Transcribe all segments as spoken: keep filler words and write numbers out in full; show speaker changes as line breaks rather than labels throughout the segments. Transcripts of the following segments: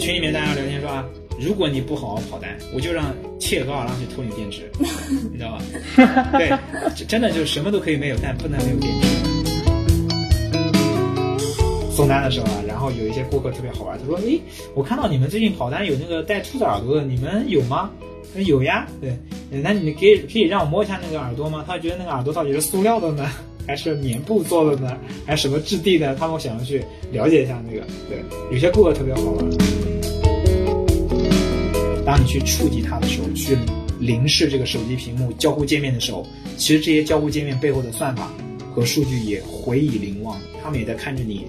群里面大家聊天说啊，如果你不好好跑单，我就让切高尔让去偷你电池，你知道吧？对，真的就什么都可以没有，但不能没有电池。送单的时候啊，然后有一些顾客特别好玩，他说：“诶，我看到你们最近跑单有那个带兔子耳朵的，你们有吗？”他说：“有呀。”对，那你可以可以让我摸一下那个耳朵吗？他觉得那个耳朵到底是塑料的呢，还是棉布做的呢，还是什么质地的？他们想要去了解一下那个。对，有些顾客特别好玩。当你去触及它的时候，去凝视这个手机屏幕交互界面的时候，其实这些交互界面背后的算法和数据也回以凝望，他们也在看着你。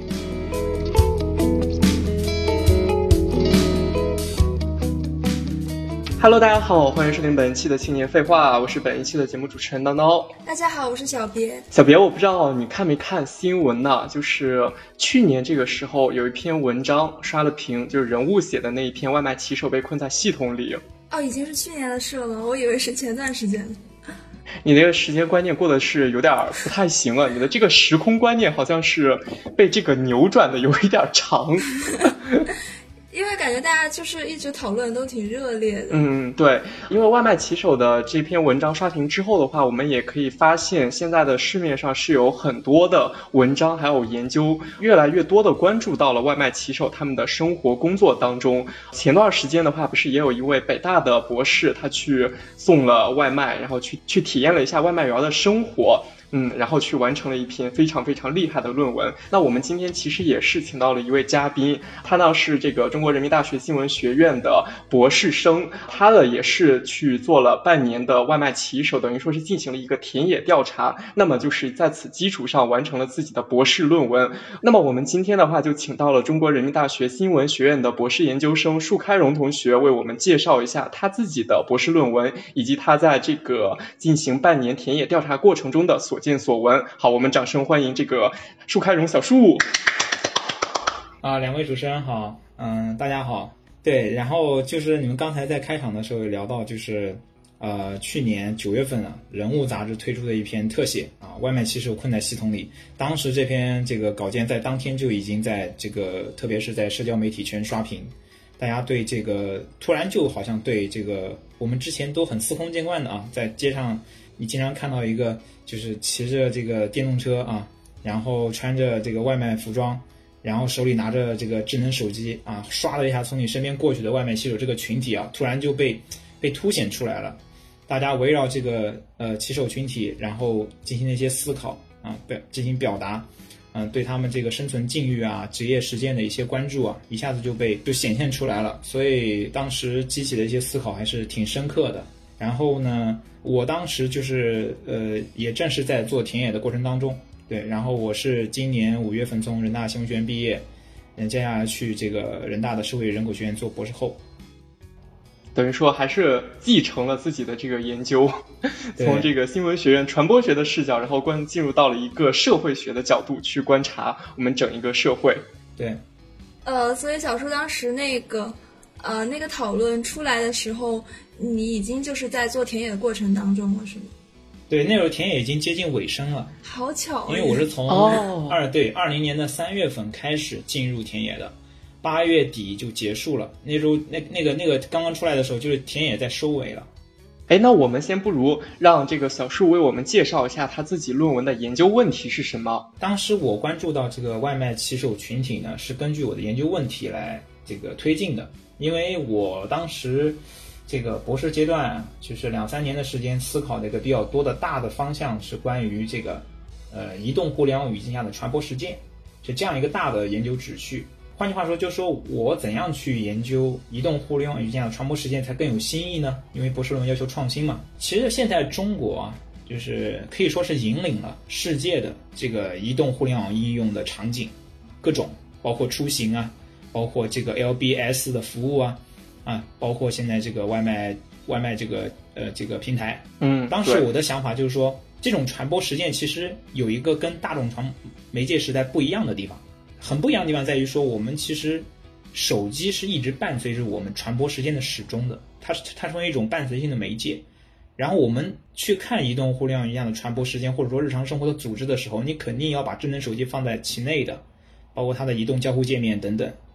Hello， 大家好，欢迎收听本一期的青年废话，我是本一期的节目主持人叨叨。
大家好，我是小别。
小别，我不知道你看没看新闻呢？就是去年这个时候有一篇文章刷了屏，就是人物写的那一篇外卖骑手被困在系统里。
哦，已经是去年的事了吗？我以为是前段时间。
你那个时间观念过的是有点不太行了，你的这个时空观念好像是被这个扭转的有一点长。
因为感觉大家就是一直讨论都挺热烈的。
嗯，对，因为外卖骑手的这篇文章刷屏之后的话，我们也可以发现现在的市面上是有很多的文章还有研究，越来越多的关注到了外卖骑手他们的生活工作当中。前段时间的话，不是也有一位北大的博士，他去送了外卖，然后去去体验了一下外卖员的生活。嗯，然后去完成了一篇非常非常厉害的论文。那我们今天其实也是请到了一位嘉宾，他呢是这个中国人民大学新闻学院的博士生，他呢也是去做了半年的外卖骑手，等于说是进行了一个田野调查，那么就是在此基础上完成了自己的博士论文。那么我们今天的话就请到了中国人民大学新闻学院的博士研究生束开荣同学，为我们介绍一下他自己的博士论文，以及他在这个进行半年田野调查过程中的所见所闻。好，我们掌声欢迎这个束开荣小树。
啊，两位主持人好，嗯，大家好。对，然后就是你们刚才在开场的时候有聊到，就是呃，去年九月份啊，人物杂志推出的一篇特写啊，外卖骑手困在系统里。当时这篇这个稿件在当天就已经在这个，特别是在社交媒体圈刷屏，大家对这个突然就好像对这个我们之前都很司空见惯的啊，在街上你经常看到一个就是骑着这个电动车啊，然后穿着这个外卖服装，然后手里拿着这个智能手机啊，刷了一下从你身边过去的外卖骑手这个群体啊，突然就被被凸显出来了。大家围绕这个呃骑手群体，然后进行了一些思考啊，表进行表达，嗯、呃，对他们这个生存境遇啊、职业实践的一些关注啊，一下子就被就显现出来了。所以当时激起的一些思考还是挺深刻的。然后呢，我当时就是呃，也正是在做田野的过程当中，对，然后我是今年五月份从人大新闻学院毕业，嗯，接下来去这个人大的社会人口学院做博士后。
等于说还是继承了自己的这个研究，从这个新闻学院传播学的视角，然后关进入到了一个社会学的角度去观察我们整一个社会。
对，
呃，所以小叔当时那个呃那个讨论出来的时候，你已经就是在做田野的过程当中了，是吗？
对，那时候田野已经接近尾声了。
好巧，
因为我是从二、哦、对二零年的三月份开始进入田野的。八月底就结束了，那时候那那个那个刚刚出来的时候，就是田野在收尾了。
哎，那我们先不如让这个小树为我们介绍一下他自己论文的研究问题是什么。
当时我关注到这个外卖骑手群体呢，是根据我的研究问题来这个推进的。因为我当时这个博士阶段就是两三年的时间，思考的一个比较多的大的方向是关于这个呃移动互联网语境下的传播实践，是这样一个大的研究旨序。换句话说，就是说我怎样去研究移动互联网语境下的传播实践才更有新意呢？因为博士论文要求创新嘛。其实现在中国啊，就是可以说是引领了世界的这个移动互联网应用的场景，各种包括出行啊，包括这个 L B S 的服务啊，啊，包括现在这个外卖外卖这个呃这个平台。
嗯，
当时我的想法就是说，这种传播实践其实有一个跟大众传媒介时代不一样的地方。很不一样的地方在于说，我们其实手机是一直伴随着我们传播时间的始终的，它是它成为一种伴随性的媒介。然后我们去看移动互联网一样的传播时间，或者说日常生活的组织的时候，你肯定要把智能手机放在其内的，包括它的移动交互界面等等。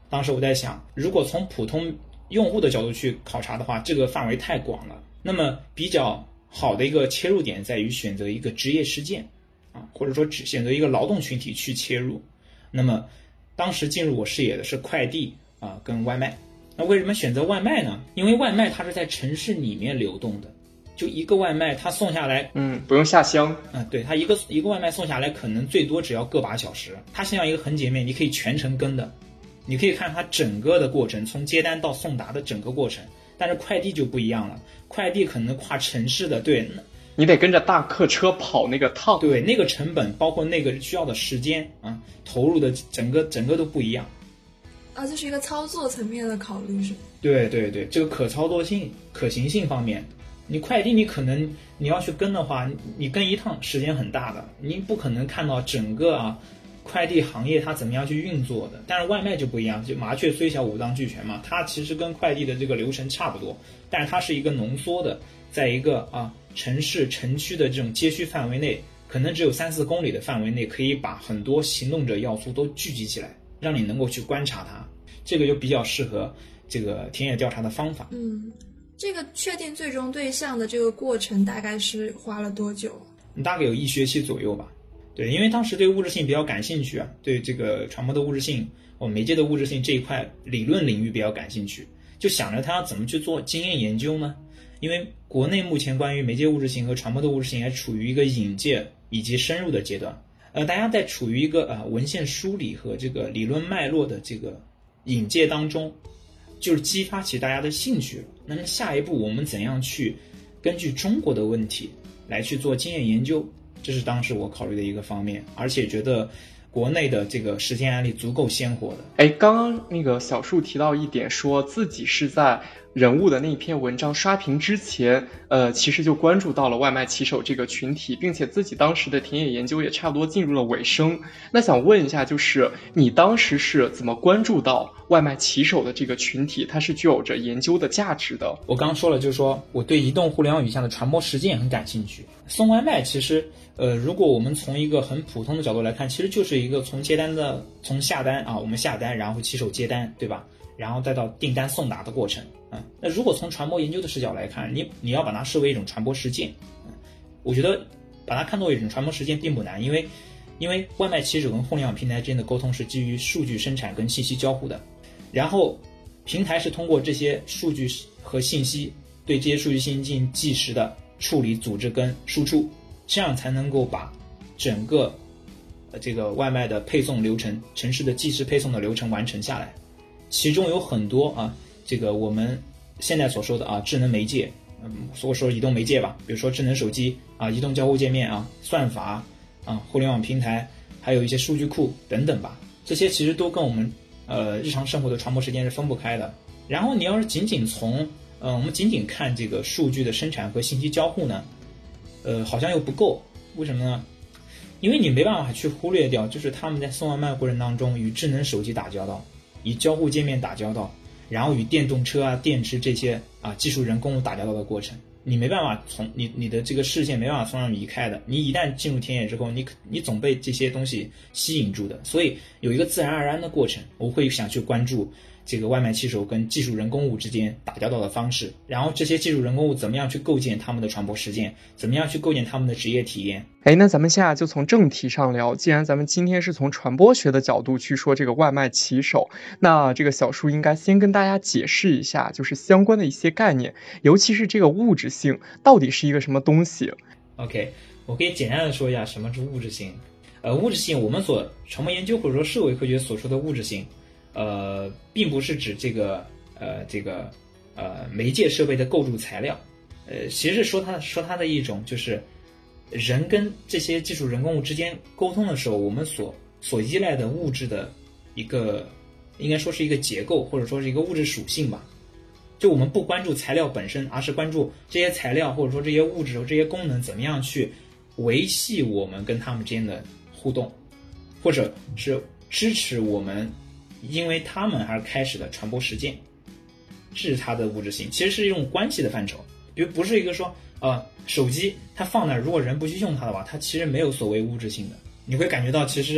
当时我在想，如果从普通用户的角度去考察的话，这个范围太广了。那么比较好的一个切入点在于选择一个职业事件啊，或者说只选择一个劳动群体去切入。那么当时进入我视野的是快递啊跟外卖。那为什么选择外卖呢？因为外卖它是在城市里面流动的，就一个外卖它送下来，
嗯，不用下乡。
嗯，对，它一个一个外卖送下来可能最多只要个把小时，它像一个横截面，你可以全程跟的，你可以看它整个的过程，从接单到送达的整个过程。但是快递就不一样了，快递可能跨城市的，对，
你得跟着大客车跑那个趟，
对，那个成本包括那个需要的时间啊，投入的整个整个都不一样。
啊，这是一个操作层面的考虑，是吗？
对对对，这个可操作性、可行性方面，你快递你可能你要去跟的话，你跟一趟时间很大的，你不可能看到整个啊快递行业它怎么样去运作的。但是外卖就不一样，就麻雀虽小五脏俱全嘛，它其实跟快递的这个流程差不多，但是它是一个浓缩的，在一个啊城市城区的这种街区范围内，可能只有三四公里的范围内，可以把很多行动者要素都聚集起来，让你能够去观察它。这个就比较适合这个田野调查的方法。
嗯，这个确定最终对象的这个过程大概是花了多久？
大概有一学期左右吧。对，因为当时对物质性比较感兴趣啊，对这个传播的物质性、我媒介的物质性这一块理论领域比较感兴趣，就想着它要怎么去做经验研究呢？因为国内目前关于媒介物质性和传播的物质性还处于一个引介以及深入的阶段，呃，大家在处于一个呃文献梳理和这个理论脉络的这个引介当中，就是激发起大家的兴趣了。那么下一步我们怎样去根据中国的问题来去做经验研究，这是当时我考虑的一个方面，而且觉得国内的这个实践案例足够鲜活的。
哎，刚刚那个小树提到一点，说自己是在人物的那篇文章刷屏之前，呃，其实就关注到了外卖骑手这个群体，并且自己当时的田野研究也差不多进入了尾声。那想问一下，就是你当时是怎么关注到外卖骑手的这个群体，它是具有着研究的价值的？
我刚说了，就是说我对移动互联网语项的传播实践很感兴趣。送外卖其实，呃，如果我们从一个很普通的角度来看，其实就是一个从接单的从下单啊，我们下单，然后骑手接单，对吧？然后再到订单送达的过程。嗯，那如果从传播研究的视角来看，你你要把它视为一种传播实践，嗯，我觉得把它看作一种传播实践并不难，因为因为外卖骑手跟互联网平台之间的沟通是基于数据生产跟信息交互的，然后平台是通过这些数据和信息对这些数据信息进行即时的处理、组织跟输出，这样才能够把整个呃这个外卖的配送流程、城市的即时配送的流程完成下来。其中有很多啊，这个我们现在所说的啊智能媒介，嗯，所说移动媒介吧，比如说智能手机啊、移动交互界面啊、算法啊、互联网平台，还有一些数据库等等吧，这些其实都跟我们呃日常生活的传播时间是分不开的。然后你要是仅仅从呃我们仅仅看这个数据的生产和信息交互呢，呃好像又不够。为什么呢？因为你没办法去忽略掉，就是他们在送外卖过程当中与智能手机打交道，与交互界面打交道，然后与电动车啊、电池这些啊技术人工物打交道的过程，你没办法从你你的这个视线没办法从上移开的。你一旦进入田野之后，你你总被这些东西吸引住的，所以有一个自然而然的过程，我会想去关注这个外卖骑手跟技术人工物之间打交道的方式，然后这些技术人工物怎么样去构建他们的传播实践，怎么样去构建他们的职业体验。
哎，那咱们现在就从正题上聊。既然咱们今天是从传播学的角度去说这个外卖骑手，那这个小树应该先跟大家解释一下，就是相关的一些概念，尤其是这个物质性到底是一个什么东西。
OK， 我可以简单的说一下什么是物质性。呃，物质性我们所传播研究或者说社会科学所说的物质性，呃，并不是指这个呃这个呃媒介设备的构筑材料，呃，其实是说它说它的一种就是人跟这些技术人工物之间沟通的时候，我们所所依赖的物质的一个，应该说是一个结构，或者说是一个物质属性吧。就我们不关注材料本身，而是关注这些材料或者说这些物质和这些功能怎么样去维系我们跟他们之间的互动，或者是支持我们因为他们而开始的传播实践，这是它的物质性，其实是一种关系的范畴。比如不是一个说呃手机它放那儿，如果人不去用它的话，它其实没有所谓物质性的。你会感觉到其实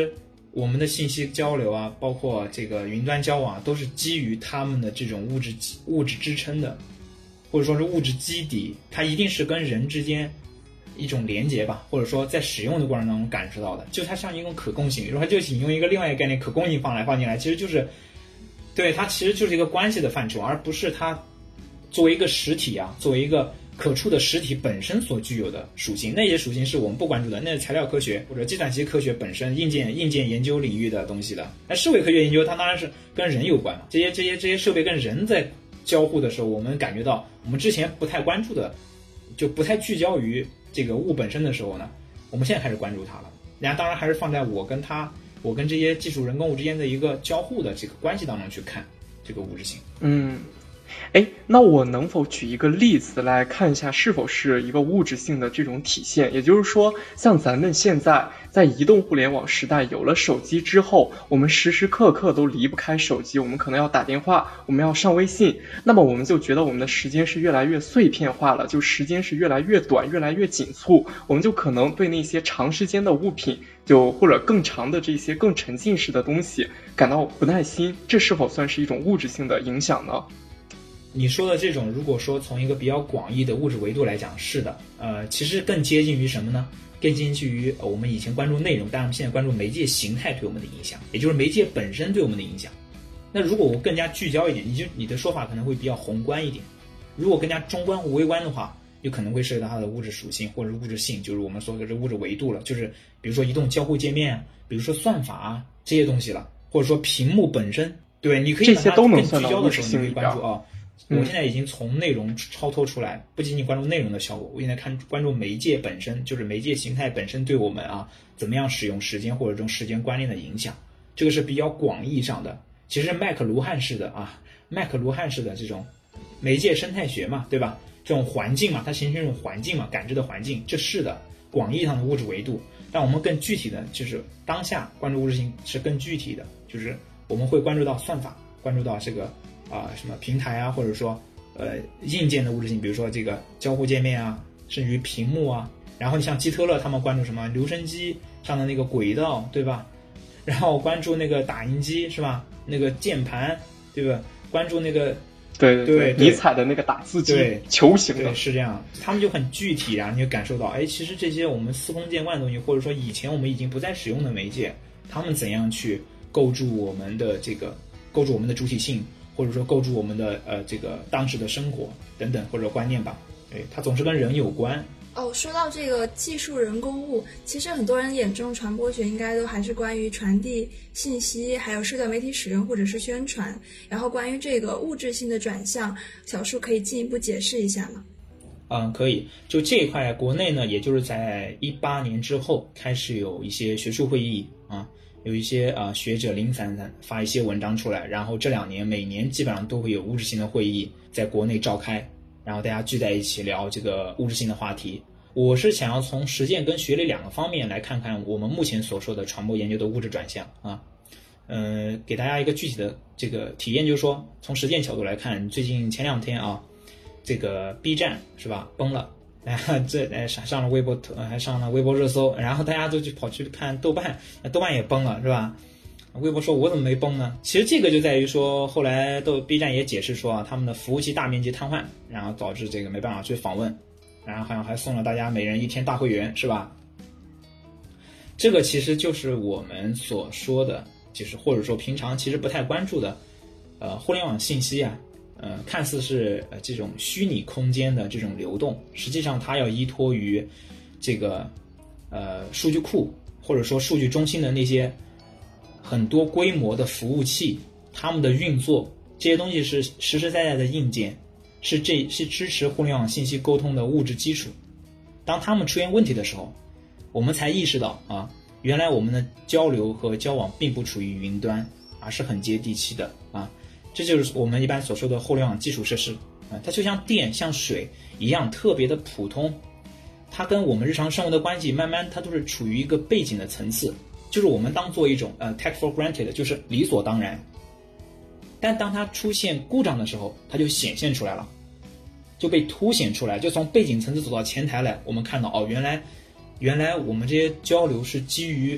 我们的信息交流啊，包括这个云端交往、啊、都是基于他们的这种物质物质支撑的，或者说是物质基底，它一定是跟人之间一种连接吧，或者说在使用的过程当中感受到的，就它像一种可共性。比如说，它就引用一个另外一个概念，可共性放来放进来，其实就是对它其实就是一个关系的范畴，而不是它作为一个实体啊，作为一个可触的实体本身所具有的属性。那些属性是我们不关注的，那是材料科学或者计算机科学本身硬件硬件研究领域的东西的。那社会科学研究它当然是跟人有关嘛，这些这些这些设备跟人在交互的时候，我们感觉到我们之前不太关注的，就不太聚焦于这个物本身的时候呢，我们现在开始关注它了。然后当然还是放在我跟它我跟这些技术人工物之间的一个交互的这个关系当中去看这个物质性。
嗯，哎，那我能否举一个例子来看一下是否是一个物质性的这种体现？也就是说，像咱们现在在移动互联网时代有了手机之后，我们时时刻刻都离不开手机，我们可能要打电话，我们要上微信，那么我们就觉得我们的时间是越来越碎片化了，就时间是越来越短，越来越紧促，我们就可能对那些长时间的物品就或者更长的这些更沉浸式的东西感到不耐心，这是否算是一种物质性的影响呢？
你说的这种，如果说从一个比较广义的物质维度来讲，是的，呃，其实更接近于什么呢？更接近于我们以前关注内容，但是现在关注媒介形态对我们的影响，也就是媒介本身对我们的影响。那如果我更加聚焦一点，你就你的说法可能会比较宏观一点；如果更加中观或微观的话，有可能会涉及到它的物质属性或者物质性，就是我们说的这物质维度了，就是比如说移动交互界面，比如说算法啊这些东西了，或者说屏幕本身，对，你可以把它更聚焦的时候，你可以关注啊。我现在已经从内容超脱出来，不仅仅关注内容的效果，我现在看关注媒介本身，就是媒介形态本身对我们啊怎么样使用时间或者这种时间观念的影响，这个是比较广义上的。其实麦克卢汉式的啊，麦克卢汉式的这种媒介生态学嘛，对吧？这种环境嘛，它形成一种环境嘛，感知的环境，这是的，广义上的物质维度。但我们更具体的就是当下关注物质性是更具体的，就是我们会关注到算法，关注到这个。啊，什么平台啊，或者说呃硬件的物质性，比如说这个交互界面啊，甚至于屏幕啊。然后你像基特勒他们关注什么留声机上的那个轨道，对吧？然后关注那个打印机是吧？那个键盘，对吧？关注那个
对
对
尼采的那个打字机，
对
球形的，
对是这样。他们就很具体啊，你就感受到，哎，其实这些我们司空见惯的东西，或者说以前我们已经不再使用的媒介，他们怎样去构筑我们的这个构筑我们的主体性。或者说构筑我们的呃这个当时的生活等等或者观念吧，对，它总是跟人有关。
哦，说到这个技术人工物，其实很多人眼中传播学应该都还是关于传递信息，还有社交媒体使用或者是宣传。然后关于这个物质性的转向，小树可以进一步解释一下吗？
嗯，可以。就这一块，国内呢，也就是在一八年之后开始有一些学术会议啊。有一些啊、呃、学者零散散发一些文章出来，然后这两年每年基本上都会有物质性的会议在国内召开，然后大家聚在一起聊这个物质性的话题。我是想要从实践跟学理两个方面来看看我们目前所说的传播研究的物质转向啊，嗯、呃，给大家一个具体的这个体验，就是说从实践角度来看，最近前两天啊，这个 B 站是吧崩了。然后这哎上上了微博，还上了微博热搜，然后大家都去跑去看豆瓣，豆瓣也崩了，是吧？微博说我怎么没崩呢？其实这个就在于说，后来豆 B 站也解释说啊，他们的服务器大面积瘫痪，然后导致这个没办法去访问，然后好像还送了大家每人一天大会员，是吧？这个其实就是我们所说的，就是或者说平常其实不太关注的，呃，互联网信息啊。呃，看似是呃这种虚拟空间的这种流动，实际上它要依托于这个呃数据库或者说数据中心的那些很多规模的服务器，它们的运作这些东西是实实在在的硬件，是这是支持互联网信息沟通的物质基础。当它们出现问题的时候，我们才意识到啊，原来我们的交流和交往并不处于云端，而是很接地气的啊。这就是我们一般所说的互联网基础设施啊，它就像电、像水一样特别的普通，它跟我们日常生活的关系慢慢它都是处于一个背景的层次，就是我们当做一种呃 take for granted， 就是理所当然。但当它出现故障的时候，它就显现出来了，就被凸显出来，就从背景层次走到前台来，我们看到哦，原来原来我们这些交流是基于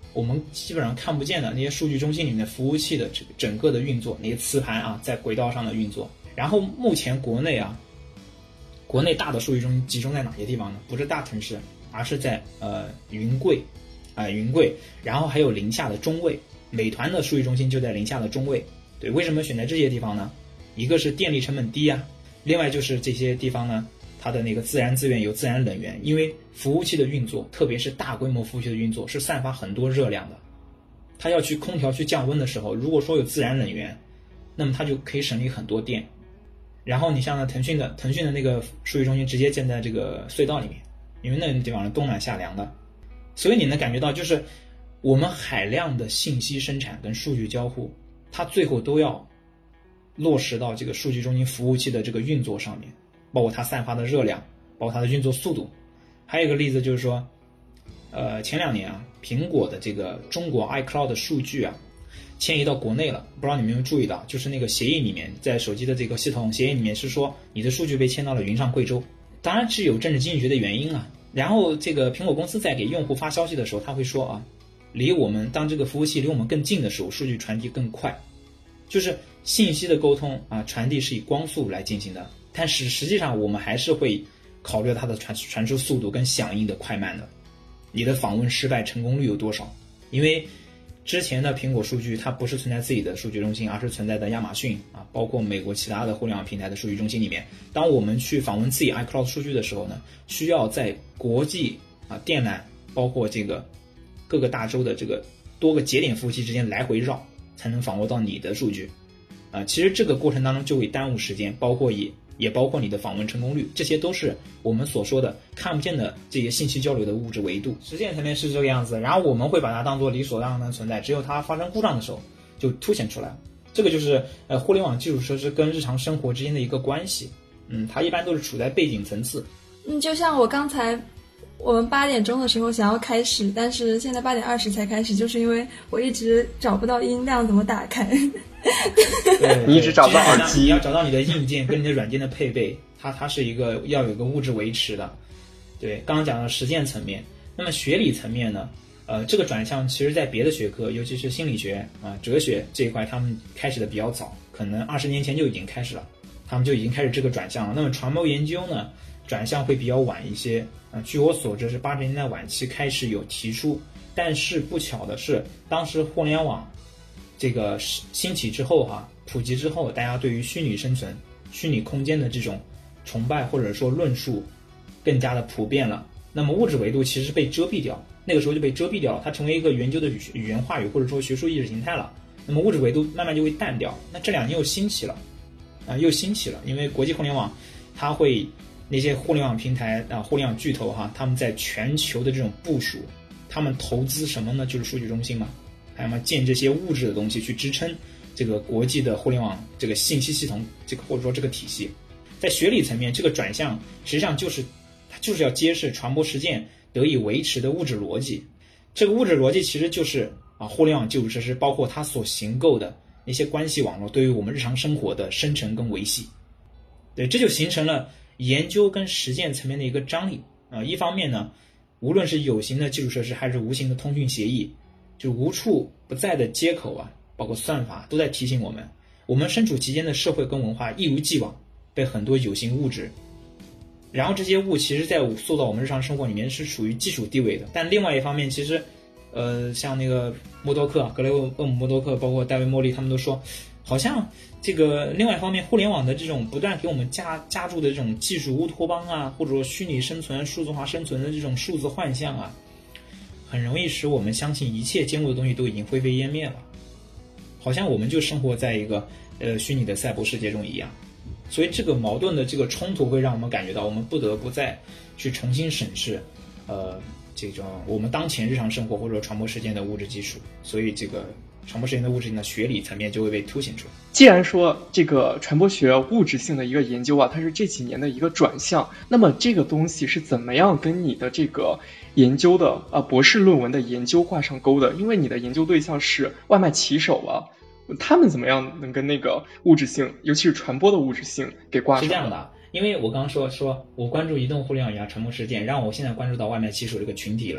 我们基本上看不见的那些数据中心里面的服务器的这个整个的运作，那些磁盘啊在轨道上的运作。然后目前国内啊，国内大的数据中心集中在哪些地方呢？不是大城市，而是在呃云贵啊、呃、云贵，然后还有临夏的中卫，美团的数据中心就在临夏的中卫。对，为什么选择这些地方呢？一个是电力成本低啊，另外就是这些地方呢，它的那个自然资源有自然冷源，因为服务器的运作，特别是大规模服务器的运作是散发很多热量的，它要去空调去降温的时候，如果说有自然冷源，那么它就可以省力很多电。然后你像呢腾讯的腾讯的那个数据中心直接建在这个隧道里面，因为那个地方是冬暖夏凉的，所以你能感觉到就是我们海量的信息生产跟数据交互，它最后都要落实到这个数据中心服务器的这个运作上面，包括它散发的热量，包括它的运作速度。还有一个例子就是说，呃，前两年啊，苹果的这个中国 iCloud 的数据啊，迁移到国内了，不知道你们有没有注意到，就是那个协议里面，在手机的这个系统协议里面是说，你的数据被迁到了云上贵州，当然是有政治经济学的原因啊。然后这个苹果公司在给用户发消息的时候，他会说啊，离我们当这个服务器离我们更近的时候，数据传递更快，就是信息的沟通啊，传递是以光速来进行的，但是实际上我们还是会考虑它的传传输速度跟响应的快慢的，你的访问失败成功率有多少？因为之前的苹果数据它不是存在自己的数据中心，而是存在的亚马逊啊，包括美国其他的互联网平台的数据中心里面。当我们去访问自己 iCloud 数据的时候呢，需要在国际啊电缆包括这个各个大洲的这个多个节点服务器之间来回绕，才能访问到你的数据啊。其实这个过程当中就会耽误时间，包括也也包括你的访问成功率，这些都是我们所说的看不见的这些信息交流的物质维度。实践层面是这个样子，然后我们会把它当作理所当然的存在，只有它发生故障的时候就凸显出来。这个就是呃互联网基础设施跟日常生活之间的一个关系，嗯，它一般都是处在背景层次。
嗯，就像我刚才我们八点钟的时候想要开始，但是现在八点二十才开始，就是因为我一直找不到音量怎么打开。
对，
你一直找不到耳机，
你要找到你的硬件跟你的软件的配备，它它是一个要有一个物质维持的。对，刚刚讲到实践层面，那么学理层面呢？呃，这个转向其实在别的学科，尤其是心理学啊、呃、哲学这一块，他们开始的比较早，可能二十年前就已经开始了，他们就已经开始这个转向了。那么传播研究呢，转向会比较晚一些啊、呃。据我所知是八十年代晚期开始有提出，但是不巧的是，当时互联网这个兴起之后哈，普及之后，大家对于虚拟生存、虚拟空间的这种崇拜或者说论述更加的普遍了。那么物质维度其实被遮蔽掉，那个时候就被遮蔽掉了，它成为一个研究的语言话语或者说学术意识形态了。那么物质维度慢慢就会淡掉。那这两年又兴起了，啊、呃，又兴起了，因为国际互联网，它会那些互联网平台啊、呃，互联网巨头哈，他们在全球的这种部署，他们投资什么呢？就是数据中心嘛，还有嘛建这些物质的东西去支撑这个国际的互联网这个信息系统，这个或者说这个体系。在学理层面，这个转向实际上就是它就是要揭示传播实践得以维持的物质逻辑。这个物质逻辑其实就是啊，互联网基础设施包括它所形构的那些关系网络对于我们日常生活的生成跟维系。对，这就形成了研究跟实践层面的一个张力啊。一方面呢，无论是有形的基础设施还是无形的通讯协议，就无处不在的接口啊，包括算法都在提醒我们，我们身处其间的社会跟文化一如既往被很多有形物质，然后这些物其实在塑造我们日常生活里面是属于基础地位的。但另外一方面，其实呃，像那个默多克、格雷厄姆默多克，包括戴维莫利，他们都说，好像这个另外一方面，互联网的这种不断给我们加加注的这种技术乌托邦啊，或者说虚拟生存、数字化生存的这种数字幻象啊，很容易使我们相信一切坚固的东西都已经灰飞烟灭了，好像我们就生活在一个呃虚拟的赛博世界中一样。所以这个矛盾的这个冲突会让我们感觉到，我们不得不再去重新审视，呃，这种我们当前日常生活或者说传播实践的物质基础。所以这个传播实践的物质性的学理层面就会被凸显出来。
既然说这个传播学物质性的一个研究啊，它是这几年的一个转向，那么这个东西是怎么样跟你的这个研究的啊博士论文的研究挂上钩的？因为你的研究对象是外卖骑手啊。他们怎么样能跟那个物质性，尤其是传播的物质性给挂上？
是这样的，因为我刚刚说说我关注移动互联网呀、传播实践，让我现在关注到外卖骑手这个群体了。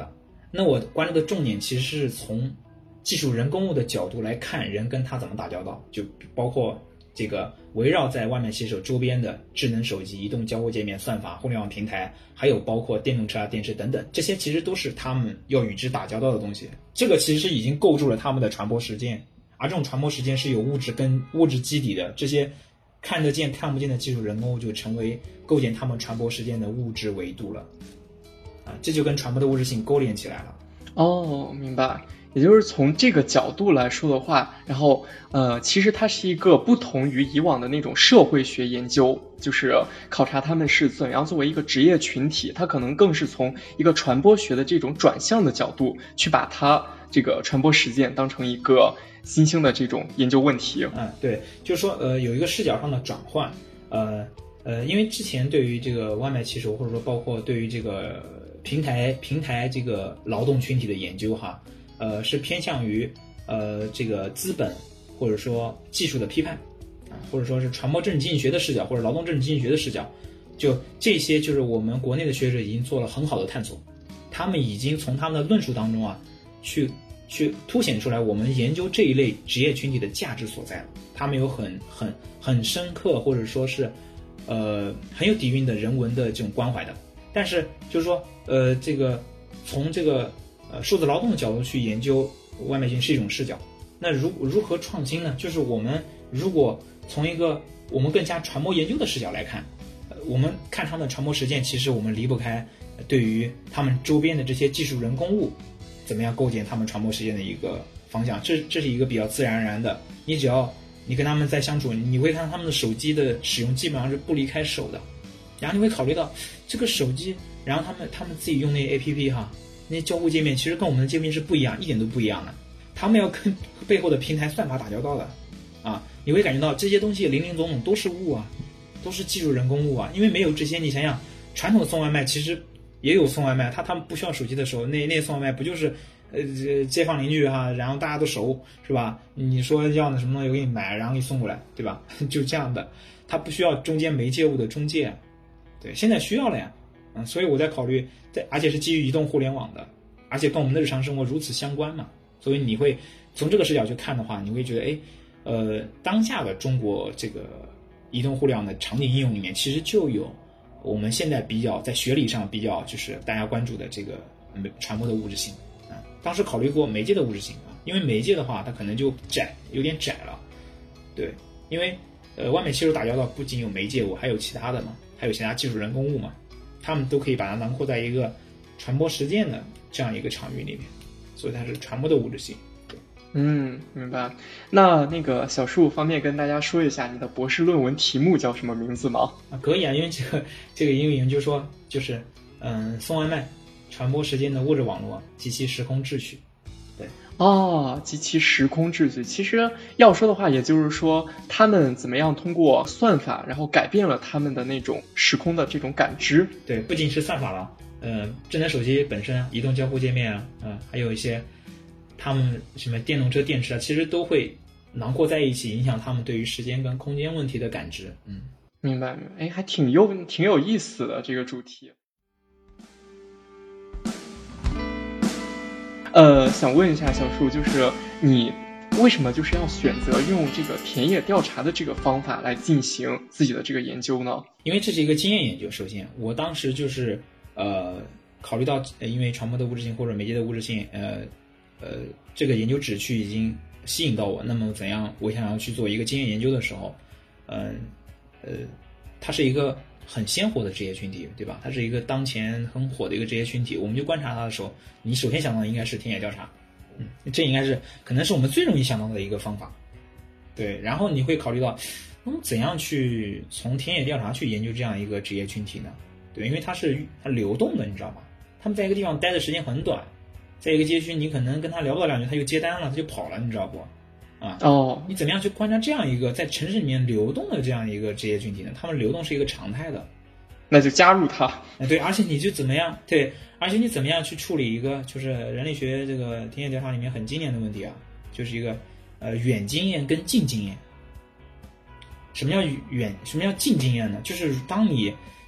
那我关注的重点其实是从技术人工物的角度来看人跟他怎么打交道，就包括这个围绕在外卖骑手周边的智能手机、移动交互界面、算法、互联网平台，还有包括电动车啊、电池等等，这些其实都是他们要与之打交道的东西。这个其实已经构筑了他们的传播实践，而这种传播实践是有物质跟物质基底的，这些看得见看不见的技术人工物就成为构建他们传播实践的物质维度了啊，这就跟传播的物质性勾连起来了。
哦，明白。也就是从这个角度来说的话，然后呃，其实它是一个不同于以往的那种社会学研究，就是考察他们是怎样作为一个职业群体，它可能更是从一个传播学的这种转向的角度，去把它这个传播实践当成一个新兴的这种研究问题。
嗯，对，就是说呃，有一个视角上的转换，呃呃，因为之前对于这个外卖骑手，或者说包括对于这个平台平台这个劳动群体的研究哈。呃，是偏向于呃这个资本或者说技术的批判啊，或者说是传播政治经济学的视角，或者劳动政治经济学的视角，就这些就是我们国内的学者已经做了很好的探索，他们已经从他们的论述当中啊，去去凸显出来我们研究这一类职业群体的价值所在了。他们有很很很深刻或者说是呃很有底蕴的人文的这种关怀的，但是就是说呃这个从这个。呃，数字劳动的角度去研究外卖型是一种视角。那如如何创新呢？就是我们如果从一个我们更加传播研究的视角来看，呃，我们看他们的传播实践，其实我们离不开对于他们周边的这些技术人工物怎么样构建他们传播实践的一个方向。这这是一个比较自然而然的。你只要你跟他们在相处，你会看到他们的手机的使用基本上是不离开手的，然后你会考虑到这个手机，然后他们他们自己用那 A P P 哈。那些交互界面其实跟我们的界面是不一样，一点都不一样的。他们要跟背后的平台算法打交道的，啊，你会感觉到这些东西零零总总都是物啊，都是技术人工物啊。因为没有这些，你想想，传统送外卖其实也有送外卖，他他们不需要手机的时候，那那送外卖不就是呃街坊邻居哈、啊，然后大家都熟是吧？你说要的什么东西我给你买，然后给你送过来，对吧？就这样的，他不需要中间媒介物的中介，对，现在需要了呀。嗯，所以我在考虑，在而且是基于移动互联网的，而且跟我们的日常生活如此相关嘛，所以你会从这个视角去看的话，你会觉得，哎，呃，当下的中国这个移动互联网的场景应用里面，其实就有我们现在比较在学理上比较就是大家关注的这个传播的物质性啊。当时考虑过媒介的物质性啊，因为媒介的话，它可能就窄，有点窄了，对，因为呃，外面其实打交道不仅有媒介物，还有其他的嘛，还有其他技术人工物嘛。他们都可以把它囊括在一个传播实践的这样一个场域里面，所以它是传播的物质性。
嗯，明白。那那个小树方便跟大家说一下你的博士论文题目叫什么名字吗？
啊，可以啊，因为这个这个英语研究说就是嗯，送外卖传播实践的物质网络及其时空秩序。对。
哦，及其时空秩序。其实要说的话，也就是说他们怎么样通过算法，然后改变了他们的那种时空的这种感知。
对，不仅是算法了，呃，智能手机本身、移动交互界面啊，啊、呃，还有一些他们什么电动车电池啊，其实都会囊括在一起，影响他们对于时间跟空间问题的感知。嗯，
明白明白。哎，还挺有挺有意思的这个主题。呃，想问一下小树，就是你为什么就是要选择用这个田野调查的这个方法来进行自己的这个研究呢？
因为这是一个经验研究。首先，我当时就是呃考虑到，呃、因为传播的物质性或者媒介的物质性，呃呃，这个研究旨趣已经吸引到我。那么怎样，我想要去做一个经验研究的时候，嗯 呃, 呃，它是一个很鲜活的职业群体，对吧？它是一个当前很火的一个职业群体。我们就观察它的时候，你首先想到的应该是田野调查，嗯，这应该是可能是我们最容易想到的一个方法。对，然后你会考虑到，那么怎样去从田野调查去研究这样一个职业群体呢？对，因为它是它流动的，你知道吗？他们在一个地方待的时间很短，在一个街区，你可能跟他聊不到两句，他就接单了，他就跑了，你知道不？啊，
哦，
你怎么样去观察这样一个在城市里面流动的这样一个职业群体呢？他们流动是一个常态的，
那就加入它。
对，而且你就怎么样？对，而且你怎么样去处理一个就是人类学这个田野调查里面很经典的问题啊，就是一个呃远经验跟近经验。什么叫远？什么叫近经验呢？就是当你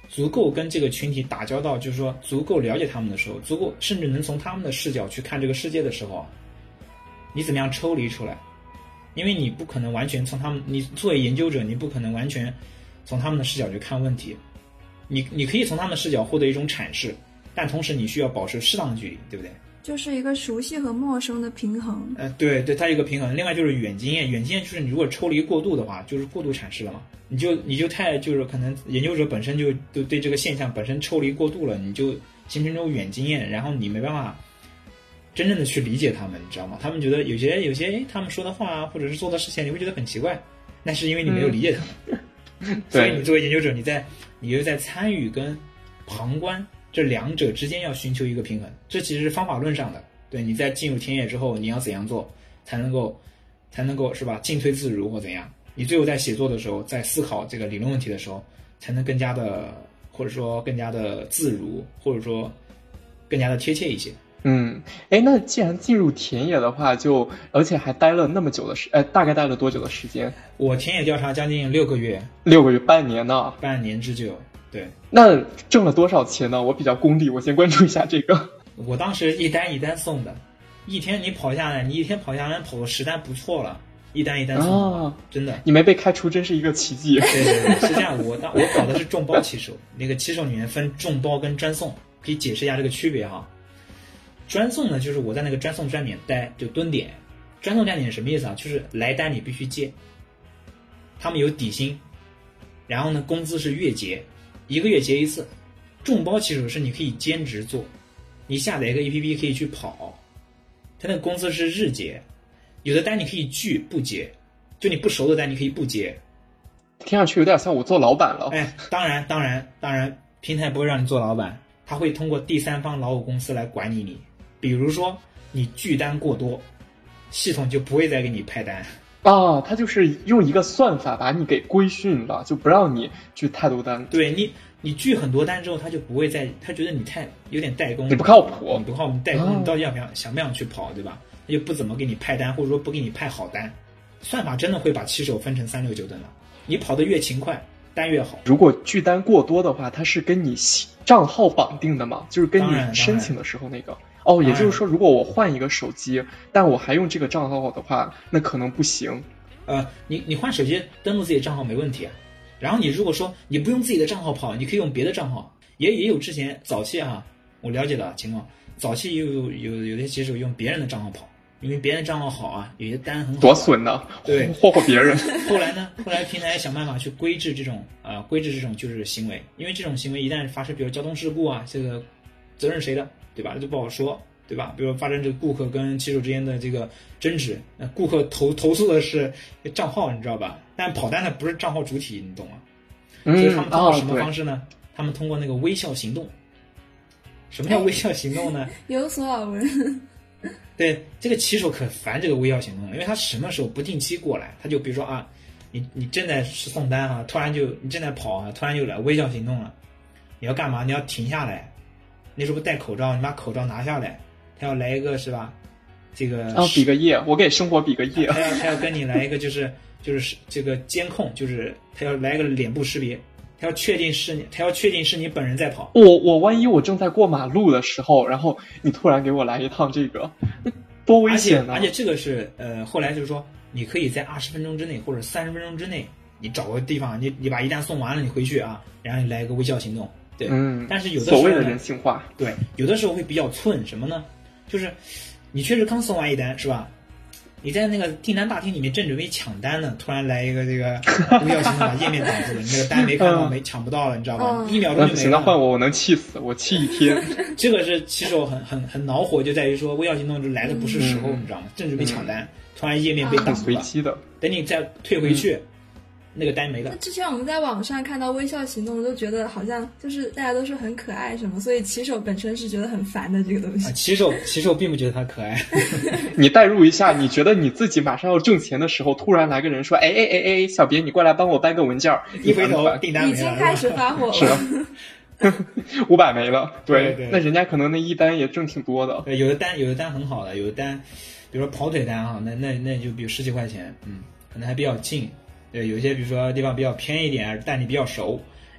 足够跟这个群体打交道，就是说足够了解他们的时候，足够甚至能从他们的视角去看这个世界的时候，你怎么样抽离出来？因为你不可能完全从他们，你作为研究者，你不可能完全从他们的视角去看问题。你你可以从他们的视角获得一种阐释，但同时你需要保持适当的距离，对不对？
就是一个熟悉和陌生的平衡。
呃，对对，它有一个平衡。另外就是远经验，远经验就是你如果抽离过度的话，就是过度阐释了嘛，你就你就太就是可能研究者本身就就对这个现象本身抽离过度了，你就形成这种远经验，然后你没办法真正的去理解他们，你知道吗？他们觉得有些有些他们说的话啊，或者是做的事情，你会觉得很奇怪，那是因为你没有理解他们。嗯、所以你作为研究者，你在你就在参与跟旁观这两者之间要寻求一个平衡，这其实是方法论上的。对，你在进入田野之后，你要怎样做才能够才能够是吧进退自如或怎样？你最后在写作的时候，在思考这个理论问题的时候，才能更加的或者说更加的自如，或者说更加的贴切一些。
嗯，哎，那既然进入田野的话，就而且还待了那么久的时，哎，大概待了多久的时间？
我田野调查将近六个月，
六个月，半年呢？
半年之久。对，
那挣了多少钱呢？我比较功利，我先关注一下这个。
我当时一单一单送的，一天你跑下来，你一天跑下来跑个十单不错了，一单一单送的、哦、真的。
你没被开除真是一个奇迹。
对对对，是这样。我当我跑的是众包骑手，那个骑手里面分众包跟专送，可以解释一下这个区别哈。专送呢，就是我在那个专送站点待，就蹲点。专送站点什么意思啊？就是来单你必须接，他们有底薪，然后呢工资是月结，一个月结一次。众包骑手是你可以兼职做，你下载一个 A P P 可以去跑，它那个工资是日结，有的单你可以拒不接，就你不熟的单你可以不接。
听上去有点像我做老板了。
哎，当然当然当然，平台不会让你做老板，它会通过第三方劳务公司来管理你。比如说你拒单过多，系统就不会再给你派单
啊，它就是用一个算法把你给规训了，就不让你拒太多单。
对你，你拒很多单之后，他就不会再，他觉得你太有点代工，
你不靠谱，
你不靠谱，代工，你到底想不想、啊、想不想去跑，对吧？他就不怎么给你派单，或者说不给你派好单。算法真的会把骑手分成三六九等了，你跑得越勤快，单越好。
如果拒单过多的话，它是跟你账号绑定的嘛？就是跟你申请的时候那个。哦，也就是说，如果我换一个手机，但我还用这个账号的话，那可能不行。
呃，你你换手机登录自己的账号没问题啊。然后你如果说你不用自己的账号跑，你可以用别的账号，也也有之前早期啊，我了解的情况，早期有有有有些骑手用别人的账号跑，因为别人的账号好啊，有些单很好。
多损呢！
对，
霍霍别人。
后来呢，后来平台想办法去规制这种呃规制这种就是行为，因为这种行为一旦发生，比如交通事故啊，这个责任谁的？对吧？这就不好说，对吧？比如发生这个顾客跟骑手之间的这个争执，那顾客投投诉的是账号，你知道吧？但跑单的不是账号主体，你懂吗？
嗯、
所以他们通过什么
哦、
方式呢？他们通过那个微笑行动。什么叫微笑行动呢？
有所耳闻。
对，这个骑手可烦这个微笑行动了，因为他什么时候不定期过来，他就比如说啊，你你正在送单啊，突然就你正在跑啊，突然就来微笑行动了，你要干嘛？你要停下来。那时候不戴口罩，你把口罩拿下来，他要来一个是吧？这个
啊，比个耶，我给生活比个耶。
他要他要跟你来一个就是就是这个监控，就是他要来一个脸部识别，他要确定是你，他要确定是你本人在跑。
我我万一我正在过马路的时候，然后你突然给我来一趟这个，多危险呢！
而且而且这个是呃，后来就是说，你可以在二十分钟之内或者三十分钟之内，你找个地方，你你把一单送完了，你回去啊，然后你来一个微笑行动。对，
嗯，
但是有的时候
所谓的人性化，
对，有的时候会比较寸什么呢？就是你确实刚送完一单是吧？你在那个订单大厅里面正准备抢单呢，突然来一个这个微笑行动把页面挡住了，你那个单没看到，没抢不到了，你知道吧？一秒钟就没了。
那换我，我能气死，我气一天。
这个是骑手很很很恼火，就在于说微笑行动就来的不是时候，
嗯、
你知道吗？正准备抢单，嗯、突然页面被挡住了，
随机的。
等你再退回去。嗯那个单没了。
那之前我们在网上看到微笑行动，都觉得好像就是大家都是很可爱什么，所以骑手本身是觉得很烦的这个东西。
啊、骑手骑手并不觉得它可爱。
你代入一下，你觉得你自己马上要挣钱的时候，突然来个人说：“哎哎哎哎，小别，你过来帮我搬个文件。”
一回头订单没了，
已经开始发火了。
是啊。五百没了，对，
对对，
那人家可能那一单也挣挺多的。
对，有的单有的单很好的，有的单，比如说跑腿单啊，那那那就比如十几块钱，嗯，可能还比较近。对，有些比如说地方比较偏一点，但你比较熟，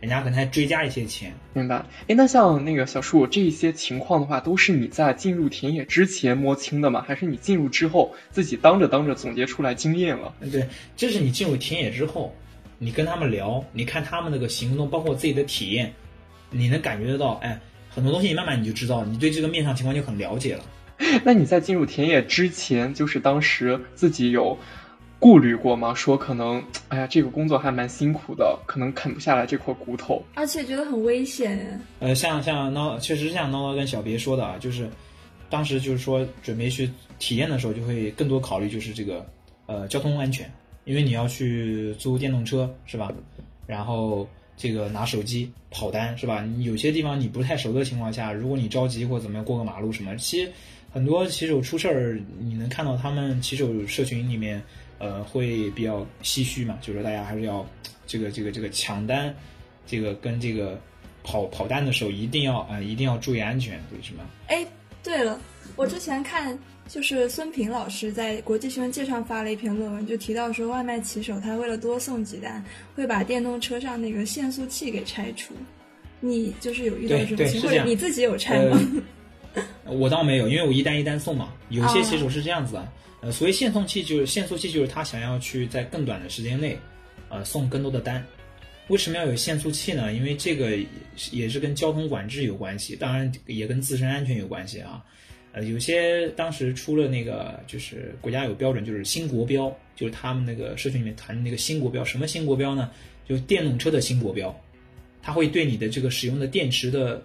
人家可能还追加一些钱。
明白。哎，那像那个小树这一些情况的话，都是你在进入田野之前摸清的吗？还是你进入之后自己当着当着总结出来经验了？
对，这是你进入田野之后，你跟他们聊，你看他们那个行动，包括自己的体验，你能感觉得到，哎，很多东西你慢慢你就知道，你对这个面上情况就很了解了。
那你在进入田野之前，就是当时自己有顾虑过吗？说可能，哎呀，这个工作还蛮辛苦的，可能啃不下来这块骨头，
而且觉得很危险。
呃，像像孬，确实像孬孬跟小别说的啊，就是当时就是说准备去体验的时候，就会更多考虑就是这个呃交通安全，因为你要去租电动车是吧？然后这个拿手机跑单是吧？你有些地方你不太熟的情况下，如果你着急或怎么样过个马路什么，其实很多骑手出事儿，你能看到他们骑手社群里面。呃，会比较唏嘘嘛，就是说大家还是要这个这个这个抢单，这个跟这个跑跑单的时候一定要啊、呃，一定要注意安全，对什么？
哎，对了，我之前看就是孙平老师在国际新闻界上发了一篇论文，就提到说外卖骑手他为了多送几单，会把电动车上那个限速器给拆除。你就是有遇到这种情况，或者你自己有拆吗？
呃、我倒没有，因为我一单一单送嘛。有些骑手是这样子啊。呃，所谓限送器就是限速器，就是他想要去在更短的时间内，呃，送更多的单。为什么要有限速器呢？因为这个也是跟交通管制有关系，当然也跟自身安全有关系啊。呃，有些当时出了那个，就是国家有标准，就是新国标，就是他们那个社群里面谈的那个新国标。什么新国标呢？就是电动车的新国标，它会对你的这个使用的电池的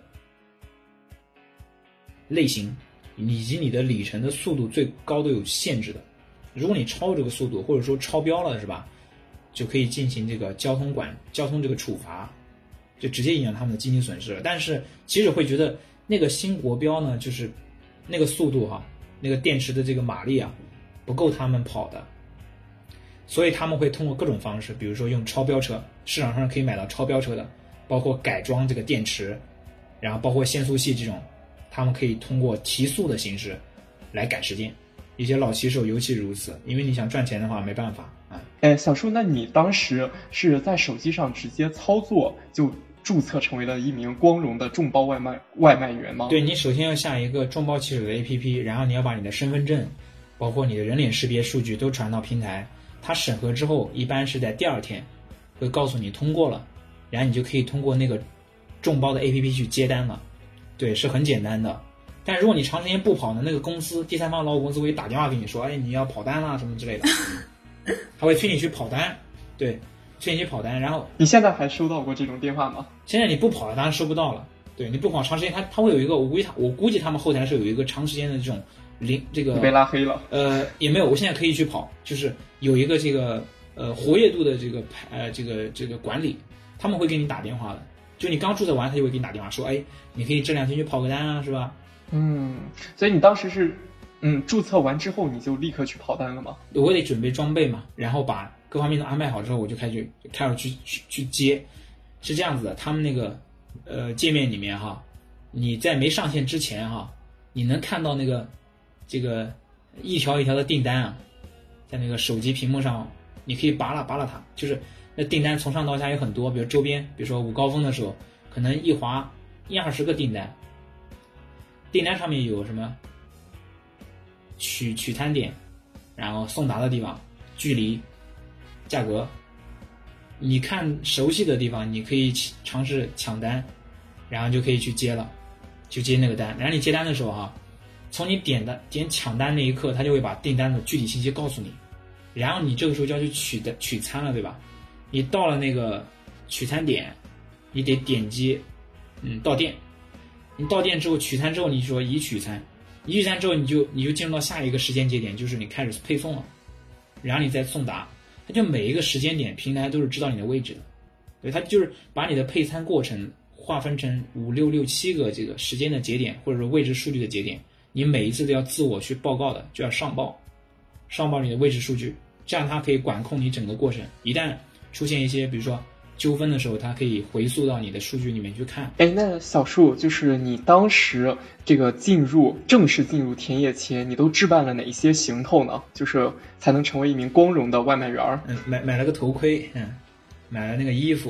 类型。以及你的里程的速度最高都有限制的，如果你超这个速度或者说超标了是吧，就可以进行这个交通管交通这个处罚，就直接影响他们的经济损失了。但是骑手会觉得那个新国标呢，就是那个速度哈，那个电池的这个马力啊不够他们跑的，所以他们会通过各种方式，比如说用超标车，市场上可以买到超标车的，包括改装这个电池，然后包括限速器这种。他们可以通过提速的形式来赶时间，一些老骑手尤其如此，因为你想赚钱的话没办法啊。
哎，小树，那你当时是在手机上直接操作就注册成为了一名光荣的众包外卖外卖员吗？
对，你首先要下一个众包骑手的 A P P， 然后你要把你的身份证，包括你的人脸识别数据都传到平台，它审核之后，一般是在第二天会告诉你通过了，然后你就可以通过那个众包的 A P P 去接单了。对，是很简单的。但如果你长时间不跑呢，那个公司第三方劳务公司会打电话给你说，哎，你要跑单啦什么之类的，他会催你去跑单，对，催你去跑单。然后
你现在还收到过这种电话吗？
现在你不跑了，当然收不到了。对，你不跑长时间，他他会有一个，我估计他，我估计他们后台是有一个长时间的这种零这个。
你被拉黑了？
呃，也没有，我现在可以去跑，就是有一个这个呃活跃度的这个呃这个这个管理，他们会给你打电话的。就你刚注册完，他就会给你打电话说，哎，你可以这两天去跑个单啊，是吧？
嗯，所以你当时是，嗯，注册完之后你就立刻去跑单了吗？
我得准备装备嘛，然后把各方面都安排好之后，我就开始开始去去去接，是这样子的。他们那个呃界面里面哈，你在没上线之前哈，你能看到那个这个一条一条的订单啊，在那个手机屏幕上，你可以扒拉扒拉它，就是。那订单从上到下有很多，比如周边，比如说午高峰的时候，可能一划一二十个订单，订单上面有什么取取餐点，然后送达的地方、距离、价格，你看熟悉的地方，你可以尝试抢单，然后就可以去接了，去接那个单。然后你接单的时候哈，从你点的点抢单那一刻，他就会把订单的具体信息告诉你，然后你这个时候就要去取的取餐了，对吧？你到了那个取餐点，你得点击，嗯，到店。你到店之后取餐之后，你说已取餐，已取餐之后，你就你就进入到下一个时间节点，就是你开始配送了，然后你再送达。它就每一个时间点，平台都是知道你的位置的，对，它就是把你的配餐过程划分成五六六七个这个时间的节点，或者说位置数据的节点，你每一次都要自我去报告的，就要上报，上报你的位置数据，这样它可以管控你整个过程。一旦出现一些比如说纠纷的时候，它可以回溯到你的数据里面去看。
哎，那小树，就是你当时这个进入正式进入田野前，你都置办了哪一些行头呢？就是才能成为一名光荣的外卖员？
嗯，买买了个头盔，嗯，买了那个衣服，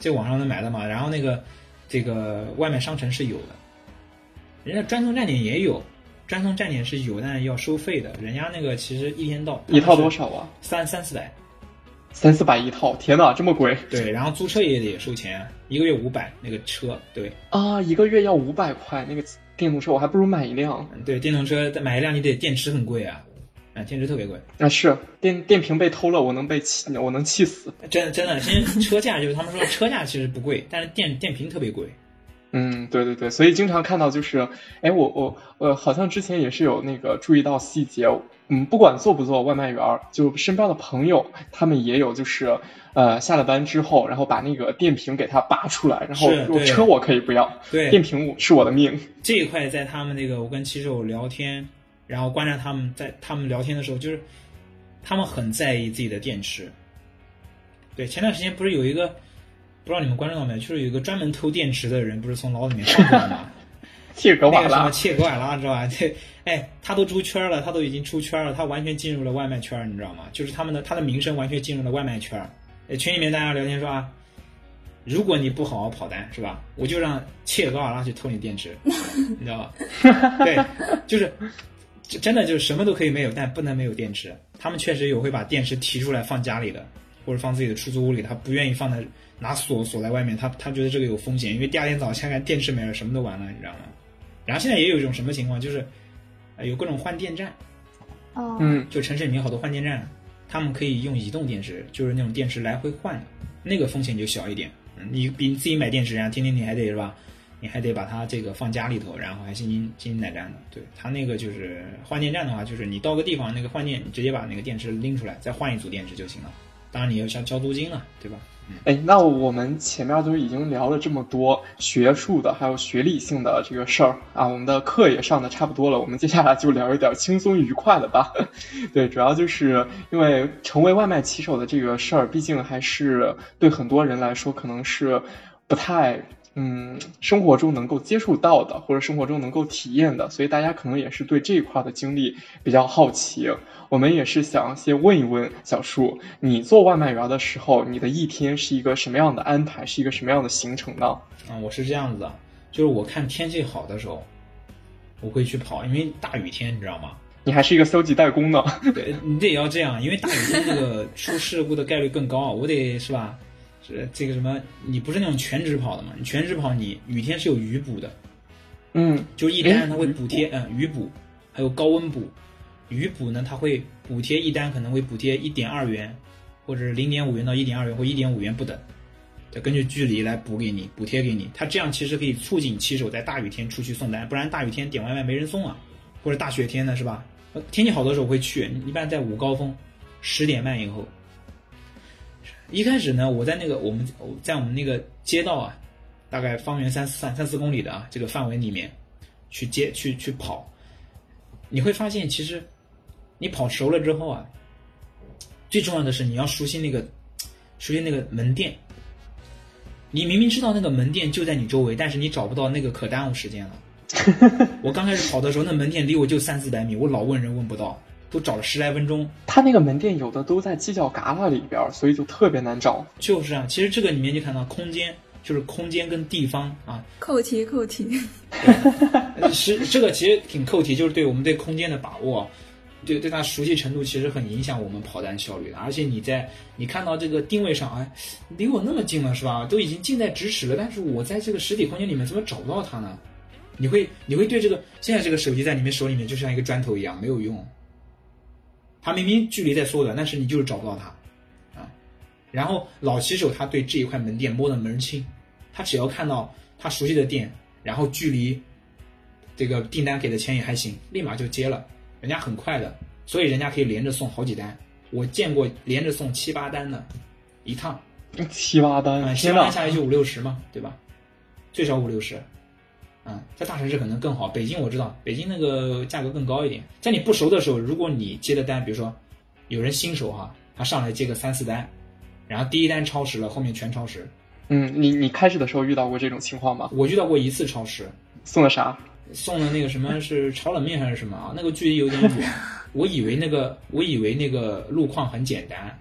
这网上能买的嘛。然后那个这个外卖商城是有的，人家专送站点也有，专送站点是有，但是要收费的。人家那个其实一天到
一套多少啊？
三三四百，
三四百一套，天哪，这么贵！
对，然后租车也得收钱，一个月五百那个车，对
啊，一个月要五百块，那个电动车我还不如买一辆。
对，电动车买一辆你得电池很贵啊。啊，电池特别贵
啊！是电电瓶被偷了，我能被气，我能气死。
真真的，其实车价就是他们说车价其实不贵，但是电电瓶特别贵。
嗯，对对对，所以经常看到就是，哎，我我呃，好像之前也是有那个注意到细节，嗯，不管做不做外卖员，就身边的朋友他们也有就是，呃，下了班之后，然后把那个电瓶给它拔出来，然后我车我可以不要，
对，
电瓶是我的命。
这一块在他们那个我跟骑手聊天。然后观察他们在他们聊天的时候，就是他们很在意自己的电池。对，前段时间不是有一个，不知道你们关注到没有，就是有一个专门偷电池的人，不是从牢里面放出来吗？
切格瓦拉，
那个什么切格瓦拉，知道吧？对，哎，他都出圈了，他都已经出圈了，他完全进入了外卖圈，你知道吗？就是他们的他的名声完全进入了外卖圈。群里面大家聊天说啊，如果你不好好跑单是吧，我就让切格瓦拉去偷你电池，你知道吧？对，就是。真的就是什么都可以没有，但不能没有电池。他们确实有会把电池提出来放家里的，或者放自己的出租屋里，他不愿意放在拿锁锁在外面，他他觉得这个有风险，因为第二天早上看电池没了，什么都完了，你知道吗？然后现在也有一种什么情况，就是呃有各种换电站，
哦，
嗯，
就城市里面好多换电站，他们可以用移动电池，就是那种电池来回换，那个风险就小一点。嗯，你比你自己买电池啊，天天你还得是吧？你还得把它这个放家里头，然后还进行进行奶站的。对，它那个就是换电站的话，就是你到个地方那个换电，你直接把那个电池拎出来，再换一组电池就行了。当然你要交交租金了，对吧？嗯，
哎，那我们前面都已经聊了这么多学术的，还有学理性的这个事儿啊，我们的课也上的差不多了，我们接下来就聊一点轻松愉快的吧。对，主要就是因为成为外卖骑手的这个事儿，毕竟还是对很多人来说可能是不太。嗯，生活中能够接触到的，或者生活中能够体验的，所以大家可能也是对这一块的经历比较好奇。我们也是想先问一问小树，你做外卖员的时候，你的一天是一个什么样的安排，是一个什么样的行程呢？
嗯，我是这样子的，就是我看天气好的时候，我会去跑，因为大雨天，你知道吗？
你还是一个消极怠工呢。
对，你得要这样，因为大雨天这个出事故的概率更高，我得是吧？是这个什么？你不是那种全职跑的嘛？你全职跑，你雨天是有雨补的，
嗯，
就一单它会补贴，嗯，雨补，还有高温补。雨补呢，它会补贴一单可能会补贴一点二元，或者是零点五元到一点二元或一点五元不等，就根据距离来补给你，补贴给你。它这样其实可以促进骑手在大雨天出去送单，不然大雨天点外卖没人送啊，或者大雪天呢，是吧？天气好的时候会去，一般在午高峰，十点半以后。一开始呢，我在那个我们在我们那个街道啊，大概方圆三三三四公里的啊这个范围里面去接去去跑，你会发现其实你跑熟了之后啊，最重要的是你要熟悉那个熟悉那个门店。你明明知道那个门店就在你周围，但是你找不到那个，可耽误时间了。我刚开始跑的时候，那门店离我就三四百米，我老问人问不到。都找了十来分钟，
他那个门店有的都在犄角旮旯里边，所以就特别难找。
就是啊，其实这个里面就看到空间，就是空间跟地方啊。
扣题扣题。
是这个其实挺扣题，就是对我们对空间的把握，对对它熟悉程度，其实很影响我们跑单效率的。而且你在你看到这个定位上，哎，离我那么近了是吧？都已经近在咫尺了，但是我在这个实体空间里面怎么找不到它呢？你会你会对这个现在这个手机在你们手里面就像一个砖头一样，没有用。它明明距离在缩短，但是你就是找不到它，啊。然后老骑手他对这一块门店摸得门儿清，他只要看到他熟悉的店，然后距离这个订单给的钱也还行，立马就接了，人家很快的，所以人家可以连着送好几单。我见过连着送七八单的，一趟
七八单，
啊，七八单下来就五六十嘛，对吧？最少五六十。嗯，在大城市可能更好，北京我知道，北京那个价格更高一点。在你不熟的时候，如果你接的单，比如说有人新手哈，他上来接个三四单，然后第一单超时了，后面全超时。
嗯，你你开始的时候遇到过这种情况吗？
我遇到过一次超时。
送的啥？
送的那个什么是炒冷面还是什么啊？那个距离有点远，我以为那个我以为那个路况很简单，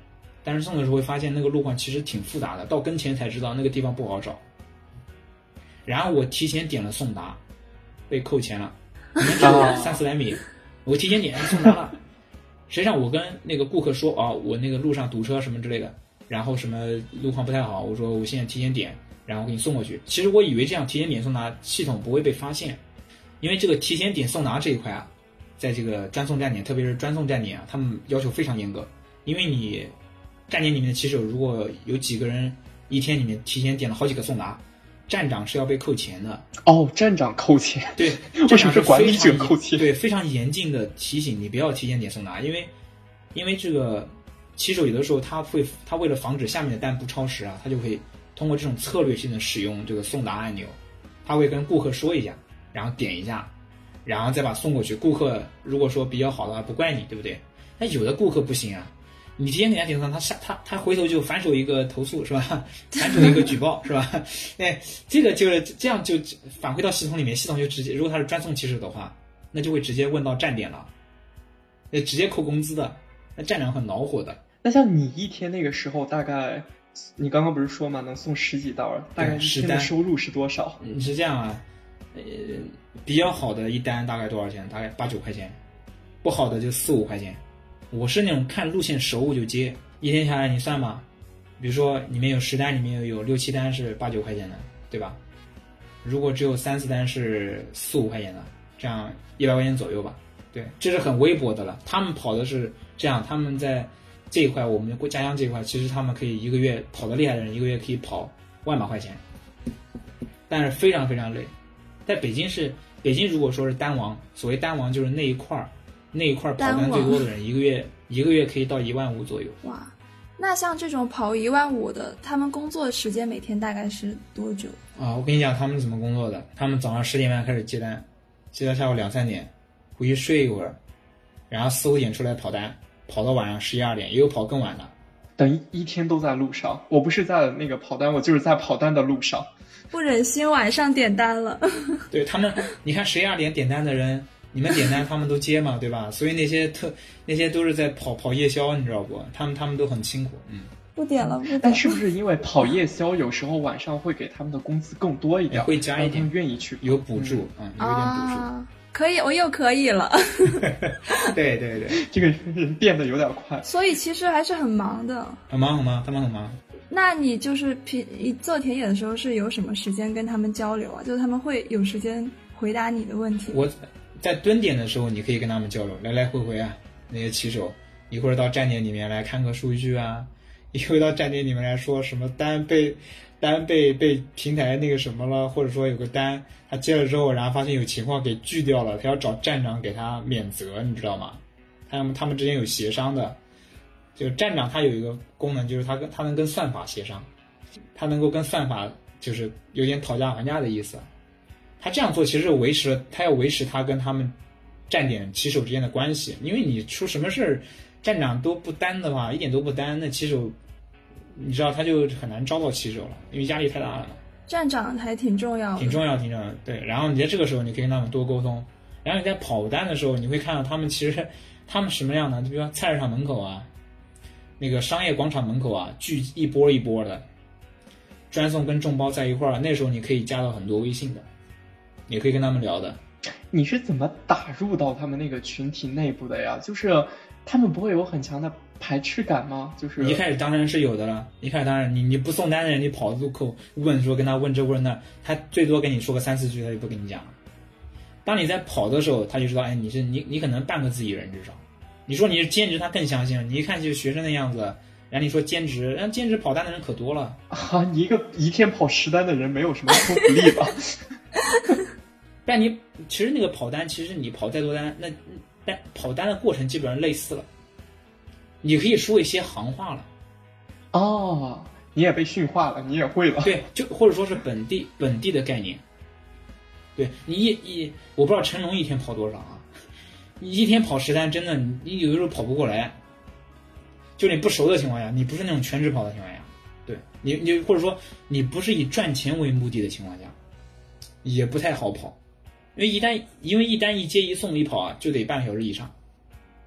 但是送的时候会发现那个路况其实挺复杂的，到跟前才知道那个地方不好找。然后我提前点了送达，被扣钱了，可能只有三四百米，我提前点送达了。实际上我跟那个顾客说啊，我那个路上堵车什么之类的，然后什么路况不太好，我说我现在提前点，然后给你送过去。其实我以为这样提前点送达系统不会被发现，因为这个提前点送达这一块啊，在这个专送站点，特别是专送站点啊，他们要求非常严格。因为你站点里面的骑手如果有几个人一天里面提前点了好几个送达，站长是要被扣钱的。
哦，站长扣钱？
对，
为什么是管理者扣钱？
对，非常严禁的提醒你不要提前点送达，因为因为这个骑手有的时候他会他为了防止下面的单不超时啊，他就会通过这种策略性的使用这个送达按钮，他会跟顾客说一下，然后点一下，然后再把送过去。顾客如果说比较好的话不怪你，对不对？但有的顾客不行啊，你提前给他点送，他下他他回头就反手一个投诉是吧？反手一个举报是吧？哎，这个就是这样就返回到系统里面，系统就直接，如果他是专送骑手的话，那就会直接问到站点了，呃，直接扣工资的。那站长很恼火的。
那像你一天那个时候大概，你刚刚不是说嘛，能送十几道，大概一天的收入是多少？
你是这样啊，呃，比较好的一单大概多少钱？大概八九块钱，不好的就四五块钱。我是那种看路线熟我就接，一天下来你算吧，比如说里面有十单，里面有六七单是八九块钱的，对吧？如果只有三四单是四五块钱的，这样一百块钱左右吧。对，这是很微薄的了。他们跑的是这样，他们在这一块，我们家乡这一块，其实他们可以一个月跑得厉害的人，一个月可以跑万把块钱，但是非常非常累。在北京是北京，如果说是单王，所谓单王就是那一块那一块跑单最多的人，一个月一个月可以到一万五左右。
哇，那像这种跑一万五的，他们工作的时间每天大概是多久
啊？我跟你讲，他们怎么工作的？他们早上十点半开始接单，接到下午两三点。回去睡一会儿，然后四五点出来跑单，跑到晚上十一二点，也有跑更晚的。
等于一天都在路上。我不是在那个跑单，我就是在跑单的路上。
不忍心晚上点单了。
对他们，你看十一二点点单的人，你们点单他们都接嘛，对吧？所以那些特那些都是在跑跑夜宵，你知道不？他们他们都很辛苦，嗯。
不点了，不点了。
但是不是因为跑夜宵，有时候晚上会给他们的工资更多一点，
会加一点，
愿意去
有补助，嗯，有一点补助。
啊可以，我又可以了。
对对对，
这个人变得有点快。
所以其实还是很忙的。
很忙很忙，他们很忙。
那你就是平做田野的时候是有什么时间跟他们交流啊？就是他们会有时间回答你的问题？
我在蹲点的时候，你可以跟他们交流，来来回回啊，那些骑手一会儿到站点里面来看个数据啊，一会儿到站点里面来说什么单被。单被被平台那个什么了，或者说有个单他接了之后，然后发现有情况给拒掉了，他要找站长给他免责，你知道吗？他们他们之间有协商的，就站长他有一个功能，就是他跟他能跟算法协商，他能够跟算法就是有点讨价还价的意思。他这样做其实是维持他要维持他跟他们站点骑手之间的关系，因为你出什么事儿，站长都不担的话，一点都不担，那骑手。你知道他就很难招到骑手了，因为压力太大了嘛。
站长还挺重要的，
挺重要，挺重要的。对，然后你在这个时候，你可以跟他们多沟通。然后你在跑单的时候，你会看到他们其实他们什么样呢？就比如说菜市场门口啊，那个商业广场门口啊，聚一波一波的，专送跟众包在一块儿。那时候你可以加到很多微信的，也可以跟他们聊的。
你是怎么打入到他们那个群体内部的呀？就是他们不会有很强的排斥感吗？就是
一开始当然是有的了，一开始当然你你不送单的人，你跑路口问说跟他问这问那，他最多跟你说个三四句，他就不跟你讲了。当你在跑的时候，他就知道，哎，你是你你可能半个自己人至少。你说你是兼职，他更相信了。你一看就是学生的样子，然后你说兼职，然后兼职跑单的人可多了
啊！你一个一天跑十单的人，没有什么说服力吧？
但你其实那个跑单，其实你跑再多单，那但跑单的过程基本上类似了。你可以说一些行话了。
哦，你也被驯化了，你也会了。
对，就或者说是本地本地的概念。对你一一，我不知道成龙一天跑多少啊？你一天跑十单，真的你你有的时候跑不过来。就你不熟的情况下，你不是那种全职跑的情况下，对你你或者说你不是以赚钱为目的的情况下，也不太好跑。因为一单因为一单一接一送一跑啊，就得半个小时以上。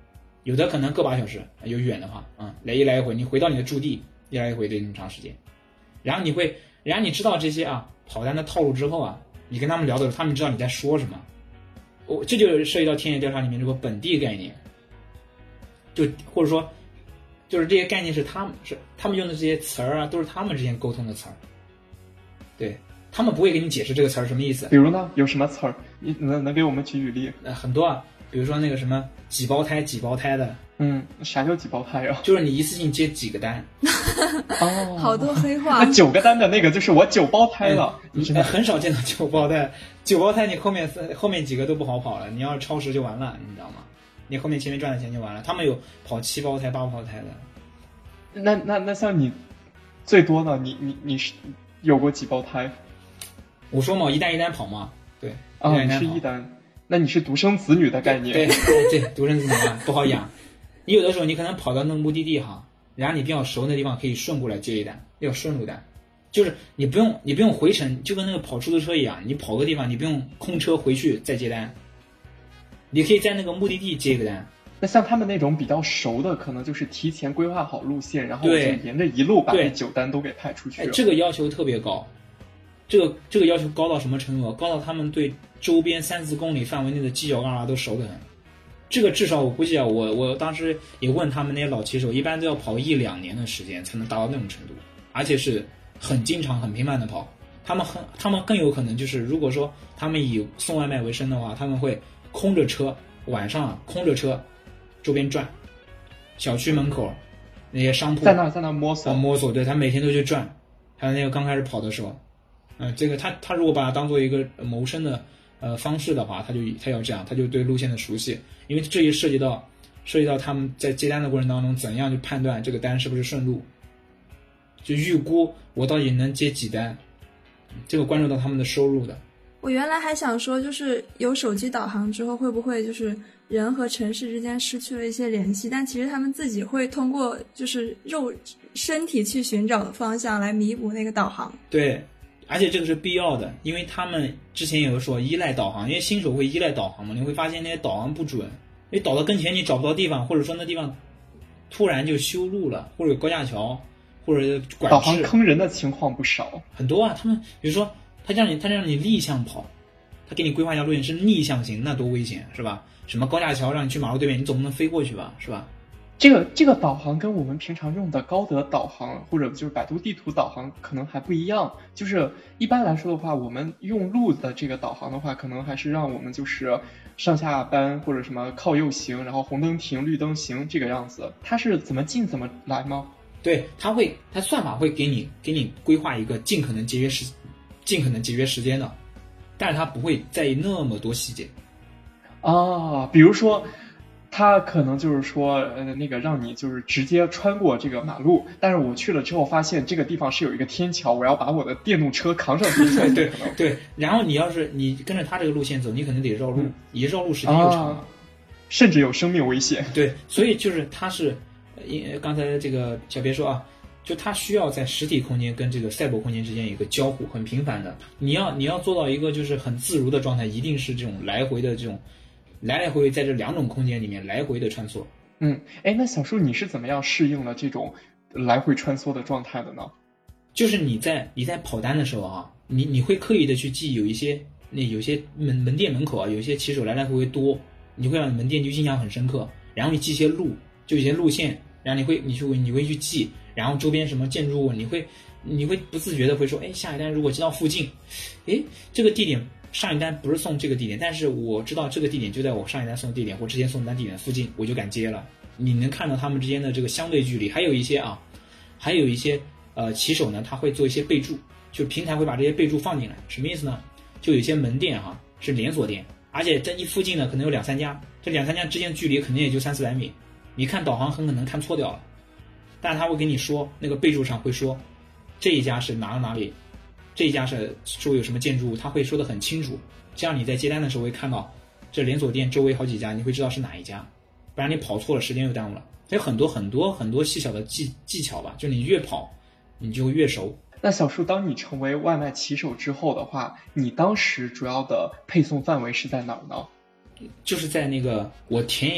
有的可能个把小时，有远的话，嗯，来一来一回，你回到你的驻地，一来一回得那么长时间。然后你会，然后你知道这些啊跑单的套路之后啊，你跟他们聊的时候，他们知道你在说什么。我这就涉及到田野调查里面这个本地概念，就或者说，就是这些概念是他们是他们用的这些词儿啊，都是他们之间沟通的词儿。对，他们不会给你解释这个词儿什么意思。
比如呢，有什么词儿？你能能给我们举举例？
呃，很多啊，比如说那个什么几胞胎几胞胎的。
嗯，啥叫几胞胎啊？
就是你一次性接几个单。
哦，
好多黑话。
那九个单的那个就是我九胞胎了。
你、嗯、很少见到九胞胎，九胞胎你后面后面几个都不好跑了，你要是超时就完了，你知道吗？你后面前面赚的钱就完了。他们有跑七胞胎、八胞胎的。
那那那像你最多呢？你你你是有过几胞胎？
我说嘛，一单一单跑嘛，对。
啊、哦，你是一单，那你是独生子女的概念。
对对，对独生子女嘛，不好养。你有的时候你可能跑到那个目的地哈，然后你比较熟的地方可以顺过来接一单，要顺路单，就是你不用你不用回程，就跟那个跑出租车一样，你跑个地方你不用空车回去再接单，你可以在那个目的地接一个单。
那像他们那种比较熟的，可能就是提前规划好路线，然后就沿着一路把这九单都给派出去了。
这个要求特别高，这个这个要求高到什么程度？高到他们对周边三四公里范围内的犄角旮旯都熟得很。这个至少我估计啊，我我当时也问他们那些老骑手，一般都要跑一两年的时间才能达到那种程度，而且是很经常、很频繁的跑。他们很，他们更有可能就是，如果说他们以送外卖为生的话，他们会空着车，晚上啊空着车，周边转，小区门口那些商铺
在那在那摸索
摸索，对他每天都去转。还有那个刚开始跑的时候，嗯、呃，这个他他如果把它当做一个谋生的呃方式的话，他就他要这样，他就对路线的熟悉。因为这也涉及到涉及到他们在接单的过程当中怎样去判断这个单是不是顺路，就预估我到底能接几单，这个关注到他们的收入的。
我原来还想说，就是有手机导航之后会不会就是人和城市之间失去了一些联系，但其实他们自己会通过就是肉身体去寻找方向来弥补那个导航。
对，而且这个是必要的，因为他们之前有说依赖导航，因为新手会依赖导航嘛，你会发现那些导航不准，你导到跟前你找不到地方，或者说那地方突然就修路了，或者有高架桥，或者管制，
导航坑人的情况不少，
很多啊。他们比如说他让你他让你逆向跑，他给你规划一条路线是逆向型，那多危险是吧？什么高架桥让你去马路对面，你总不能飞过去吧，是吧？
这个这个导航跟我们平常用的高德导航或者就是百度地图导航可能还不一样。就是一般来说的话，我们用路的这个导航的话，可能还是让我们就是上下班或者什么靠右行，然后红灯停绿灯行这个样子。它是怎么进怎么来吗？
对，它会，它算法会给你给你规划一个尽可能节约时尽可能节约时间的，但是它不会在意那么多细节。
啊，比如说。他可能就是说，呃，那个让你就是直接穿过这个马路，但是我去了之后发现这个地方是有一个天桥，我要把我的电动车扛上天桥。
对对，然后你要是你跟着他这个路线走，你可能得绕路，嗯、一绕路时间又长了、啊，
甚至有生命危险。
对，所以就是他是，刚才这个小别说啊，就他需要在实体空间跟这个赛博空间之间有一个交互，很频繁的。你要你要做到一个就是很自如的状态，一定是这种来回的这种。来来回回在这两种空间里面来回的穿梭。
嗯，哎，那小树你是怎么样适应了这种来回穿梭的状态的呢？
就是你在你在跑单的时候啊，你你会刻意的去记有一些那有些门门店门口啊，有些骑手来来回回多，你会让门店就印象很深刻。然后你记一些路，就有些路线，然后你会你去你会去记，然后周边什么建筑物，你会你会不自觉的会说，哎，下一单如果接到附近，哎，这个地点。上一单不是送这个地点，但是我知道这个地点就在我上一单送的地点或之前送的单地点附近，我就敢接了。你能看到他们之间的这个相对距离，还有一些啊，还有一些呃骑手呢，他会做一些备注，就平台会把这些备注放进来。什么意思呢？就有些门店哈、啊、是连锁店，而且在一附近呢可能有两三家，这两三家之间的距离肯定也就三四百米，你看导航很可能看错掉了，但是他会跟你说那个备注上会说这一家是哪哪哪里。这一家是周围有什么建筑物，他会说得很清楚，这样你在接单的时候会看到这连锁店周围好几家，你会知道是哪一家，不然你跑错了时间又耽误了。有很多很多很多细小的技技巧吧，就你越跑你就越熟。
那小树，当你成为外卖骑手之后的话，你当时主要的配送范围是在哪儿呢？
就是在那个我田野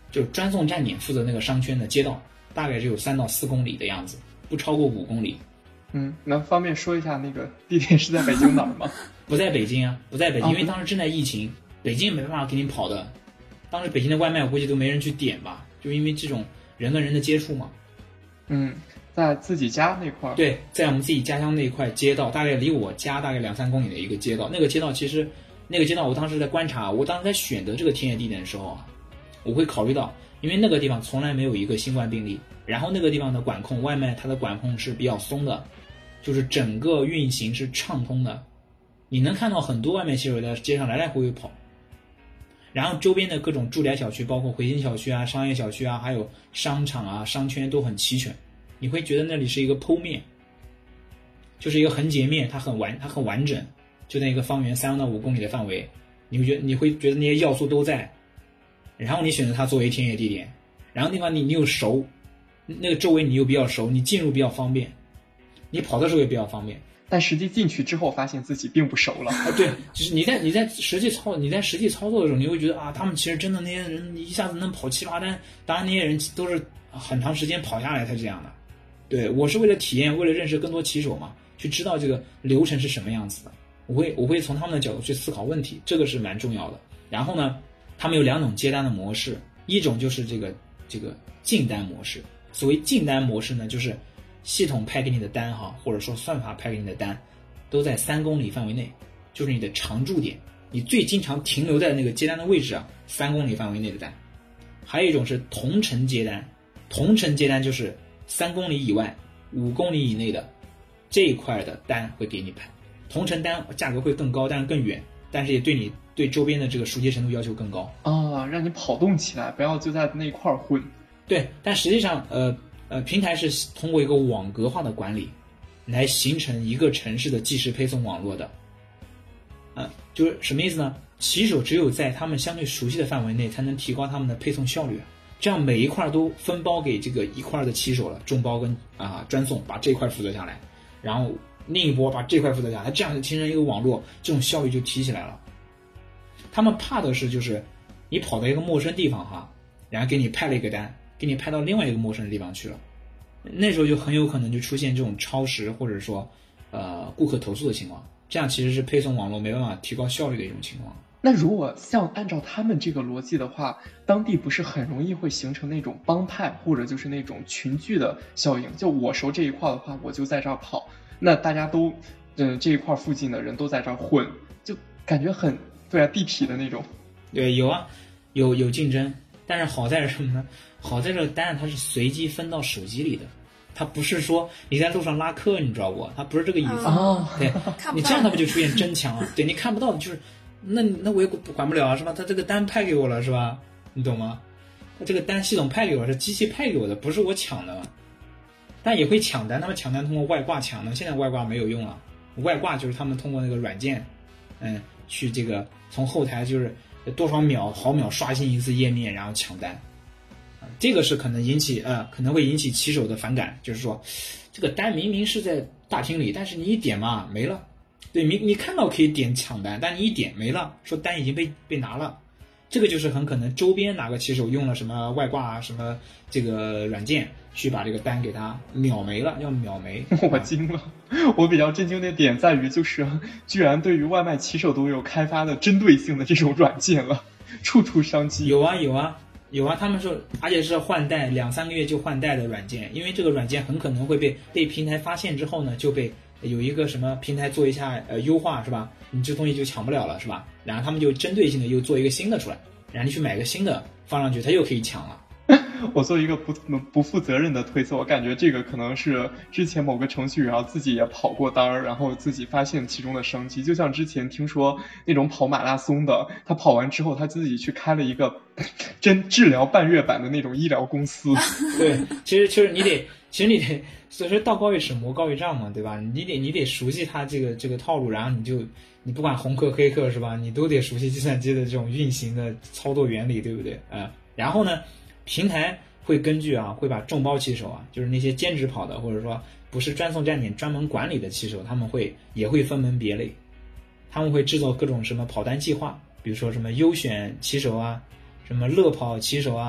就是专送站点负责那个商圈的街道，大概只有三到四公里的样子，不超过五公里。
嗯，能方便说一下那个地点是在北京哪儿吗？
不在北京啊，不在北京，
哦、
因为当时正在疫情，北京也没办法给你跑的。当时北京的外卖我估计都没人去点吧，就因为这种人跟人的接触嘛。
嗯，在自己家那块儿。
对，在我们自己家乡那一块街道，大概离我家大概两三公里的一个街道。那个街道其实，那个街道我当时在观察，我当时在选择这个田野地点的时候啊，我会考虑到，因为那个地方从来没有一个新冠病例，然后那个地方的管控，外卖它的管控是比较松的，就是整个运行是畅通的。你能看到很多外卖骑手在街上来来回回跑，然后周边的各种住宅小区，包括回形小区啊、商业小区啊，还有商场啊、商圈都很齐全。你会觉得那里是一个剖面，就是一个横截面，它很完，它很完整，就在一个方圆三到五公里的范围，你会觉得你会觉得那些要素都在，然后你选择它作为田野地点，然后地方你你又熟，那个周围你又比较熟，你进入比较方便，你跑的时候也比较方便。
但实际进去之后，发现自己并不熟了。
啊，对，就是你在你在实际操你在实际操作的时候，你会觉得啊，他们其实真的那些人一下子能跑七八单，当然那些人都是很长时间跑下来才这样的。对，我是为了体验，为了认识更多骑手嘛，去知道这个流程是什么样子的。我会我会从他们的角度去思考问题，这个是蛮重要的。然后呢，他们有两种接单的模式，一种就是这个这个进单模式。所谓进单模式呢，就是系统派给你的单哈，或者说算法派给你的单，都在三公里范围内，就是你的常驻点，你最经常停留在那个接单的位置啊，三公里范围内的单。还有一种是同城接单，同城接单就是三公里以外、五公里以内的这一块的单会给你派。同城单价格会更高，但是更远，但是也对你对周边的这个熟悉程度要求更高
啊，让你跑动起来，不要就在那块混。
对，但实际上，呃呃，平台是通过一个网格化的管理，来形成一个城市的即时配送网络的。呃，就是什么意思呢？骑手只有在他们相对熟悉的范围内，才能提高他们的配送效率。这样每一块都分包给这个一块的骑手了，众包跟啊、呃、专送，把这块负责下来，然后另一波把这块负责下来，这样就形成一个网络，这种效率就提起来了。他们怕的是就是你跑到一个陌生地方哈，然后给你派了一个单，给你派到另外一个陌生的地方去了，那时候就很有可能就出现这种超时或者说呃顾客投诉的情况，这样其实是配送网络没办法提高效率的一种情况。
那如果像按照他们这个逻辑的话，当地不是很容易会形成那种帮派或者就是那种群聚的效应？就我熟这一块的话，我就在这儿跑，那大家都嗯、呃、这一块附近的人都在这儿混，就感觉很对啊地痞的那种。
对，有啊，有有竞争，但是好在是什么呢？好在这个单它是随机分到手机里的，它不是说你在路上拉客，你知道不？它不是这个意思。
哦，
对，你这样它不就出现争抢了？对，你看不到，就是那那我也管不了啊，是吧？他这个单派给我了，是吧？你懂吗？他这个单系统派给我，是机器派给我的，不是我抢的。但也会抢单，他们抢单通过外挂抢的，现在外挂没有用了，外挂就是他们通过那个软件，嗯，去这个从后台就是多少秒毫秒刷新一次页面，然后抢单。这个是可能引起呃可能会引起骑手的反感，就是说这个单明明是在大厅里，但是你一点嘛没了。对，你你看到可以点抢单，但你一点没了，说单已经被被拿了。这个就是很可能周边哪个骑手用了什么外挂啊什么这个软件去把这个单给他秒没了，叫秒没。
我惊了，我比较震惊的点在于就是居然对于外卖骑手都有开发的针对性的这种软件了，处处商机。
有啊有啊有啊，他们说而且是换代，两三个月就换代的软件，因为这个软件很可能会被被平台发现之后呢，就被有一个什么平台做一下呃优化，是吧？你这东西就抢不了了，是吧？然后他们就针对性的又做一个新的出来，然后你去买个新的放上去，它又可以抢了。
我做一个不不负责任的推测，我感觉这个可能是之前某个程序员然后自己也跑过单儿，然后自己发现其中的商机。就像之前听说那种跑马拉松的，他跑完之后他自己去开了一个真治疗半月板的那种医疗公司。
对，其实其实你得，其实你得，所以说道高一尺，魔高一丈嘛，对吧？你得你得熟悉它这个这个套路，然后你就你不管红客黑客是吧，你都得熟悉计算机的这种运行的操作原理，对不对啊、呃？然后呢，平台会根据啊，会把众包骑手啊，就是那些兼职跑的，或者说不是专送站点专门管理的骑手，他们会也会分门别类，他们会制作各种什么跑单计划，比如说什么优选骑手啊，什么乐跑骑手啊，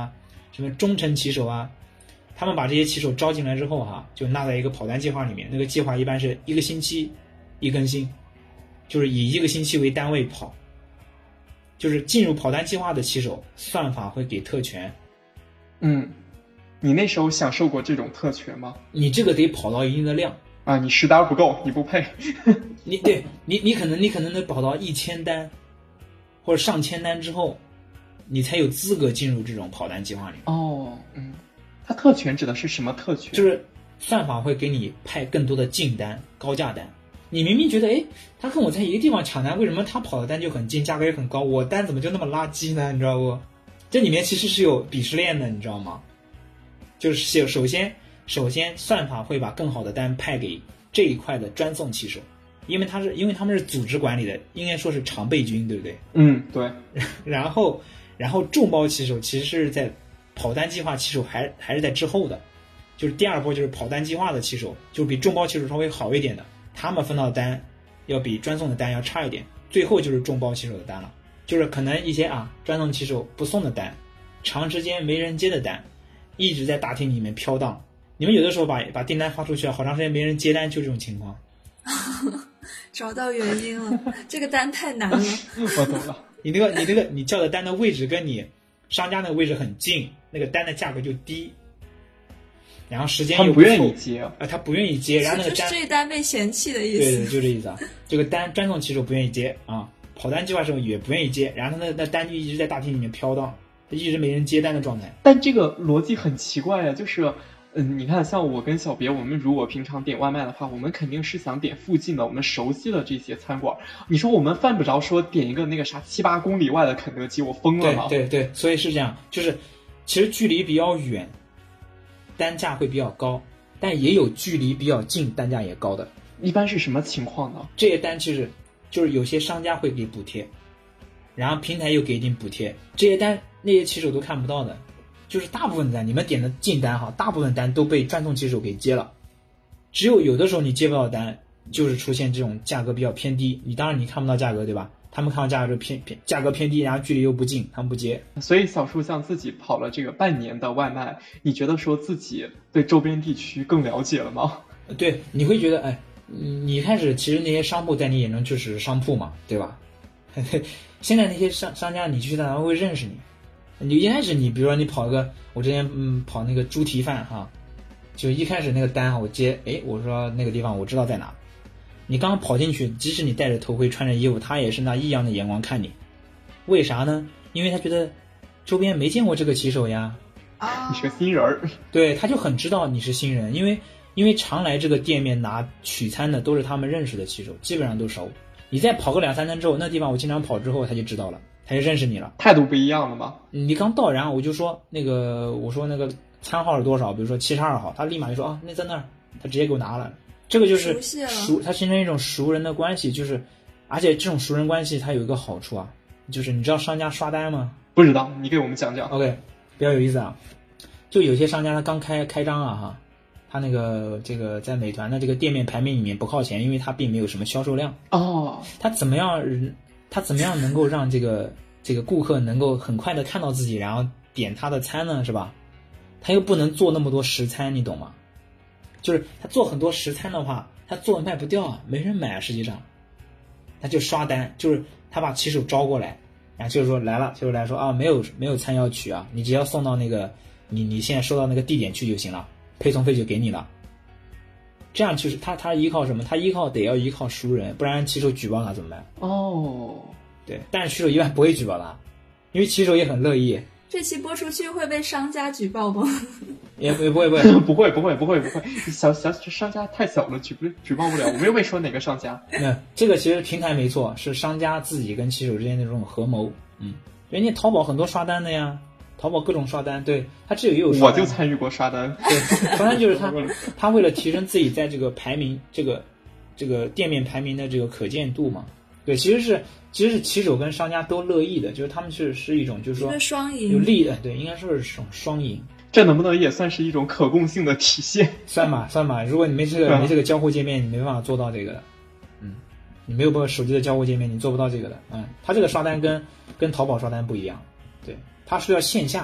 什么中层骑手啊，他们把这些骑手招进来之后哈、啊，就纳在一个跑单计划里面，那个计划一般是一个星期一更新，就是以一个星期为单位跑。就是进入跑单计划的骑手，算法会给特权。
嗯，你那时候享受过这种特权吗？
你这个得跑到一定的量
啊，你十单不够，你不配。
你对你你可能你可能得跑到一千单，或者上千单之后，你才有资格进入这种跑单计划里面。
哦，嗯，它特权指的是什么特权？
就是算法会给你派更多的进单、高价单。你明明觉得，哎，他跟我在一个地方抢单，为什么他跑的单就很近，价格也很高，我单怎么就那么垃圾呢？你知道不？这里面其实是有鄙视链的，你知道吗？就是首先，首先算法会把更好的单派给这一块的专送骑手，因为他是因为他们是组织管理的，应该说是常备军，对不对？
嗯，对。
然后，然后众包骑手其实是在跑单计划骑手还还是在之后的，就是第二波就是跑单计划的骑手，就是比众包骑手稍微好一点的。他们分到的单要比专送的单要差一点，最后就是众包骑手的单了，就是可能一些啊专送骑手不送的单，长时间没人接的单，一直在大厅里面飘荡。你们有的时候把把订单发出去，好长时间没人接单，就这种情况。
找到原因了，这个单太难了。
我懂了。
你那个你那个你叫的单的位置跟你商家那个位置很近，那个单的价格就低。然后时间又
他不愿意接啊、
呃，他不愿意接，然后那个单
就是这一单被嫌弃的意思。
对对，就这意思啊。这个单专送骑手不愿意接啊，跑单计划时候也不愿意接，然后那那单就一直在大厅里面飘荡，一直没人接单的状态。
但这个逻辑很奇怪呀、啊，就是，嗯，你看，像我跟小别，我们如果平常点外卖的话，我们肯定是想点附近的我们熟悉的这些餐馆。你说我们犯不着说点一个那个啥七八公里外的肯德基，我疯了吗？
对对对，所以是这样，就是其实距离比较远，单价会比较高，但也有距离比较近，单价也高的。
一般是什么情况呢？
这些单其实就是有些商家会给补贴，然后平台又给一定补贴，这些单那些骑手都看不到的。就是大部分单你们点的进单哈，大部分单都被专送骑手给接了，只有有的时候你接不到单，就是出现这种价格比较偏低。你当然你看不到价格对吧？他们看到价格就偏偏价格偏低，然后距离又不近，他们不接。
所以小树像自己跑了这个半年的外卖，你觉得说自己对周边地区更了解了吗？
对，你会觉得哎，你一开始其实那些商铺在你眼中就是商铺嘛，对吧？现在那些商商家你去他会认识你。你一开始你比如说你跑一个，我之前嗯跑那个猪蹄饭哈，就一开始那个单哈我接，哎我说那个地方我知道在哪，你刚跑进去，即使你戴着头盔穿着衣服，他也是拿异样的眼光看你，为啥呢？因为他觉得周边没见过这个骑手呀，
啊，你是个新人儿，
对，他就很知道你是新人，因为因为常来这个店面拿取餐的都是他们认识的骑手，基本上都熟。你再跑个两三单之后，那地方我经常跑之后，他就知道了。他就认识你了，
态度不一样了吗？
你刚到，然后我就说那个，我说那个餐号是多少？比如说七十二号，他立马就说啊，那在那儿，他直接给我拿了。这个就是熟，他形成一种熟人的关系，就是而且这种熟人关系它有一个好处啊，就是你知道商家刷单吗？
不知道，你给我们讲讲。
OK， 比较有意思啊，就有些商家他刚开开张啊哈，他那个这个在美团的这个店面排名里面不靠前，因为他并没有什么销售量
哦，
他怎么样？他怎么样能够让这个这个顾客能够很快的看到自己，然后点他的餐呢，是吧？他又不能做那么多实餐，你懂吗？就是他做很多实餐的话，他做卖不掉啊，没人买啊。实际上，他就刷单，就是他把骑手招过来，然后就是说来了，就是来说啊，没有没有餐要取啊，你只要送到那个你你现在收到那个地点去就行了，配送费就给你了。这样就是他他依靠什么？他依靠得要依靠熟人，不然骑手举报他怎么办？
哦，
对，但是骑手一般不会举报他，因为骑手也很乐意。
这期播出去会被商家举报吗？
也不会不会
不会不会不会不会，小小商家太小了，举不举报不了。我们又没说哪个商家。
那这个其实平台没错，是商家自己跟骑手之间的这种合谋。嗯，人家淘宝很多刷单的呀。淘宝各种刷单，对他这个也有刷单，
我就参与过刷单。
对，刷单就是他他为了提升自己在这个排名这个这个店面排名的这个可见度嘛。对，其实是其实是骑手跟商家都乐意的，就是他们是是一种就是说
双赢
有利的，对，应该说是双双赢。
这能不能也算是一种可共性的体现？
算吧算吧，如果你没这个没这个交互界面，你没办法做到这个的。嗯，你没有办法手机的交互界面，你做不到这个的。嗯，他这个刷单跟跟淘宝刷单不一样，对。它是要线下，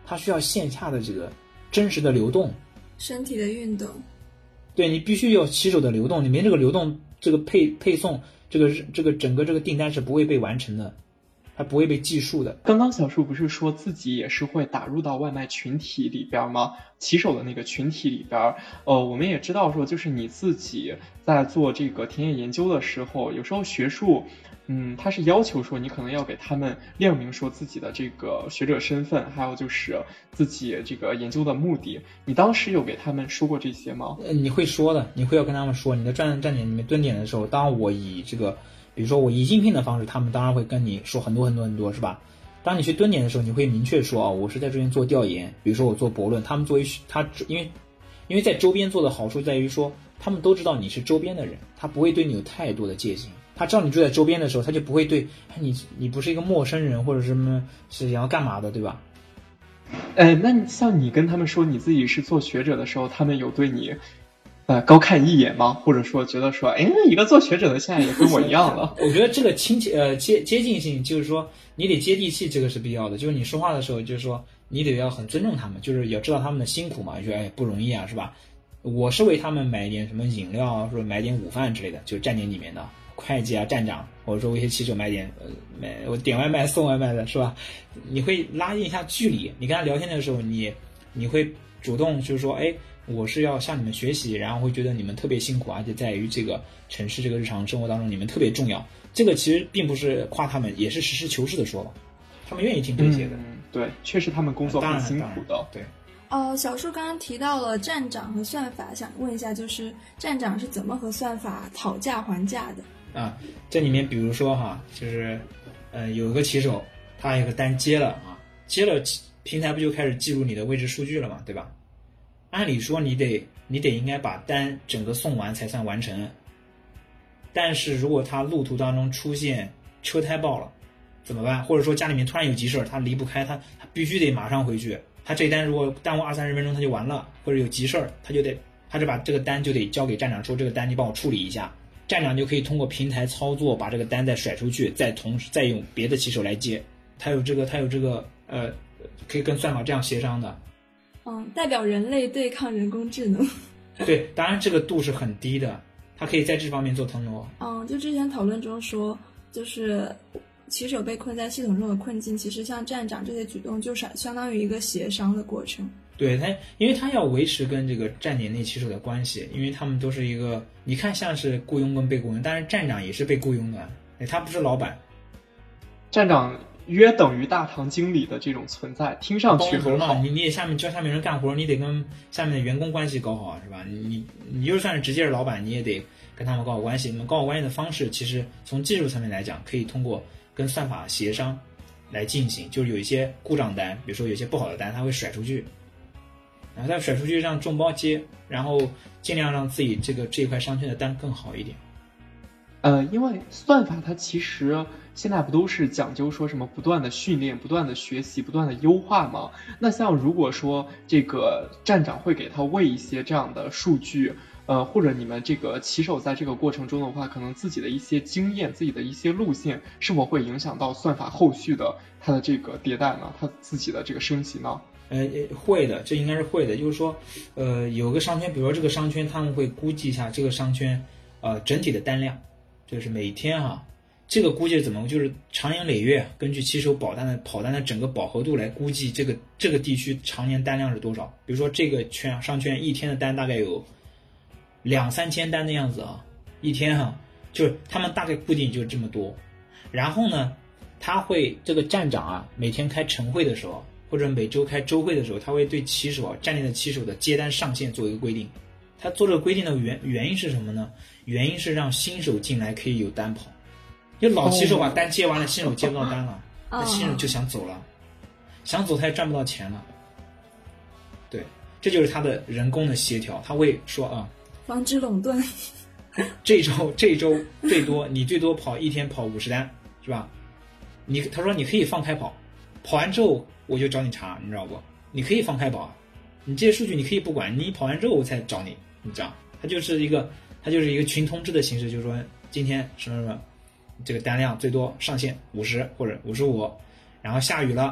它需要线下的这个真实的流动，
身体的运动。
对，你必须有骑手的流动，你没这个流动，这个配配送，这个这个整个这个订单是不会被完成的，它不会被计数的。
刚刚小树不是说自己也是会打入到外卖群体里边吗？骑手的那个群体里边，呃，我们也知道说，就是你自己在做这个田野研究的时候，有时候学术，嗯，它是要求说你可能要给他们亮明说自己的这个学者身份，还有就是自己这个研究的目的。你当时有给他们说过这些吗？
呃，你会说的，你会要跟他们说，你的站站点里面蹲点的时候，当我以这个，比如说我以应聘的方式，他们当然会跟你说很多很多很多，是吧？当你去蹲点的时候，你会明确说啊、哦，我是在这边做调研，比如说我做博论，他们作为他，因为因为在周边做的好处在于说，他们都知道你是周边的人，他不会对你有太多的戒心。他知道你住在周边的时候，他就不会对你，你不是一个陌生人或者什么是想要干嘛的，对吧？
呃，那像你跟他们说你自己是做学者的时候，他们有对你呃高看一眼吗？或者说觉得说，哎，一个做学者的现在也跟我一样了？
我觉得这个亲切呃接接近性，就是说你得接地气，这个是必要的。就是你说话的时候，就是说你得要很尊重他们，就是要知道他们的辛苦嘛，就哎不容易啊，是吧？我是为他们买一点什么饮料啊，或者买点午饭之类的，就站点里面的会计啊、站长，或者说为一些骑手买点呃买我点外卖送外卖的是吧？你会拉近一下距离，你跟他聊天的时候，你你会主动就是说，哎，我是要向你们学习，然后会觉得你们特别辛苦，而且在于这个城市这个日常生活当中你们特别重要。这个其实并不是夸他们，也是实事求是的说法，他们愿意听这些的。
嗯，对，确实他们工作很辛苦的。
对。
呃，小树刚刚提到了站长和算法，想问一下，就是站长是怎么和算法讨价还价的？
啊，这里面比如说哈，就是呃有一个骑手，他有个单接了啊，接了平台不就开始记录你的位置数据了嘛，对吧？按理说你得你得应该把单整个送完才算完成，但是如果他路途当中出现车胎爆了怎么办？或者说家里面突然有急事他离不开，他他必须得马上回去，他这一单如果耽误二三十分钟他就完了，或者有急事儿他就得他就把这个单就得交给站长，说这个单你帮我处理一下，站长就可以通过平台操作把这个单再甩出去，再同时再用别的骑手来接，他有这个他有这个呃可以跟算法这样协商的。
嗯，代表人类对抗人工智能。
对，当然这个度是很低的，它可以在这方面做腾挪。
嗯，就之前讨论中说，就是骑手被困在系统中的困境，其实像站长这些举动，就是相当于一个协商的过程。
对他，因为他要维持跟这个站点内骑手的关系，因为他们都是一个，你看像是雇佣跟被雇佣，但是站长也是被雇佣的，他不是老板。
站长约等于大堂经理的这种存在，听上去很好。
你你得下面教下面人干活，你得跟下面的员工关系搞好，是吧？你你就算是直接是老板，你也得跟他们搞好关系。那么搞好关系的方式，其实从技术层面来讲，可以通过跟算法协商来进行。就是有一些故障单，比如说有些不好的单，他会甩出去，然后再甩出去让众包接，然后尽量让自己这个这一块商圈的单更好一点。
呃，因为算法它其实现在不都是讲究说什么不断的训练、不断的学习、不断的优化吗？那像如果说这个站长会给他喂一些这样的数据，呃，或者你们这个骑手在这个过程中的话，可能自己的一些经验、自己的一些路线，是否会影响到算法后续的它的这个迭代呢？它自己的这个升级呢？
呃，会的，这应该是会的。就是说，呃，有个商圈，比如说这个商圈，他们会估计一下这个商圈，呃，整体的单量。就是每天哈、啊，这个估计怎么就是长年累月，根据骑手保单的跑单的整个饱和度来估计这个这个地区常年单量是多少。比如说这个圈商圈一天的单大概有两三千单的样子啊，一天哈、啊，就是他们大概固定就这么多。然后呢，他会这个站长啊，每天开晨会的时候，或者每周开周会的时候，他会对骑手啊站点的骑手的接单上限做一个规定。他做这个规定的原原因是什么呢？原因是让新手进来可以有单跑，就老骑手把单接完了，新手接不到单了，那新手就想走了，想走他也赚不到钱了。对，这就是他的人工的协调，他会说啊，
防止垄断。
这周这周最多你最多跑一天跑五十单，是吧？你他说你可以放开跑，跑完之后我就找你查，你知道不？你可以放开跑，你这些数据你可以不管，你跑完之后我才找你，你知道？它就是一个它就是一个群通知的形式，就是说今天什么什么这个单量最多上限五十或者五十五，然后下雨了，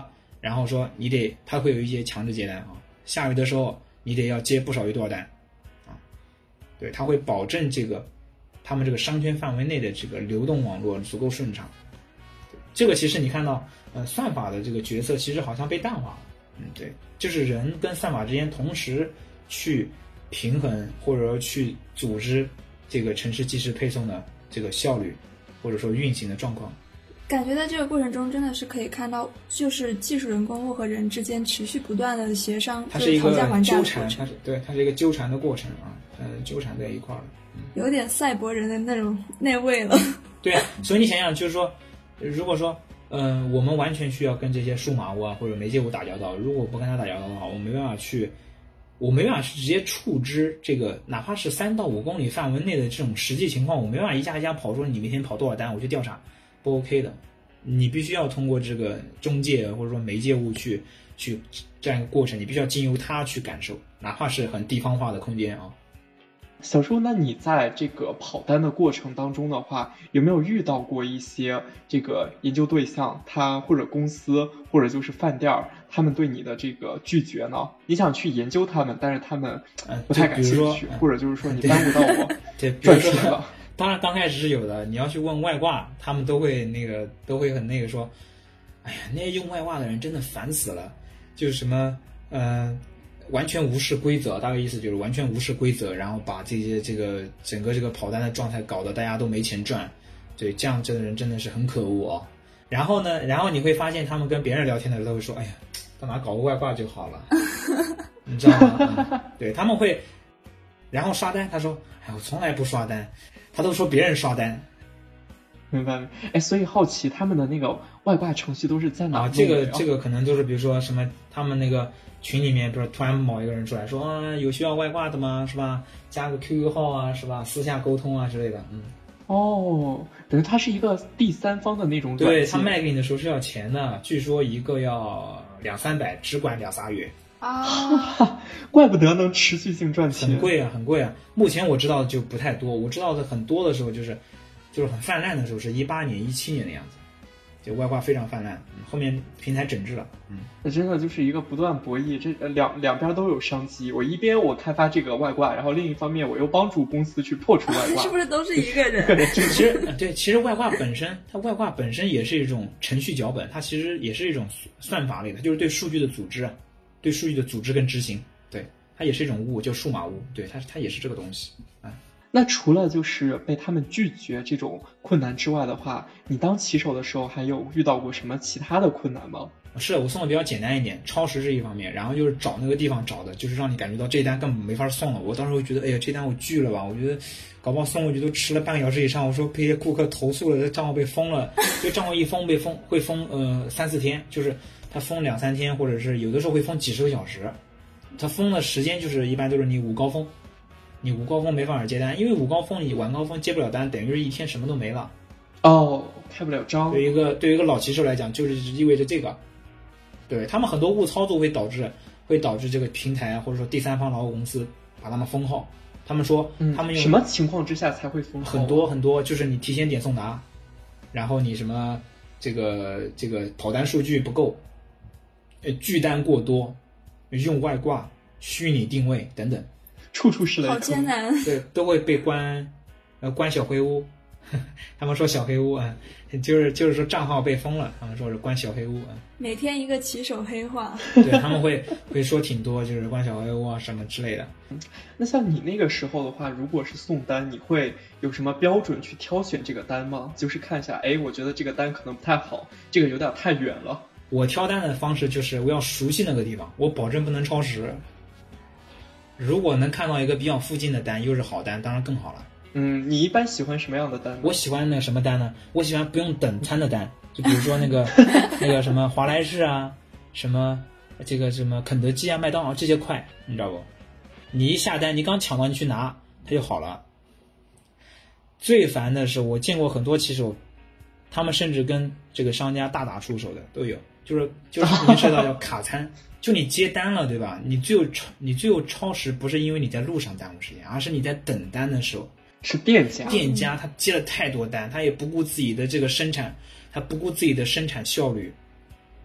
然后说你得，他会有一些强制接单啊，下雨的时候你得要接不少于多少单啊，对，他会保证这个他们这个商圈范围内的这个流动网络足够顺畅。这个其实你看到，呃，算法的这个角色其实好像被淡化了，嗯，对，就是人跟算法之间同时去平衡或者说去组织这个城市即时配送的这个效率，或者说运行的状况。
感觉在这个过程中真的是可以看到，就是技术人工物和人之间持续不断的协商，
它是一个
讨价还价
纠缠，
的过程。
它是对，它是一个纠缠的过程啊，呃，纠缠在一块儿了。
有点赛博人的那种那味了。
对啊，所以你想想，就是说，如果说，嗯、呃，我们完全需要跟这些数码物啊或者媒介物打交道，如果不跟他打交道的话，我没办法去，我没办法去直接触知这个，哪怕是三到五公里范围内的这种实际情况，我没办法一家一家跑，说你每天跑多少单，我去调查，不 OK 的。你必须要通过这个中介或者说媒介物去去这样一个过程，你必须要经由它去感受，哪怕是很地方化的空间啊。
小叔，那你在这个跑单的过程当中的话，有没有遇到过一些这个研究对象，他或者公司或者就是饭店，他们对你的这个拒绝呢？你想去研究他们，但是他们不太感兴趣，
嗯、
或者就是说你耽误到我
对
赚钱了。
当然刚开始是有的，你要去问外挂，他们都会那个都会很那个说，哎呀，那些用外挂的人真的烦死了，就是什么呃。完全无视规则，大概意思就是完全无视规则，然后把这些这个整个这个跑单的状态搞得大家都没钱赚，对，这样这个人真的是很可恶哦。然后呢，然后你会发现他们跟别人聊天的时候都会说，哎呀，干嘛搞个外挂就好了，你知道吗？嗯、对，他们会，然后刷单，他说，哎，我从来不刷单，他都说别人刷单。
明白，哎，所以好奇他们的那个外挂程序都是在哪
啊？这个这个可能就是比如说什么，他们那个群里面，比如说突然某一个人出来说啊，有需要外挂的吗？是吧？加个 Q Q 号啊，是吧？私下沟通啊之类的，嗯。
哦，等于它是一个第三方的那种软件。
对，他卖给你的时候是要钱的，据说一个要两三百，只管两仨月。
啊，
怪不得能持续性赚钱。
很贵啊，很贵啊。目前我知道的就不太多，我知道的很多的时候就是。就是很泛滥的时候，是一八年、一七年的样子，就外挂非常泛滥。嗯、后面平台整治了，嗯，
那真的就是一个不断博弈，这两两边都有商机。我一边我开发这个外挂，然后另一方面我又帮助公司去破除外挂，
是不是都是一个人？
其实对，其实外挂本身，它外挂本身也是一种程序脚本，它其实也是一种算法类的，它就是对数据的组织，对数据的组织跟执行，对，它也是一种物，叫数码物，对，它它也是这个东西啊。
那除了就是被他们拒绝这种困难之外的话，你当骑手的时候还有遇到过什么其他的困难吗？
是我送的比较简单一点，超时是一方面，然后就是找那个地方找的，就是让你感觉到这单根本没法送了。我当时会觉得，哎呀，这单我拒了吧，我觉得搞不好送过去都吃了半个小时以上。我说被些顾客投诉了，这账号被封了，这账号一封被封会封呃三四天，就是他封两三天，或者是有的时候会封几十个小时。他封的时间就是一般都是你午高峰。你午高峰没办法接单，因为午高峰你晚高峰接不了单，等于是一天什么都没了。
哦，开不了张。
对于一个对于一个老骑手来讲，就是意味着这个，对他们很多误操作会导致会导致这个平台或者说第三方劳务公司把他们封号。他们说，
嗯、
他们用
什么情况之下才会封号？
很多很多，就是你提前点送达，然后你什么这个这个跑单数据不够，呃拒单过多，用外挂、虚拟定位等等。
处处是雷，
好艰难。
对，都会被关，呃，关小黑屋。他们说小黑屋啊，就是就是说账号被封了，他们说是关小黑屋啊。
每天一个骑手黑话。
对，他们会会说挺多，就是关小黑屋啊什么之类的。
那像你那个时候的话，如果是送单，你会有什么标准去挑选这个单吗？就是看一下，哎，我觉得这个单可能不太好，这个有点太远了。
我挑单的方式就是我要熟悉那个地方，我保证不能超时。如果能看到一个比较附近的单，又是好单，当然更好了。
嗯，你一般喜欢什么样的单？
我喜欢那个什么单呢？我喜欢不用等餐的单，就比如说那个那个什么华莱士啊，什么这个什么肯德基啊、麦当劳这些快，你知道不？你一下单，你刚抢到你去拿，它就好了。最烦的是，我见过很多骑手，他们甚至跟这个商家大打出手的都有，就是就是你知道叫卡餐。就你接单了，对吧？你最后超你最后超时，不是因为你在路上耽误时间，而是你在等单的时候，
是店家。
店家他接了太多单，他也不顾自己的这个生产，他不顾自己的生产效率，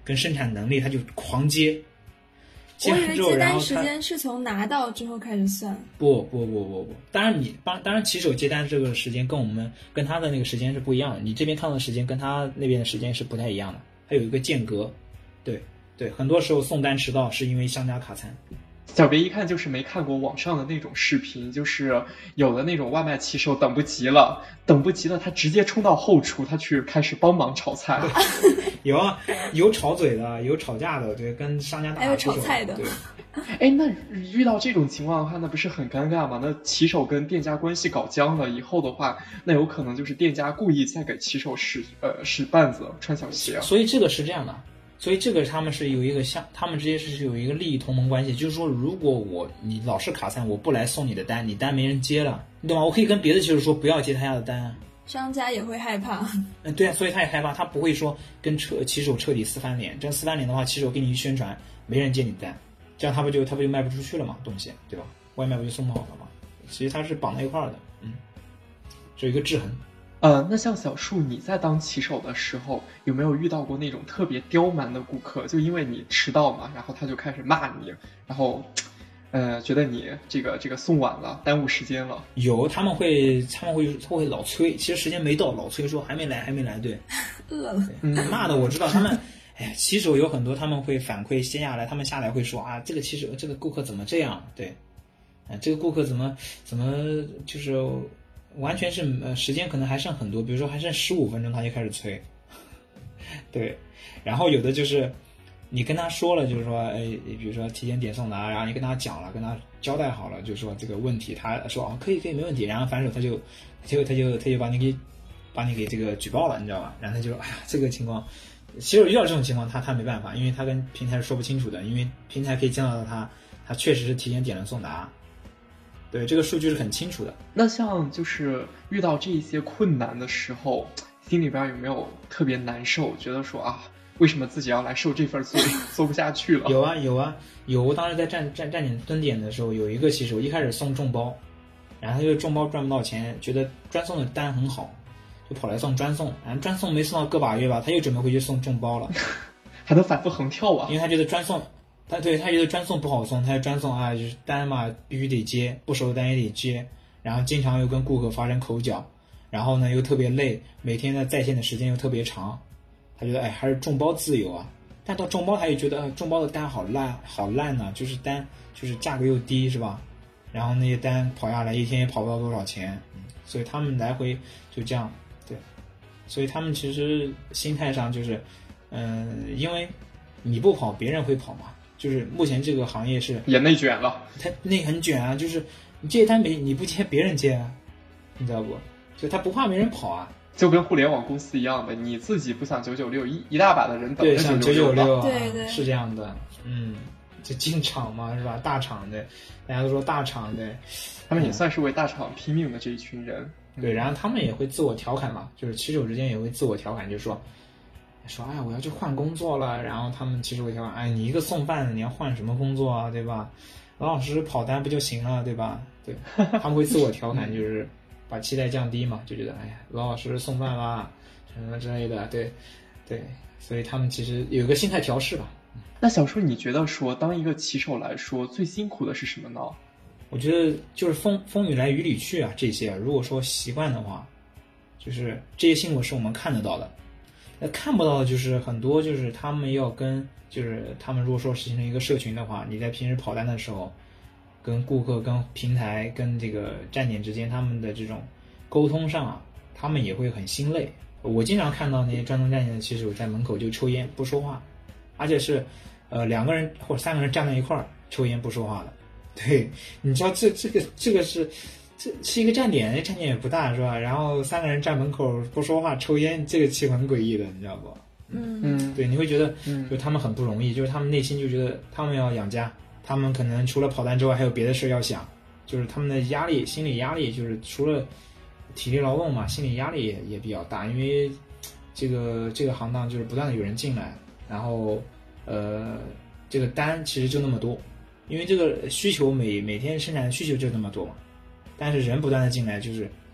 跟生产能力，他就狂接。
我以为接单时
然后
间是从拿到之后开始算。
不不不不不，当然你帮当然骑手接单这个时间跟我们跟他的那个时间是不一样的，你这边看到的时间跟他那边的时间是不太一样的，它有一个间隔。对对，很多时候送单迟到是因为商家卡餐。
小别一看就是没看过网上的那种视频，就是有的那种外卖骑手等不及了，等不及了，他直接冲到后厨，他去开始帮忙炒菜。
有啊，有吵嘴的，有吵架的，对，跟商家打
还有炒菜的。
对。
哎，那遇到这种情况的话，那不是很尴尬吗？那骑手跟店家关系搞僵了以后的话，那有可能就是店家故意在给骑手使呃使绊子、穿小鞋。
所以这个是这样的。所以这个他们是有一个像，他们之间是有一个利益同盟关系，就是说，如果我你老是卡餐，我不来送你的单，你单没人接了，你懂吗？我可以跟别的骑手说不要接他家的单啊。
商家也会害怕。
嗯，对啊，所以他也害怕，他不会说跟车骑手彻底撕翻脸。这样撕翻脸的话，骑手给你一宣传，没人接你单，这样他不就他不就卖不出去了嘛，东西，对吧？外卖不就送不好了嘛？其实他是绑在一块儿的，嗯，这有一个制衡。
呃，那像小树，你在当骑手的时候，有没有遇到过那种特别刁蛮的顾客？就因为你迟到嘛，然后他就开始骂你，然后，呃，觉得你这个这个送晚了，耽误时间了。
有，他们会他们会他会老催，其实时间没到，老催说还没来还没来，对，
饿了。
嗯，骂的我知道，他们，哎呀，骑手有很多他们会反馈先下来，他们下来会说啊，这个骑手这个顾客怎么这样？对，啊、呃，这个顾客怎么怎么就是。完全是呃时间可能还剩很多，比如说还剩十五分钟他就开始催，对，然后有的就是你跟他说了，就是说哎，比如说提前点送达，然后你跟他讲了，跟他交代好了，就是说这个问题，他说哦可以可以没问题，然后反手他就他就他就他就把你给把你给这个举报了，你知道吧？然后他就说哎呀这个情况，其实遇到这种情况他他没办法，因为他跟平台是说不清楚的，因为平台可以见到他他确实是提前点了送达。对，这个数据是很清楚的。
那像就是遇到这些困难的时候，心里边有没有特别难受？觉得说啊，为什么自己要来受这份罪，做不下去了？
有啊有啊有。我当时在站站站点蹲点的时候，有一个骑手一开始送众包，然后他就众包赚不到钱，觉得专送的单很好，就跑来送专送，然后专送没送到个把月吧，他又准备回去送众包了，
还能反复横跳啊！
因为他觉得专送。他对他觉得专送不好送，他专送啊，就是单嘛必须得接，不熟的单也得接，然后经常又跟顾客发生口角，然后呢又特别累，每天的在线的时间又特别长，他觉得哎还是众包自由啊，但到众包他也觉得众包的单好烂好烂呢、啊，就是单就是价格又低是吧？然后那些单跑下来一天也跑不到多少钱，所以他们来回就这样，对，所以他们其实心态上就是，嗯、呃，因为你不跑别人会跑嘛。就是目前这个行业是
也内卷了，
它内很卷啊，就是你这些单没你不接别人接啊，你知道不？所以他不怕没人跑啊，
就跟互联网公司一样的，你自己不想九九六，一一大把的人等着
九
九
九六，
对对，
是这样的，嗯，就进厂嘛是吧？大厂的，大家都说大厂的，
他们也算是为大厂拼命的这一群人，
嗯、对，然后他们也会自我调侃嘛，就是骑手之间也会自我调侃，就是说。说哎，我要去换工作了，然后他们其实会调侃，哎，你一个送饭的，你要换什么工作啊，对吧？老老实实跑单不就行了，对吧？对，他们会自我调侃，就是把期待降低嘛，就觉得哎呀，老老实实送饭啦，什么之类的，对，对，所以他们其实有一个心态调试吧。
那小叔，你觉得说当一个骑手来说，最辛苦的是什么呢？
我觉得就是风风雨来雨里去啊，这些如果说习惯的话，就是这些辛苦是我们看得到的。那看不到的就是很多，就是他们要跟，就是他们如果说形成一个社群的话，你在平时跑单的时候，跟顾客、跟平台、跟这个站点之间，他们的这种沟通上啊，他们也会很心累。我经常看到那些专送站点的骑手在门口就抽烟不说话，而且是，呃，两个人或者三个人站在一块儿抽烟不说话的。对，你知道这这个这个是。这是一个站点，那站点也不大，是吧？然后三个人站门口不说话抽烟，这个气氛很诡异的，你知道不？
嗯
嗯，
对，你会觉得，
嗯，
就他们很不容易，就是他们内心就觉得他们要养家，他们可能除了跑单之外还有别的事要想，就是他们的压力，心理压力，就是除了体力劳动嘛，心理压力也也比较大，因为这个这个行当就是不断的有人进来，然后呃，这个单其实就那么多，因为这个需求每每天生产的需求就那么多嘛。但是人不断的进来，就是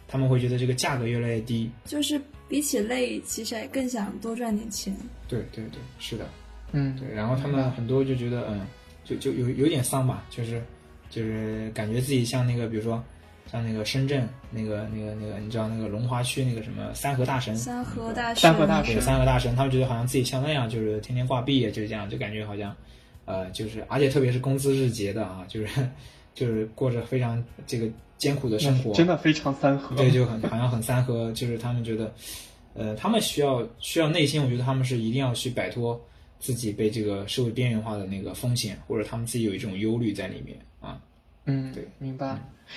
他们会觉得这个价格越来越低，
就是比起累，其实还更想多赚点钱。
对对对，是的，
嗯，
对。然后他们很多就觉得，嗯，就就有有点丧吧，就是就是感觉自己像那个，比如说像那个深圳那个那个那个，你知道那个龙华区那个什么三和大神，
三和大神，
三和大神，
对，三和大神，他们觉得好像自己像那样，就是天天挂壁，就是这样，就感觉好像，呃，就是而且特别是工资日结的啊，就是就是过着非常这个艰苦的生活，
真的非常三和。
对，就很好像很三和，就是他们觉得，呃，他们需要需要内心，我觉得他们是一定要去摆脱自己被这个社会边缘化的那个风险，或者他们自己有一种忧虑在里面啊。
嗯，
对，
明白。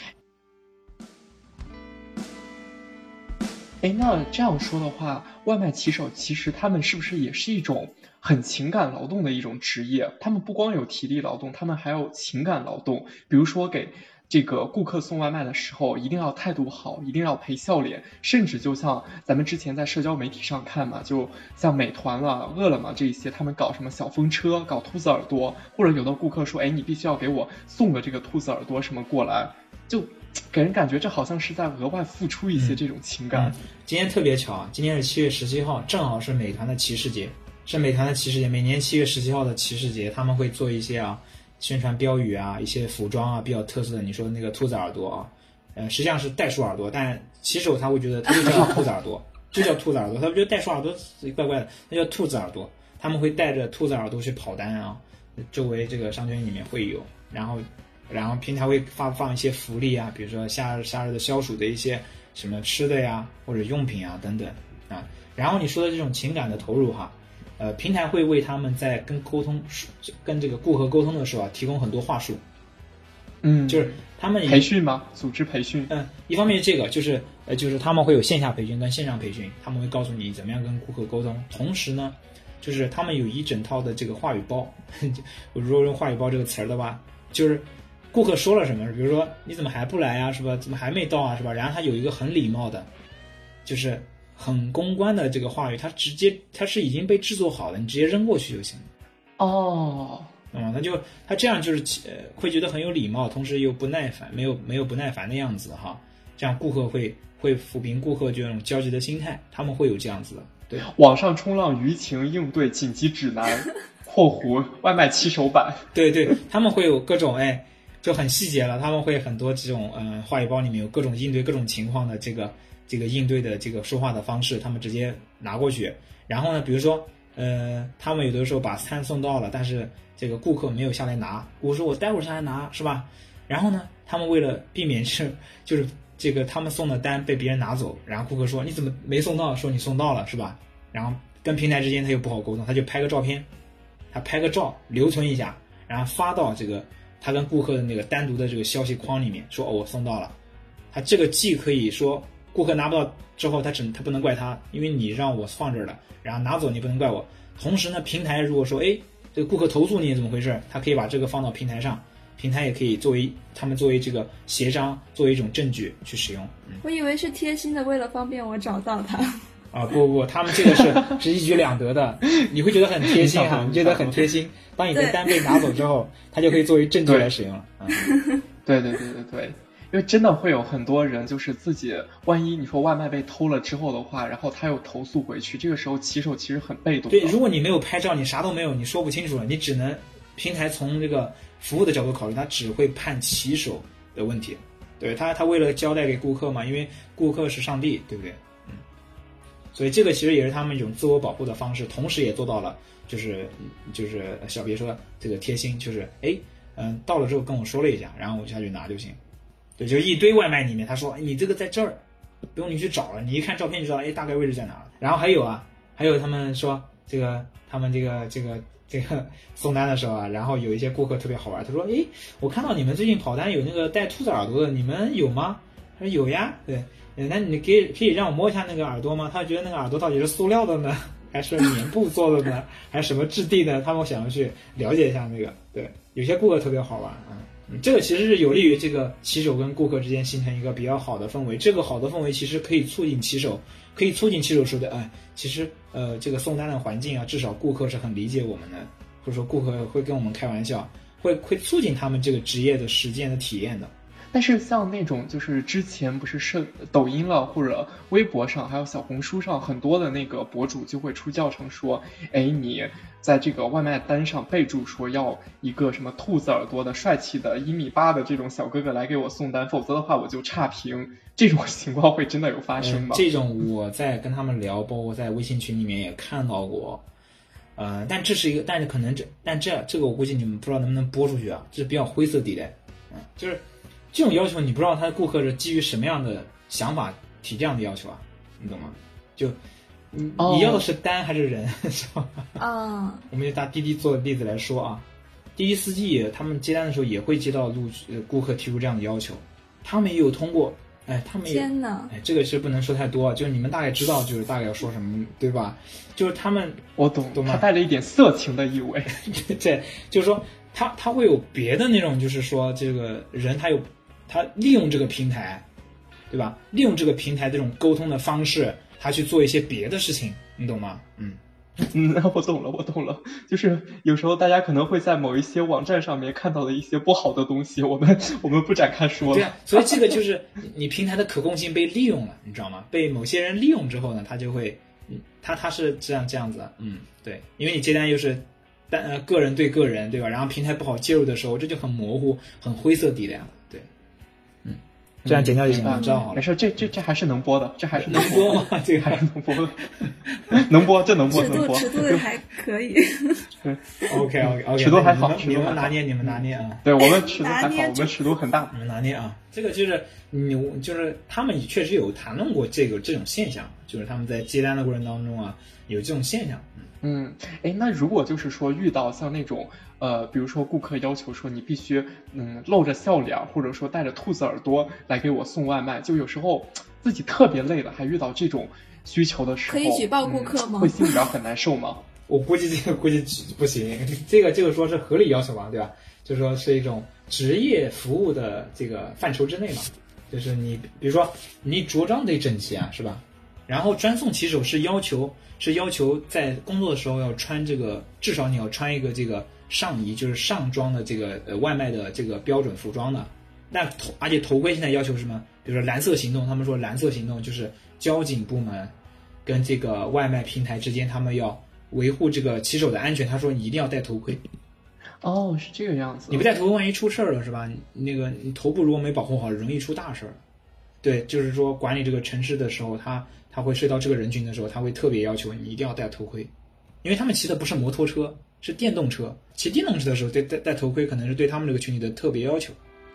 哎，那这样说的话，外卖骑手其实他们是不是也是一种很情感劳动的一种职业？他们不光有体力劳动，他们还有情感劳动。比如说给这个顾客送外卖的时候，一定要态度好，一定要陪笑脸，甚至就像咱们之前在社交媒体上看嘛，就像美团了、饿了么这一些，他们搞什么小风车、搞兔子耳朵，或者有的顾客说，哎，你必须要给我送个这个兔子耳朵什么过来，就给人感觉这好像是在额外付出一些这种情感。
嗯嗯、今天特别巧啊，今天是七月十七号，正好是美团的骑士节，是美团的骑士节。每年七月十七号的骑士节，他们会做一些啊宣传标语啊，一些服装啊比较特色的。你说那个兔子耳朵啊，呃，实际上是袋鼠耳朵，但骑手他会觉得它就叫兔子耳朵，就叫兔子耳朵，他会觉得袋鼠耳朵怪怪的，那叫兔子耳朵。他们会带着兔子耳朵去跑单啊，周围这个商圈里面会有，然后。然后平台会发放一些福利啊，比如说夏日夏日的消暑的一些什么吃的呀，或者用品啊等等啊。然后你说的这种情感的投入哈，呃，平台会为他们在跟沟通、跟这个顾客沟通的时候啊，提供很多话术。
嗯，
就是他们
培训吗？组织培训。
嗯，一方面这个就是呃，就是他们会有线下培训跟线上培训，他们会告诉你怎么样跟顾客沟通。同时呢，就是他们有一整套的这个话语包。我如果用话语包这个词儿的话，就是顾客说了什么，比如说你怎么还不来啊，是吧？怎么还没到啊，是吧？然后他有一个很礼貌的，就是很公关的这个话语，他直接他是已经被制作好的，你直接扔过去就行。
哦，
嗯，那就他这样就是呃会觉得很有礼貌，同时又不耐烦，没有没有不耐烦的样子哈。这样顾客会会抚平顾客这种焦急的心态，他们会有这样子的。对，
网上冲浪舆情应对紧急指南（括弧外卖骑手版）。
对对，他们会有各种哎。就很细节了，他们会很多这种嗯、呃、话语包里面有各种应对各种情况的这个这个应对的这个说话的方式，他们直接拿过去。然后呢，比如说呃他们有的时候把餐送到了，但是这个顾客没有下来拿，我说我待会儿下来拿是吧？然后呢，他们为了避免是就是这个他们送的单被别人拿走，然后顾客说你怎么没送到？说你送到了是吧？然后跟平台之间他又不好沟通，他就拍个照片，他拍个照留存一下，然后发到这个。他跟顾客的那个单独的这个消息框里面说，哦，我送到了。他这个既可以说顾客拿不到之后，他只他不能怪他，因为你让我放这儿了，然后拿走你不能怪我。同时呢，平台如果说，哎，这个顾客投诉你怎么回事，他可以把这个放到平台上，平台也可以作为他们作为这个协商，作为一种证据去使用。嗯，
我以为是贴心的，为了方便我找到他。
啊不不不，他们这个是是一举两得的，你会觉得很贴心哈、啊，你觉得很贴心。当你的单被拿走之后，它就可以作为证据来使用了。
对对对对对，因为真的会有很多人，就是自己万一你说外卖被偷了之后的话，然后他又投诉回去，这个时候骑手其实很被动。
对，如果你没有拍照，你啥都没有，你说不清楚了，你只能平台从这个服务的角度考虑，他只会判骑手的问题。对他，他为了交代给顾客嘛，因为顾客是上帝，对不对？所以这个其实也是他们一种自我保护的方式，同时也做到了，就是就是小别说这个贴心，就是哎，嗯，到了之后跟我说了一下，然后我下去拿就行。对，就是一堆外卖里面，他说你这个在这儿，不用你去找了，你一看照片就知道，哎，大概位置在哪儿。然后还有啊，还有他们说这个他们这个这个这个送单的时候啊，然后有一些顾客特别好玩，他说，哎，我看到你们最近跑单有那个带兔子耳朵的，你们有吗？他说有呀，对。那你可以可以让我摸一下那个耳朵吗？他觉得那个耳朵到底是塑料的呢，还是棉布做的呢，还是什么质地的？他们想要去了解一下那个。对，有些顾客特别好玩啊、嗯，这个其实是有利于这个骑手跟顾客之间形成一个比较好的氛围。这个好的氛围其实可以促进骑手，可以促进骑手说的，哎，其实呃这个送单的环境啊，至少顾客是很理解我们的，或者说顾客会跟我们开玩笑，会会促进他们这个职业的实践的体验的。
但是像那种就是之前不是是抖音了或者微博上还有小红书上很多的那个博主就会出教程说，哎，你在这个外卖单上备注说要一个什么兔子耳朵的帅气的一米八的这种小哥哥来给我送单，否则的话我就差评。这种情况会真的有发生吗？
呃、这种我在跟他们聊，包括在微信群里面也看到过。呃，但这是一个，但是可能这，但这这个我估计你们不知道能不能播出去啊，这是比较灰色地带。嗯，就是这种要求，你不知道他的顾客是基于什么样的想法提这样的要求啊，你懂吗？就你、oh. 你要的是单还是人，是吧？啊， oh. 我们就拿滴滴做的例子来说啊，滴滴司机他们接单的时候也会接到路呃顾客提出这样的要求，他们也有通过。哎，他们也
天哪！
哎，这个是不能说太多，就是你们大概知道，就是大概要说什么，对吧？就是他们，
我懂，
懂吗？
他带了一点色情的意味。
对，就是说他他会有别的那种，就是说这个人他有他利用这个平台，对吧？利用这个平台这种沟通的方式，他去做一些别的事情，你懂吗？嗯。
嗯，我懂了，我懂了。就是有时候大家可能会在某一些网站上面看到的一些不好的东西，我们我们不展开说了。
对啊，所以这个就是你平台的可控性被利用了，你知道吗？被某些人利用之后呢，他就会，他他是这样这样子的，嗯，对，因为你接单又是单呃个人对个人，对吧？然后平台不好介入的时候，这就很模糊、很灰色地带了，对，嗯。这样剪掉就行了，知道好了。
没事，这这这还是能播的，这还是
能播吗？这个
还是能播的，能播，这能播，能播。
尺度尺度还可以。
OK OK OK，
尺度还好，
你们拿捏，你们拿捏啊。
对我们尺度还好，我们尺度很大。
你们拿捏啊，这个就是你就是他们确实有谈论过这个这种现象，就是他们在接单的过程当中啊，有这种现象。
嗯，哎，那如果就是说遇到像那种呃，比如说顾客要求说你必须嗯露着笑脸，或者说带着兔子耳朵来给我送外卖，就有时候自己特别累了，还遇到这种需求的时候，
可以举报顾客吗？
嗯、会心里边很难受吗？
我估计这个估计不行，这个这个说是合理要求吧，对吧？就是说是一种职业服务的这个范畴之内嘛，就是你比如说你着装得整齐啊，是吧？然后专送骑手是要求是要求在工作的时候要穿这个，至少你要穿一个这个上衣，就是上装的这个呃外卖的这个标准服装的。那头而且头盔现在要求什么？比如说蓝色行动，他们说蓝色行动就是交警部门跟这个外卖平台之间，他们要维护这个骑手的安全。他说你一定要戴头盔。
哦，是这个样子。
你不戴头盔，万一出事儿了是吧？那个你头部如果没保护好，容易出大事儿。对，就是说管理这个城市的时候，他他会涉及到这个人群的时候，他会特别要求你一定要戴头盔，因为他们骑的不是摩托车，是电动车。骑电动车的时候，戴戴戴头盔可能是对他们这个群体的特别要求。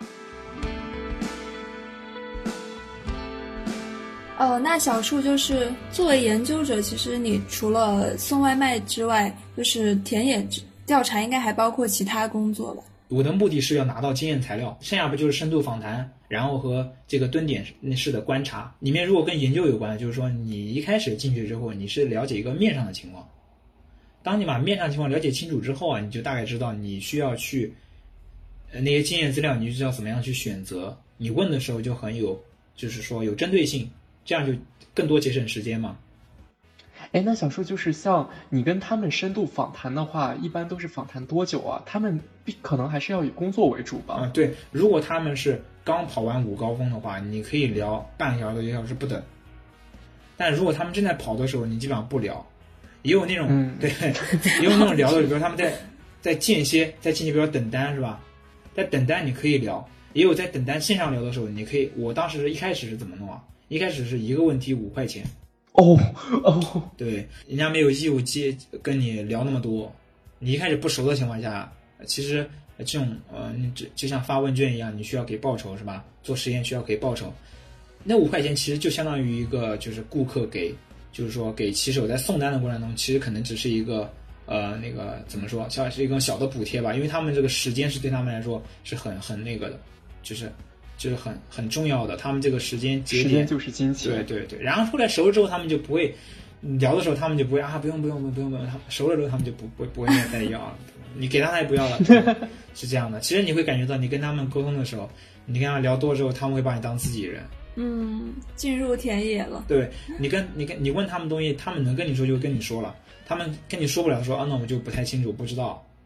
哦，那小树就是作为研究者，其实你除了送外卖之外，就是田野调查应该还包括其他工作吧？
我的目的是要拿到经验材料，剩下不就是深度访谈，然后和这个蹲点式的观察。里面如果跟研究有关，就是说你一开始进去之后，你是了解一个面上的情况。当你把面上情况了解清楚之后啊，你就大概知道你需要去呃那些经验资料，你就知道怎么样去选择。你问的时候就很有，就是说有针对性，这样就更多节省时间嘛。
哎，那小树就是像你跟他们深度访谈的话，一般都是访谈多久啊？他们可能还是要以工作为主吧？
嗯，对。如果他们是刚跑完午高峰的话，你可以聊半个小时到一个小时不等。但如果他们正在跑的时候，你基本上不聊。也有那种，嗯、对，也有那种聊的，比如他们在在间歇，在间歇，比如等单是吧？在等单你可以聊，也有在等单线上聊的时候，你可以。我当时一开始是怎么弄啊？一开始是一个问题五块钱。
哦哦，
对，人家没有义务接跟你聊那么多。你一开始不熟的情况下，其实这种呃，你就就像发问卷一样，你需要给报酬是吧？做实验需要给报酬。那五块钱其实就相当于一个，就是顾客给，就是说给骑手在送单的过程中，其实可能只是一个呃那个怎么说，像是一个小的补贴吧，因为他们这个时间是对他们来说是很很那个的，就是就是很很重要的，他们这个时间节点，
时间就是金钱。
对对对，然后后来熟了之后，他们就不会聊的时候，他们就不会啊，不用不用不用不用，他熟了之后他们就不不不会再要，你给他他也不要了，是这样的。其实你会感觉到，你跟他们沟通的时候，你跟他们聊多之后，他们会把你当自己人。
嗯，进入田野了。
对，你跟你跟你问他们东西，他们能跟你说就跟你说了，他们跟你说不了说啊，那我就不太清楚，不知道，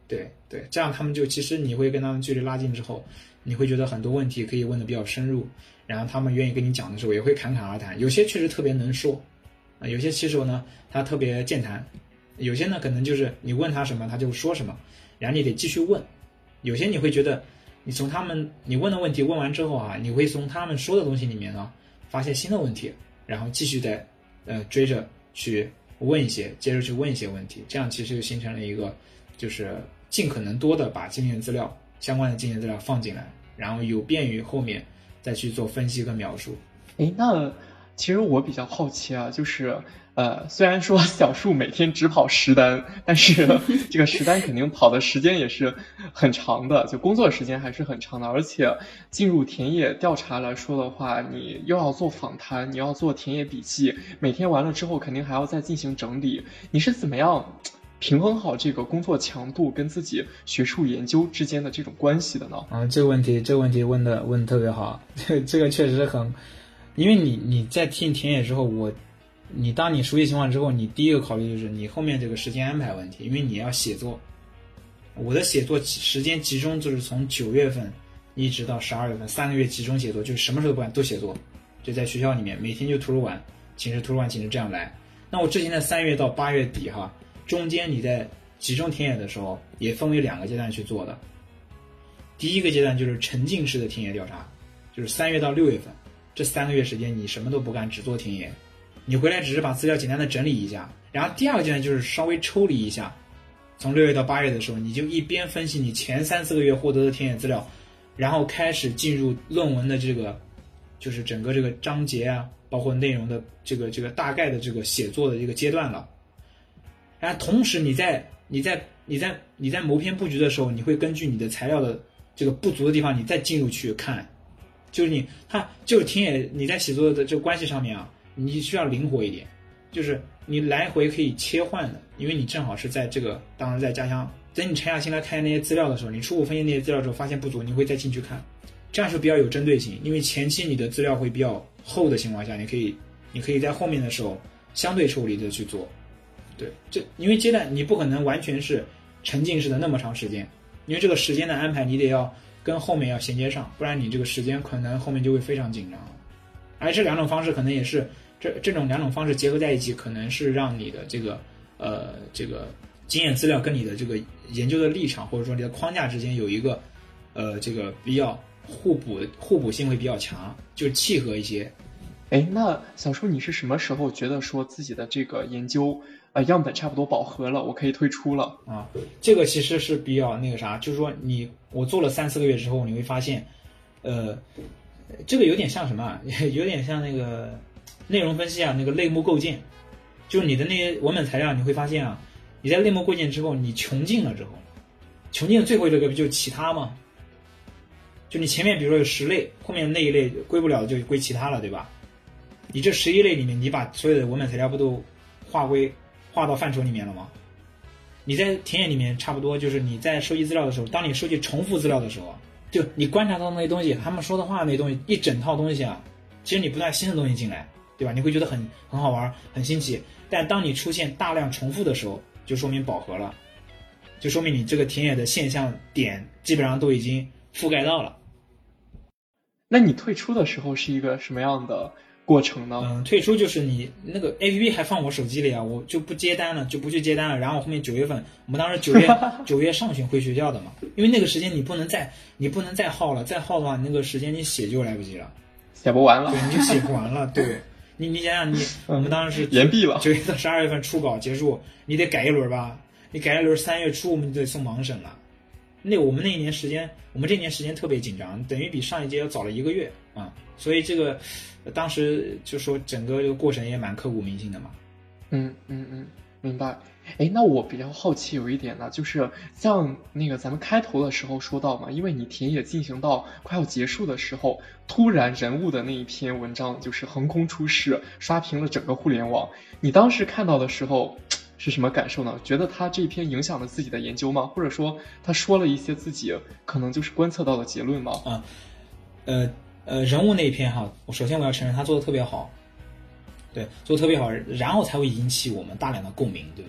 对对，这样他们就其实你会跟他们距离拉近之后，你会觉得很多问题可以问的比较深入，然后他们愿意跟你讲的时候也会侃侃而谈。有些确实特别能说啊，有些骑手呢他特别健谈，有些呢可能就是你问他什么他就说什么，然后你得继续问。有些你会觉得你从他们你问的问题问完之后啊，你会从他们说的东西里面呢发现新的问题，然后继续再呃追着去问一些，接着去问一些问题，这样其实就形成了一个就是尽可能多的把经验资料相关的经验资料放进来，然后有便于后面再去做分析跟描述。
诶，那其实我比较好奇啊，就是呃，虽然说小树每天只跑十单，但是这个十单肯定跑的时间也是很长的，就工作时间还是很长的。而且进入田野调查来说的话，你又要做访谈，你要做田野笔记，每天完了之后肯定还要再进行整理。你是怎么样平衡好这个工作强度跟自己学术研究之间的这种关系的呢？
啊，这个问题，这个问题问的问的特别好，这这个确实很，因为你你在进田野之后，我，你当你熟悉情况之后，你第一个考虑就是你后面这个时间安排问题，因为你要写作，我的写作时间集中就是从九月份一直到十二月份，三个月集中写作，就是什么时候不管都写作，就在学校里面每天就图书馆、寝室、图书馆、寝室这样来。那我之前的三月到八月底哈。中间你在集中田野的时候也分为两个阶段去做的。第一个阶段就是沉浸式的田野调查，就是三月到六月份这三个月时间你什么都不干，只做田野，你回来只是把资料简单的整理一下。然后第二个阶段就是稍微抽离一下，从六月到八月的时候，你就一边分析你前三四个月获得的田野资料，然后开始进入论文的这个就是整个这个章节啊，包括内容的这个这个大概的这个写作的这个阶段了。然后同时你在你在你在你在谋篇布局的时候，你会根据你的材料的这个不足的地方，你再进入去看，就是你它就是田野你在写作的这个关系上面啊，你需要灵活一点，就是你来回可以切换的，因为你正好是在这个当时在家乡，等你沉下心来看那些资料的时候，你初步分析那些资料之后发现不足，你会再进去看，这样是比较有针对性，因为前期你的资料会比较厚的情况下，你可以你可以在后面的时候相对抽离的去做。对，这因为阶段你不可能完全是沉浸式的那么长时间，因为这个时间的安排你得要跟后面要衔接上，不然你这个时间可能后面就会非常紧张。而这两种方式可能也是这这种两种方式结合在一起，可能是让你的这个呃这个经验资料跟你的这个研究的立场或者说你的框架之间有一个呃这个比较互补互补性会比较强，就是契合一些。
哎，那小树你是什么时候觉得说自己的这个研究呃样本差不多饱和了，我可以退出了
啊？这个其实是比较那个啥，就是说你我做了三四个月之后，你会发现，呃，这个有点像什么？有点像那个内容分析啊，那个类目构建，就是你的那些文本材料，你会发现啊，你在类目构建之后，你穷尽了之后，穷尽的最后一个就是其他嘛，就你前面比如说有十类，后面那一类归不了就归其他了，对吧？你这十一类里面，你把所有的文本材料不都划归划到范畴里面了吗？你在田野里面差不多就是你在收集资料的时候，当你收集重复资料的时候，就你观察到那些东西，他们说的话那些东西，一整套东西啊，其实你不断新的东西进来，对吧？你会觉得很很好玩，很新奇。但当你出现大量重复的时候，就说明饱和了，就说明你这个田野的现象点基本上都已经覆盖到了。
那你退出的时候是一个什么样的过程呢？
嗯，退出就是你那个 A P P 还放我手机里啊，我就不接单了，就不去接单了。然后后面九月份，我们当时九月九月上旬回学校的嘛，因为那个时间你不能再你不能再耗了，再耗的话，那个时间你写就来不及了，
写不完了，
对，你就写不完了。对，你你想想你，我们当时是
延毕了，
九月到十二月份初稿结束，你得改一轮吧？你改一轮，三月初我们就得送盲审了。那我们那一年时间，我们这一年时间特别紧张，等于比上一届要早了一个月啊、嗯，所以这个当时就说整个这个过程也蛮刻骨铭心的嘛。
嗯嗯嗯，明白。哎，那我比较好奇有一点呢，就是像那个咱们开头的时候说到嘛，因为你田野进行到快要结束的时候，突然人物的那一篇文章就是横空出世，刷屏了整个互联网。你当时看到的时候是什么感受呢？觉得他这篇影响了自己的研究吗？或者说他说了一些自己可能就是观测到的结论吗？
啊，呃呃，人物那一篇哈，我首先我要承认他做的特别好，对，做的特别好，然后才会引起我们大量的共鸣，对不对？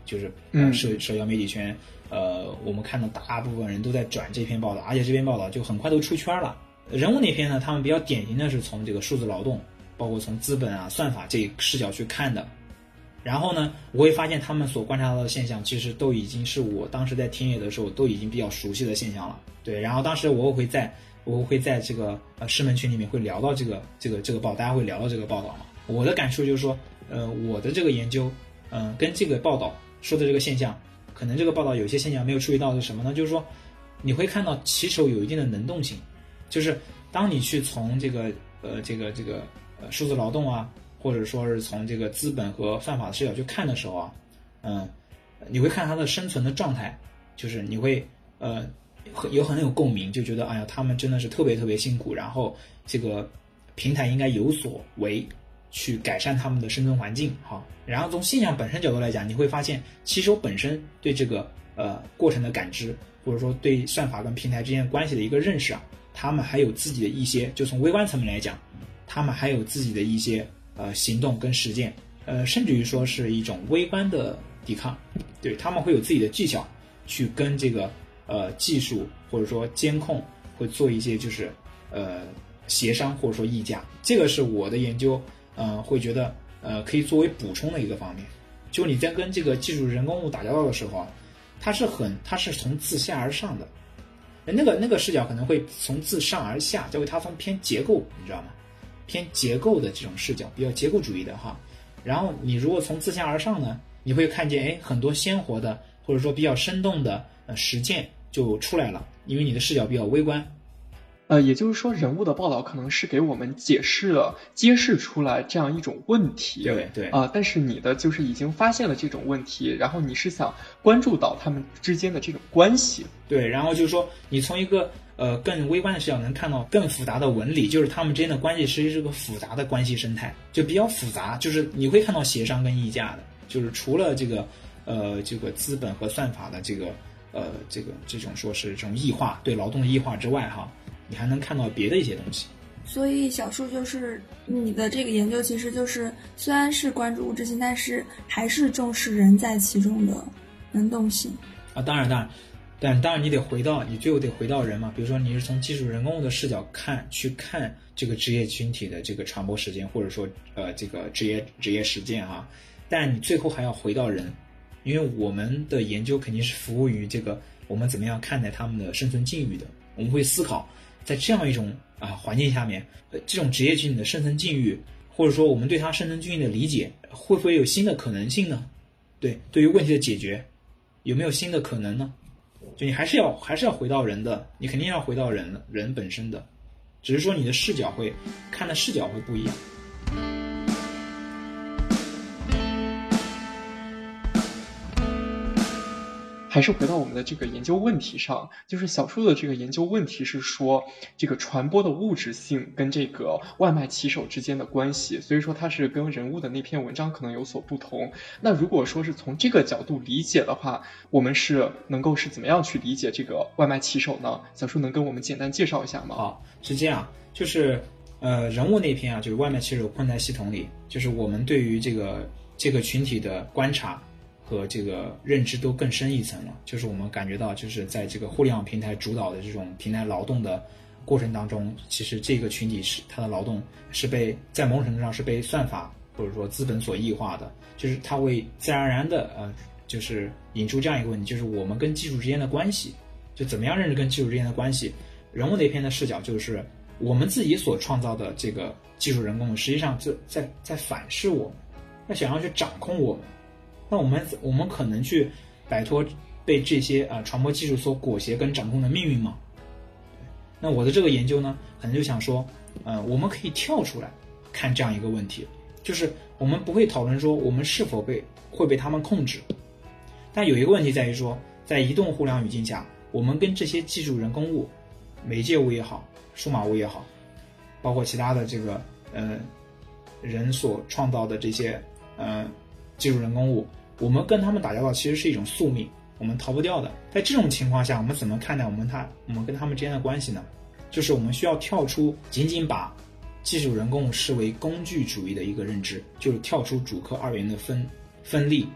就是呃
嗯
社社交媒体圈，呃，我们看到大部分人都在转这篇报道，而且这篇报道就很快都出圈了。人物那篇呢，他们比较典型的是从这个数字劳动，包括从资本啊、算法这个视角去看的。然后呢，我会发现他们所观察到的现象，其实都已经是我当时在田野的时候都已经比较熟悉的现象了。对，然后当时我会在我会在这个呃师门群里面会聊到这个这个这个报，大家会聊到这个报道嘛。我的感受就是说，呃，我的这个研究，嗯、呃，跟这个报道说的这个现象，可能这个报道有些现象没有注意到的是什么呢？就是说，你会看到骑手有一定的能动性，就是当你去从这个呃这个这个呃数字劳动啊，或者说是从这个资本和算法的视角去看的时候啊，嗯，你会看他的生存的状态，就是你会呃有很有共鸣，就觉得哎呀，他们真的是特别特别辛苦，然后这个平台应该有所为，去改善他们的生存环境哈。然后从现象本身角度来讲，你会发现骑手本身对这个呃过程的感知，或者说对算法跟平台之间关系的一个认识啊，他们还有自己的一些，就从微观层面来讲，他们还有自己的一些呃行动跟实践，呃甚至于说是一种微观的抵抗，对，他们会有自己的技巧去跟这个呃技术或者说监控会做一些就是呃协商或者说议价，这个是我的研究呃会觉得呃可以作为补充的一个方面。就你在跟这个技术人工物打交道的时候啊，它是很它是从自下而上的，那个那个视角可能会从自上而下，就会它从偏结构，你知道吗？偏结构的这种视角，比较结构主义的哈。然后你如果从自下而上呢，你会看见哎很多鲜活的或者说比较生动的呃实践就出来了，因为你的视角比较微观。
呃，也就是说，人物的报道可能是给我们解释了、揭示出来这样一种问题。
对对
啊、呃，但是你的就是已经发现了这种问题，然后你是想关注到他们之间的这种关系。
对，然后就是说，你从一个呃更微观的视角能看到更复杂的纹理，就是他们之间的关系实际是个复杂的关系生态，就比较复杂，就是你会看到协商跟议价的，就是除了这个呃这个资本和算法的这个呃这个这种说是这种异化对劳动的异化之外哈。你还能看到别的一些东西。
所以小树就是你的这个研究，其实就是虽然是关注物质性，但是还是重视人在其中的能动性
啊。当然，当然，但当然你得回到你最后得回到人嘛。比如说你是从技术人工物的视角看去看这个职业群体的这个传播时间，或者说呃这个职业职业实践哈。但你最后还要回到人，因为我们的研究肯定是服务于这个我们怎么样看待他们的生存境遇的，我们会思考。在这样一种啊环境下面，呃，这种职业群体的生存境遇，或者说我们对他生存境遇的理解，会不会有新的可能性呢？对，对于问题的解决，有没有新的可能呢？就你还是要还是要回到人的，你肯定要回到人人本身的，只是说你的视角会看的视角会不一样。
还是回到我们的这个研究问题上，就是小树的这个研究问题是说这个传播的物质性跟这个外卖骑手之间的关系，所以说它是跟人物的那篇文章可能有所不同。那如果说是从这个角度理解的话，我们是能够是怎么样去理解这个外卖骑手呢？小树能跟我们简单介绍一下吗？
好，是这样，就是呃人物那篇啊，就是外卖骑手困在系统里，就是我们对于这个这个群体的观察和这个认知都更深一层了，就是我们感觉到，就是在这个互联网平台主导的这种平台劳动的过程当中，其实这个群体是它的劳动是被在某种程度上是被算法或者说资本所异化的，就是它会自然而然的呃，就是引出这样一个问题，就是我们跟技术之间的关系，就怎么样认识跟技术之间的关系。人物那篇的视角就是我们自己所创造的这个技术人工，实际上在在在反噬我们，在想要去掌控我们。那我们我们可能去摆脱被这些啊、呃、传播技术所裹挟跟掌控的命运吗？那我的这个研究呢，可能就想说，呃，我们可以跳出来看这样一个问题，就是我们不会讨论说我们是否被会被他们控制，但有一个问题在于说，在移动互联网语境下，我们跟这些技术人工物、媒介物也好、数码物也好，包括其他的这个呃人所创造的这些呃技术人工物。我们跟他们打交道其实是一种宿命，我们逃不掉的。在这种情况下，我们怎么看待我们他我们跟他们之间的关系呢？就是我们需要跳出仅仅把技术人工视为工具主义的一个认知，就是跳出主客二元的分分立，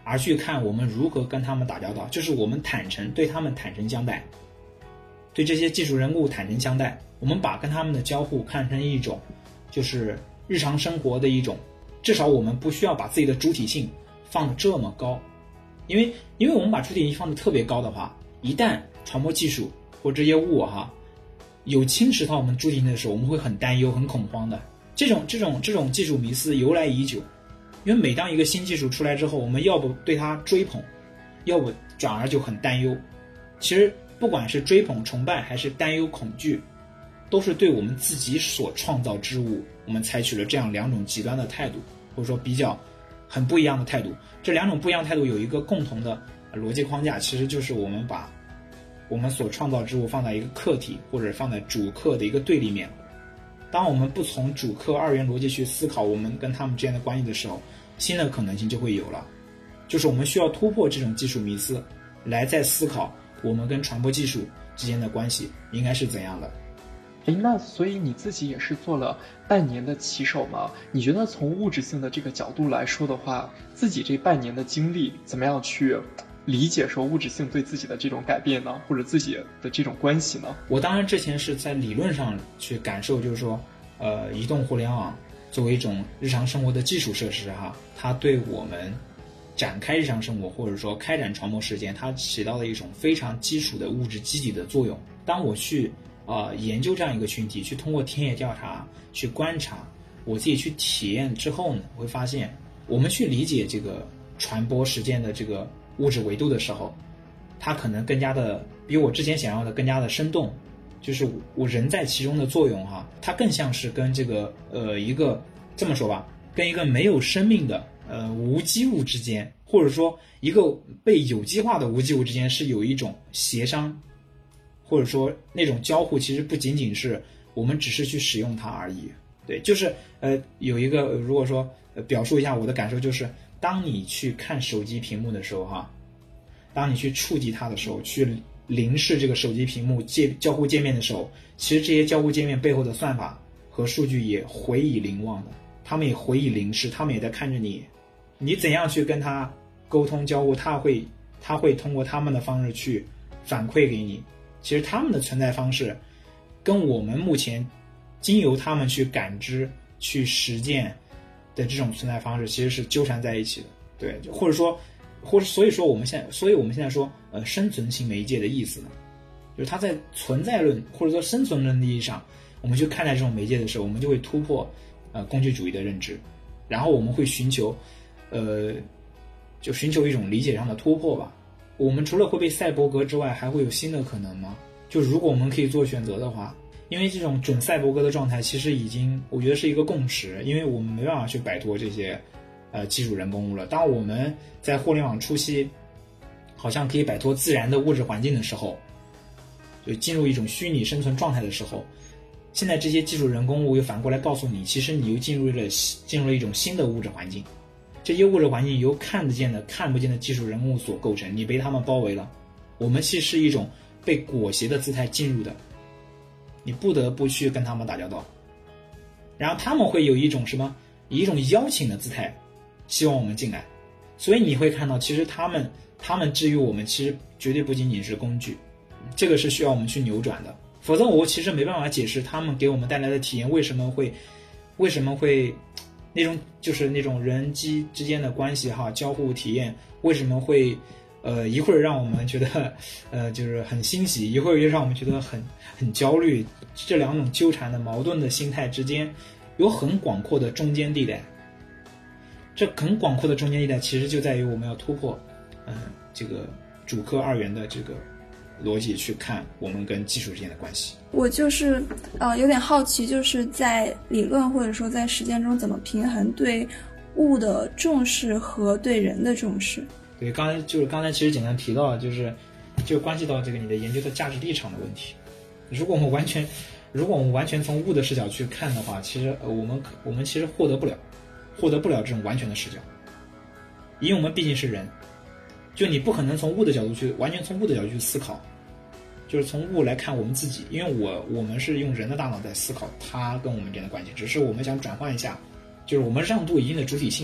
而去看我们如何跟他们打交道，就是我们坦诚对他们坦诚相待，对这些技术人物坦诚相待，我们把跟他们的交互看成一种就是日常生活的一种，至少我们不需要把自己的主体性放得这么高，因为因为我们把主体性放得特别高的话，一旦传播技术或这些物哈有侵蚀到我们主体性的时候，我们会很担忧很恐慌的。这种这种这种技术迷思由来已久，因为每当一个新技术出来之后，我们要不对它追捧，要不转而就很担忧。其实不管是追捧崇拜还是担忧恐惧，都是对我们自己所创造之物，我们采取了这样两种极端的态度，或者说比较很不一样的态度。这两种不一样的态度有一个共同的逻辑框架，其实就是我们把我们所创造之物放在一个客体或者放在主客的一个对立面。当我们不从主客二元逻辑去思考我们跟他们之间的关系的时候，新的可能性就会有了，就是我们需要突破这种技术迷思，来再思考我们跟传播技术之间的关系应该是怎样的。
诶，那所以你自己也是做了半年的骑手吗？你觉得从物质性的这个角度来说的话，自己这半年的经历怎么样去理解说物质性对自己的这种改变呢，或者自己的这种关系呢？
我当然之前是在理论上去感受，就是说呃，移动互联网作为一种日常生活的基础设施哈，它对我们展开日常生活或者说开展传播实践，它起到了一种非常基础的物质基底的作用。当我去呃研究这样一个群体，去通过田野调查去观察，我自己去体验之后呢，我会发现我们去理解这个传播实践的这个物质维度的时候，它可能更加的比我之前想要的更加的生动，就是我人在其中的作用哈，它更像是跟这个呃一个这么说吧，跟一个没有生命的呃无机物之间，或者说一个被有机化的无机物之间是有一种协商，或者说那种交互，其实不仅仅是我们只是去使用它而已。对，就是呃有一个如果说、呃、表述一下我的感受，就是当你去看手机屏幕的时候哈，当你去触及它的时候，去凝视这个手机屏幕界交互界面的时候，其实这些交互界面背后的算法和数据也回以凝望的，他们也回以凝视，他们也在看着你，你怎样去跟他沟通交互，他会他会通过他们的方式去反馈给你。其实他们的存在方式跟我们目前经由他们去感知去实践的这种存在方式其实是纠缠在一起的。对，或者说或者所以说我们现在所以我们现在说呃生存性媒介的意思呢，就是它在存在论或者说生存论的意义上，我们去看待这种媒介的时候，我们就会突破呃工具主义的认知，然后我们会寻求呃就寻求一种理解上的突破吧。我们除了会被赛博格之外，还会有新的可能吗？就如果我们可以做选择的话，因为这种准赛博格的状态其实已经我觉得是一个共识，因为我们没办法去摆脱这些呃技术人工物了。当我们在互联网初期好像可以摆脱自然的物质环境的时候，就进入一种虚拟生存状态的时候，现在这些技术人工物又反过来告诉你，其实你又进入了进入了一种新的物质环境。这些物质环境由看得见的看不见的技术人物所构成，你被他们包围了，我们其实是一种被裹挟的姿态进入的，你不得不去跟他们打交道，然后他们会有一种什么以一种邀请的姿态希望我们进来。所以你会看到其实他们他们至于我们其实绝对不仅仅是工具，这个是需要我们去扭转的，否则我其实没办法解释他们给我们带来的体验为什么会为什么会那种就是那种人机之间的关系哈，交互体验为什么会呃一会儿让我们觉得呃就是很欣喜，一会儿又让我们觉得很很焦虑，这两种纠缠的矛盾的心态之间有很广阔的中间地带。这很广阔的中间地带其实就在于我们要突破嗯、呃、这个主客二元的这个逻辑去看我们跟技术之间的关系。
我就是呃有点好奇，就是在理论或者说在实践中怎么平衡对物的重视和对人的重视。
对，刚才就是刚才其实简单提到了，就是就关系到这个你的研究的价值立场的问题。如果我们完全如果我们完全从物的视角去看的话，其实呃我们我们其实获得不了获得不了这种完全的视角，因为我们毕竟是人，就你不可能从物的角度去完全从物的角度去思考，就是从物来看我们自己，因为我我们是用人的大脑在思考它跟我们之间的关系，只是我们想转换一下，就是我们让渡一定的主体性，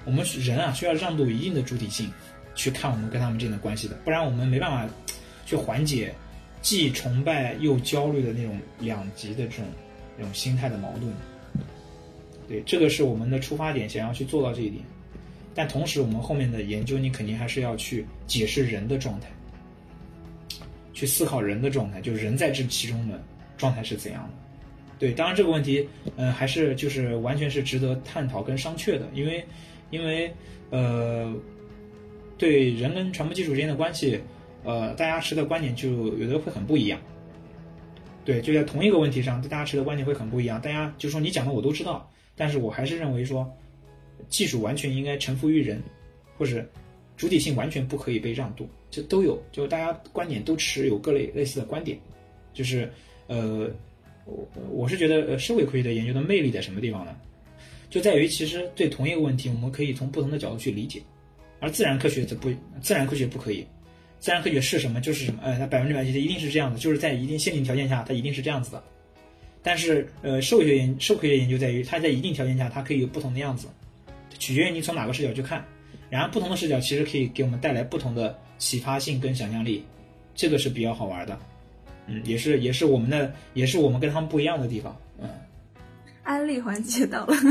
我们人啊需要让渡一定的主体性去看我们跟他们之间的关系的，不然我们没办法去缓解既崇拜又焦虑的那种两极的这种这种心态的矛盾。对，这个是我们的出发点，想要去做到这一点。但同时我们后面的研究你肯定还是要去解释人的状态，去思考人的状态，就人在这其中的状态是怎样的。对，当然这个问题呃还是就是完全是值得探讨跟商榷的，因为因为呃对人跟传播技术之间的关系，呃大家持的观点就有的会很不一样。对，就在同一个问题上大家持的观点会很不一样，大家就说你讲的我都知道，但是我还是认为说技术完全应该臣服于人，或者主体性完全不可以被让渡，这都有，就大家观点都持有各类类似的观点。就是呃我我是觉得呃社会科学的研究的魅力在什么地方呢？就在于其实对同一个问题我们可以从不同的角度去理解，而自然科学则不，自然科学不可以。自然科学是什么就是什么，呃它百分之百一定是这样的，就是在一定限定条件下它一定是这样子的。但是呃社会学研社会科学研究在于它在一定条件下它可以有不同的样子，取决于你从哪个视角去看，然后不同的视角其实可以给我们带来不同的启发性跟想象力，这个是比较好玩的。嗯，也是也是我们的也是我们跟他们不一样的地方。嗯，
安利环节到了。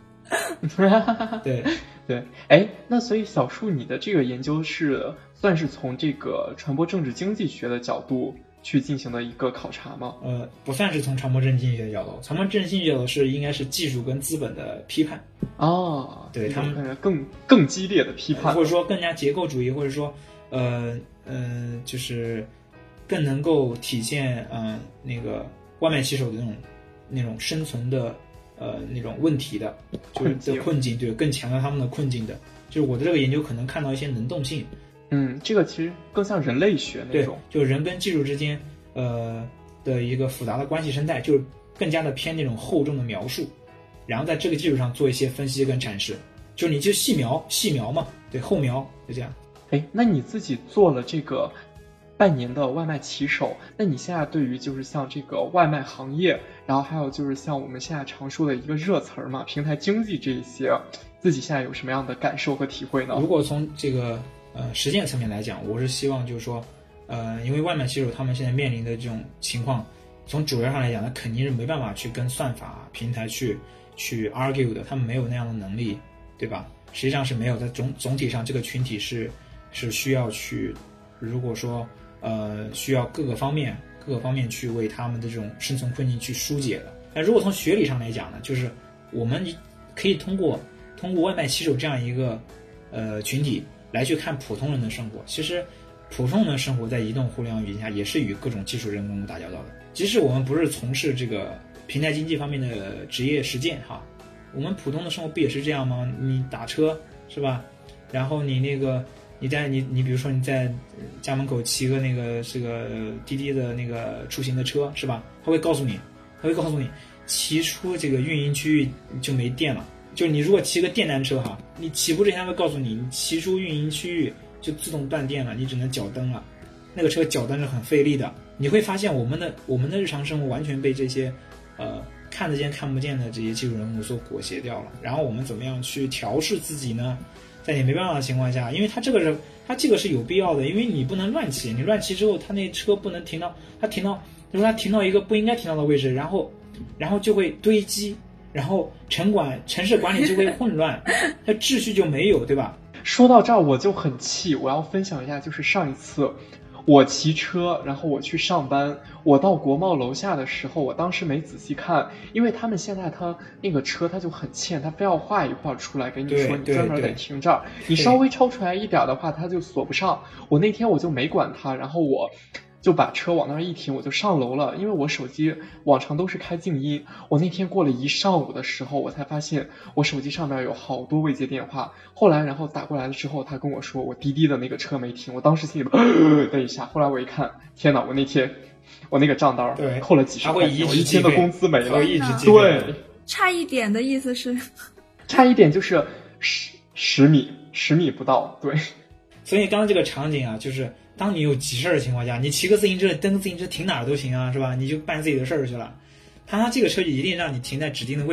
对
对，哎，那所以小树你的这个研究是算是从这个传播政治经济学的角度去进行的一个考察吗？
呃，不算是从传播政治经济学的角度，传播政治经济学的角度是应该是技术跟资本的批判。
哦，
对，他们
更更激烈的批判，
或者说更加结构主义，或者说呃呃，就是更能够体现呃那个外卖骑手的那种那种生存的呃那种问题的，就是的困境，对，更强调他们的困境的。就是我的这个研究可能看到一些能动性。
嗯，这个其实更像人类学那种，
对，就人跟技术之间呃的一个复杂的关系生态，就是更加的偏那种厚重的描述，然后在这个基础上做一些分析跟阐释，就你就细描细描嘛，对，后描就这样。
哎，那你自己做了这个半年的外卖骑手，那你现在对于就是像这个外卖行业，然后还有就是像我们现在常说的一个热词儿嘛，平台经济这一些，自己现在有什么样的感受和体会呢？
如果从这个呃实践层面来讲，我是希望就是说，呃，因为外卖骑手他们现在面临的这种情况，从主流上来讲，那肯定是没办法去跟算法平台去去 argue 的，他们没有那样的能力，对吧？实际上是没有，在总总体上这个群体是是需要去，如果说呃需要各个方面各个方面去为他们的这种生存困境去疏解的。那如果从学理上来讲呢，就是我们可以通过通过外卖骑手这样一个呃群体来去看普通人的生活。其实普通人的生活在移动互联网语境下也是与各种技术人工打交道的，即使我们不是从事这个平台经济方面的职业实践哈，我们普通的生活不也是这样吗？你打车是吧，然后你那个你在你你比如说你在家门口骑个那个是个滴滴的那个出行的车是吧，他会告诉你他会告诉你骑出这个运营区域就没电了，就你如果骑个电单车哈，你起步之前他会告诉你你骑出运营区域就自动断电了，你只能脚蹬了，那个车脚蹬是很费力的。你会发现我们的我们的日常生活完全被这些呃看得见看不见的这些技术人物所裹挟掉了。然后我们怎么样去调试自己呢？在你没办法的情况下，因为它这个是它这个是有必要的，因为你不能乱骑，你乱骑之后它那车不能停到它停到就是它停到一个不应该停到的位置，然后然后就会堆积，然后城管城市管理就会混乱，它秩序就没有，对吧？
说到这儿我就很气，我要分享一下，就是上一次我骑车，然后我去上班，我到国贸楼下的时候，我当时没仔细看，因为他们现在他那个车他就很欠，他非要画一画出来给你说你专门得停这儿，你稍微超出来一点的话他就锁不上。我那天我就没管他，然后我就把车往那儿一停，我就上楼了，因为我手机往常都是开静音。我那天过了一上午的时候，我才发现我手机上面有好多未接电话。后来然后打过来了之后，他跟我说我滴滴的那个车没停，我当时心里边的一下。后来我一看，天哪，我那天我那个账单扣了几十块钱，我一天的工资没了。对，
差一点的意思是
差一点就是十十米十米不到。对，
所以刚刚这个场景啊，就是当你有急事的情况下，你骑个自行车蹬个自行车停哪儿都行啊，是吧？你就办自己的事儿去了。他这个车就一定让你停在指定的位置，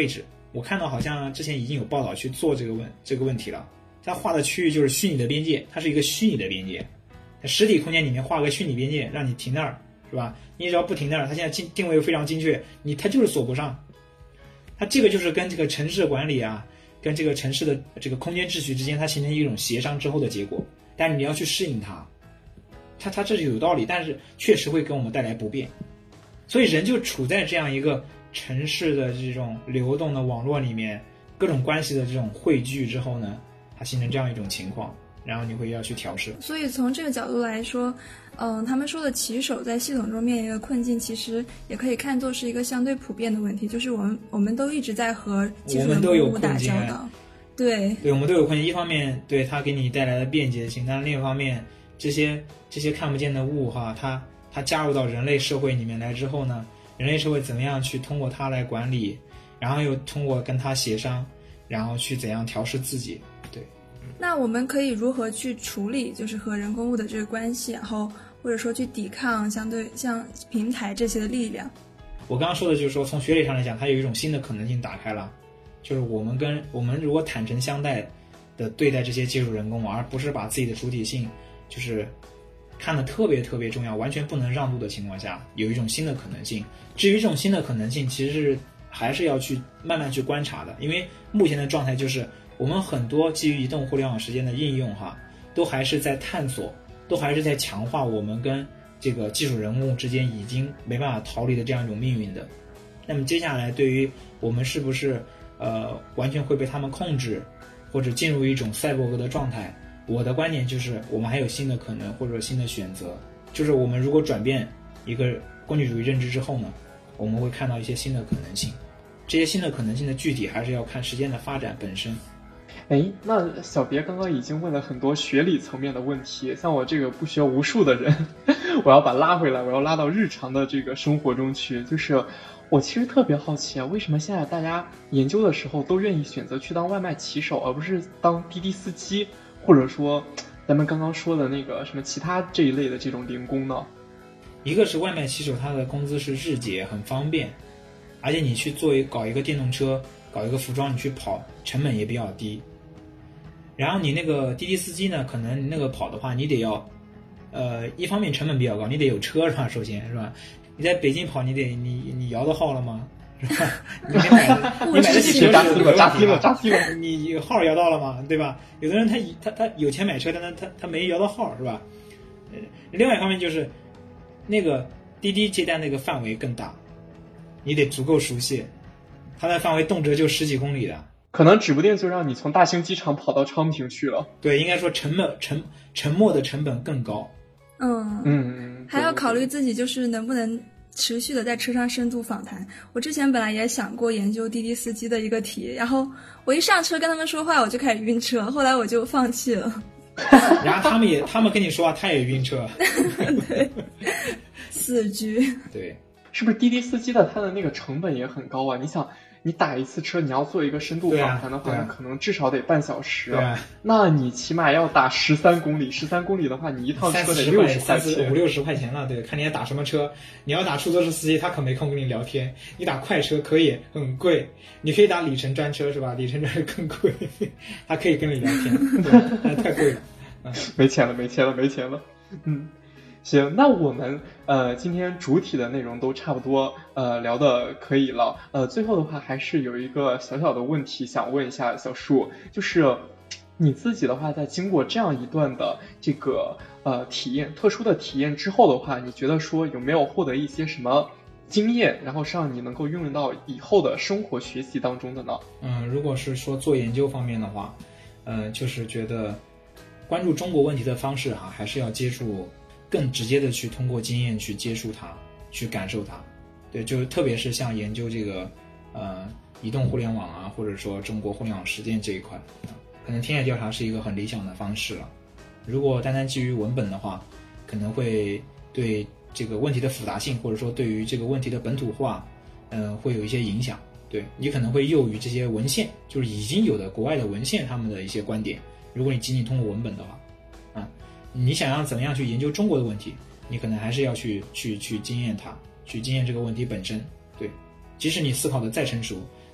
我看到好像之前已经有报道去做这个问这个问题了。它画的区域就是虚拟的边界，它是一个虚拟的边界，在实体空间里面画个虚拟边界，让你停那儿，是吧？你只要不停那儿，它现在定定位非常精确，你它就是锁不上。它这个就是跟这个城市管理啊，跟这个城市的这个空间秩序之间，它形成一种协商之后的结果。但是你要去适应它，它它这是有道理，但是确实会给我们带来不便。所以人就处在这样一个城市的这种流动的网络里面，各种关系的这种汇聚之后呢，它形成这样一种情况，然后你会要去调试。
所以从这个角度来说，嗯，他们说的骑手在系统中面临的困境，其实也可以看作是一个相对普遍的问题，就是我们我们都一直在和技术人工物打交道。对，
对，我们都有困境。一方面，对它给你带来的便捷性，但另一方面，这些这些看不见的物哈，它它加入到人类社会里面来之后呢，人类社会怎么样去通过它来管理，然后又通过跟它协商，然后去怎样调试自己。对。
那我们可以如何去处理就是和人工物的这个关系，然后或者说去抵抗相对像平台这些的力量？
我刚刚说的就是说，从学理上来讲，它有一种新的可能性打开了，就是我们跟我们如果坦诚相待的对待这些技术人工，而不是把自己的主体性就是看得特别特别重要，完全不能让渡的情况下，有一种新的可能性。至于这种新的可能性，其实是还是要去慢慢去观察的，因为目前的状态就是我们很多基于移动互联网时间的应用哈，都还是在探索，都还是在强化我们跟这个技术人工之间已经没办法逃离的这样一种命运的。那么接下来对于我们是不是呃完全会被他们控制，或者进入一种赛博格的状态，我的观点就是我们还有新的可能或者新的选择。就是我们如果转变一个工具主义认知之后呢，我们会看到一些新的可能性。这些新的可能性的具体还是要看时间的发展本身。
哎，那小别刚刚已经问了很多学理层面的问题，像我这个不学无术的人，我要把拉回来，我要拉到日常的这个生活中去。就是我其实特别好奇啊，为什么现在大家研究的时候都愿意选择去当外卖骑手，而不是当滴滴司机，或者说咱们刚刚说的那个什么其他这一类的这种零工呢？
一个是外卖骑手，他的工资是日结，很方便，而且你去做一搞一个电动车，搞一个服装，你去跑成本也比较低。然后你那个滴滴司机呢，可能你那个跑的话，你得要，呃，一方面成本比较高，你得有车是吧？首先是吧？你在北京跑，你得你你摇到号了吗？是吧？你没买的，你买得起车
扎踢了，扎踢了，扎踢了。
你号摇到了吗？对吧？有的人他他他有钱买车，但他他他没摇到号是吧？另外一方面就是，那个滴滴接单那个范围更大，你得足够熟悉，它的范围动辄就十几公里的。
可能指不定就让你从大兴机场跑到昌平去了。
对，应该说沉默沉沉默的成本更高。
嗯嗯，还要考虑自己就是能不能持续的在车上深度访谈。我之前本来也想过研究滴滴司机的一个题，然后我一上车跟他们说话我就开始晕车，后来我就放弃了。
然后他们也他们跟你说话他也晕车。
对，死局。
对，
是不是滴滴司机的他的那个成本也很高啊？你想你打一次车，你要做一个深度访谈的话，那、啊啊、可能至少得半小时。
对、啊，
那你起码要打十三公里，十三公里的话，你一趟车得六十块钱，
五六十块钱了。对，看你要打什么车。你要打出租车司机，他可没空跟你聊天。你打快车可以，很贵。你可以打里程专车是吧？里程专车更贵，他可以跟你聊天，对，太贵了。
嗯，没钱了，没钱了，没钱了。嗯。行，那我们呃今天主体的内容都差不多呃聊的可以了。呃，最后的话还是有一个小小的问题想问一下小树，就是你自己的话，在经过这样一段的这个呃体验，特殊的体验之后的话，你觉得说有没有获得一些什么经验，然后是让你能够运用到以后的生活学习当中的呢？
嗯，如果是说做研究方面的话，呃，就是觉得关注中国问题的方式哈，还是要接触。更直接的去通过经验去接触它，去感受它。对，就特别是像研究这个呃移动互联网啊，或者说中国互联网实践这一块，啊，可能田野调查是一个很理想的方式了。如果单单基于文本的话，可能会对这个问题的复杂性，或者说对于这个问题的本土化，嗯、呃，会有一些影响。对，你可能会囿于这些文献，就是已经有的国外的文献他们的一些观点。如果你仅仅通过文本的话，啊。你想要怎么样去研究中国的问题，你可能还是要去去去经验它，去经验这个问题本身。对，即使你思考的再成熟，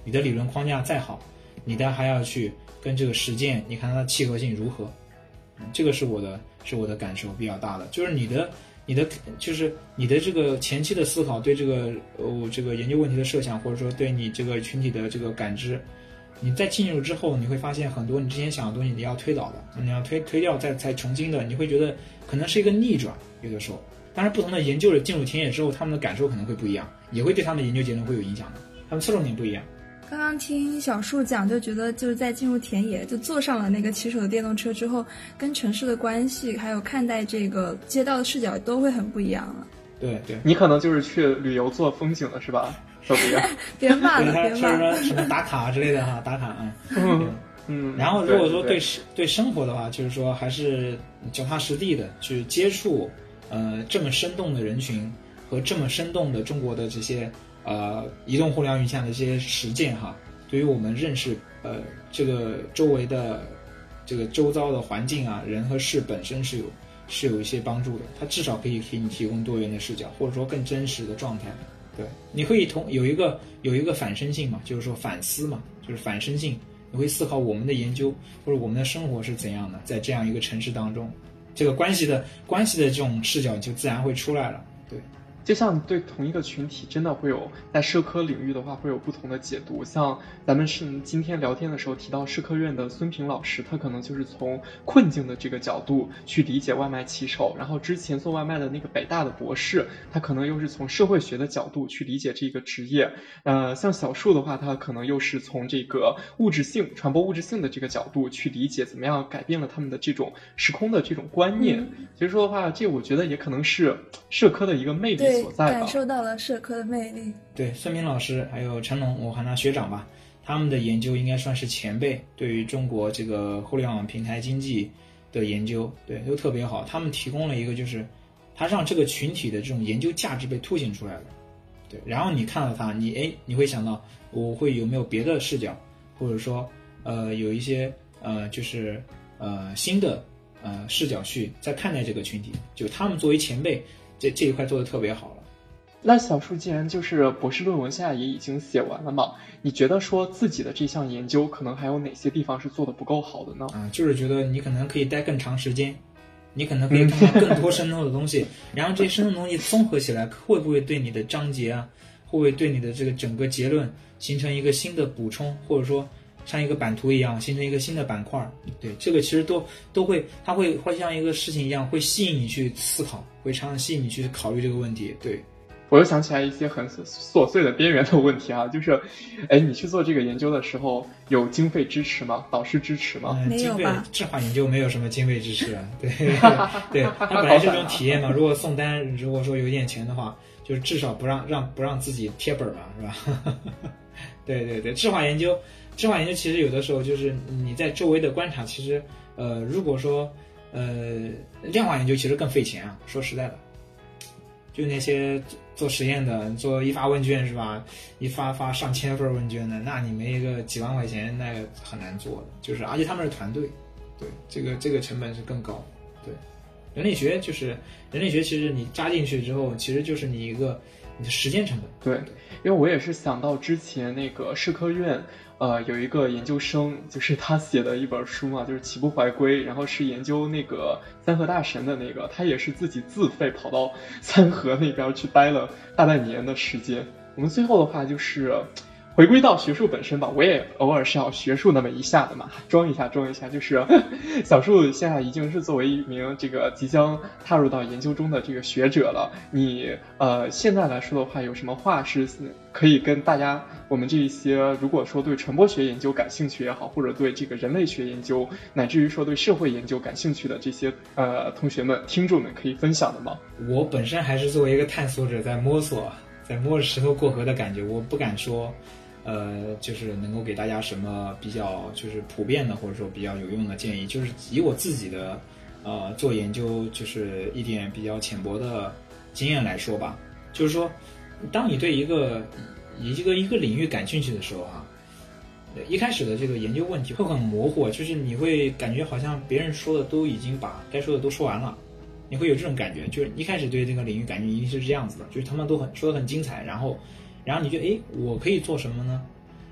你的理论框架再好，你的还要去跟这个实践，你看它的契合性如何。嗯，这个是我的是我的感受比较大的，就是你的你的就是你的这个前期的思考，对这个呃这个研究问题的设想，或者说对你这个群体的这个感知，你在进入之后，你会发现很多你之前想的东西你要推倒的，你要推推掉再再重新的，你会觉得可能是一个逆转，有的时候。当然，不同的研究者进入田野之后，他们的感受可能会不一样，也会对他们的研究结论会有影响的，他们侧重点不一样。
刚刚听小树讲，就觉得就是在进入田野，就坐上了那个骑手的电动车之后，跟城市的关系，还有看待这个街道的视角都会很不一样了。
对对，
你可能就是去旅游做风景了，是吧？都不一样。
别骂了，别骂
了。什么打卡之类的哈，打卡啊。
嗯嗯。
然后如果说对对生活的话，就是说还是脚踏实地的去接触，呃，这么生动的人群和这么生动的中国的这些。呃，移动互联网云下的这些实践哈，对于我们认识呃这个周围的这个周遭的环境啊，人和事本身是有是有一些帮助的。它至少可以给你提供多元的视角，或者说更真实的状态。对，你可以同有一个有一个反身性嘛，就是说反思嘛，就是反身性。你会思考我们的研究或者我们的生活是怎样的，在这样一个城市当中，这个关系的关系的这种视角就自然会出来了。对。
就像对同一个群体真的会有在社科领域的话会有不同的解读，像咱们是今天聊天的时候提到社科院的孙平老师，他可能就是从困境的这个角度去理解外卖骑手，然后之前做外卖的那个北大的博士，他可能又是从社会学的角度去理解这个职业，呃，像小树的话，他可能又是从这个物质性传播物质性的这个角度去理解怎么样改变了他们的这种时空的这种观念。
嗯、
所以说的话，这我觉得也可能是社科的一个魅力所在吧，
感受到了社科的魅力。
对，孙平老师还有陈龙，我喊他学长吧，他们的研究应该算是前辈，对于中国这个互联网平台经济的研究，对，都特别好。他们提供了一个，就是他让这个群体的这种研究价值被凸显出来了。对，然后你看到他，你哎，你会想到我会有没有别的视角，或者说呃有一些呃就是呃新的呃视角去再看待这个群体，就他们作为前辈。这这一块做得特别好了。
那小树既然就是博士论文现在也已经写完了嘛，你觉得说自己的这项研究可能还有哪些地方是做得不够好的呢？
啊，就是觉得你可能可以待更长时间，你可能可以看到更多生动的东西，然后这些生动的东西综合起来，会不会对你的章节啊，会不会对你的这个整个结论形成一个新的补充，或者说像一个版图一样形成一个新的板块？对，这个其实都都会，它会会像一个事情一样，会吸引你去思考。会常常吸引你去考虑这个问题。对，
我又想起来一些很琐碎的边缘的问题啊，就是，哎，你去做这个研究的时候有经费支持吗？导师支持吗？
嗯、
没有吧？
智化研究没有什么经费支持啊。对，对，它本来是这种体验嘛。如果送单，如果说有点钱的话，就是至少不让让不让自己贴本嘛，是吧？对对对，智化研究，智化研究其实有的时候就是你在周围的观察，其实呃，如果说。呃，量化研究其实更费钱啊，说实在的，就那些做实验的，做一发问卷是吧？一发发上千份问卷的，那你没一个几万块钱，那个很难做的。就是，而且他们是团队，对，这个这个成本是更高。对，人类学就是人类学，其实你扎进去之后，其实就是你一个你的时间成本。
对，因为我也是想到之前那个社科院。呃，有一个研究生，就是他写的一本书嘛，就是《启不怀归》，然后是研究那个三河大神的那个，他也是自己自费跑到三河那边去待了大半年的时间。我们最后的话就是回归到学术本身吧，我也偶尔是要学术那么一下的嘛，装一下装一下，就是小树现在已经是作为一名这个即将踏入到研究中的这个学者了，你呃现在来说的话，有什么话是可以跟大家，我们这一些如果说对传播学研究感兴趣也好，或者对这个人类学研究，乃至于说对社会研究感兴趣的这些呃同学们、听众们可以分享的吗？
我本身还是作为一个探索者在摸索，在摸着石头过河的感觉，我不敢说。呃，就是能够给大家什么比较就是普遍的或者说比较有用的建议，就是以我自己的呃做研究就是一点比较浅薄的经验来说吧，就是说，当你对一个一个一个领域感兴趣的时候啊，一开始的这个研究问题会很模糊，就是你会感觉好像别人说的都已经把该说的都说完了，你会有这种感觉，就是一开始对这个领域感觉一定是这样子的，就是他们都很说的很精彩，然后。然后你就哎，我可以做什么呢？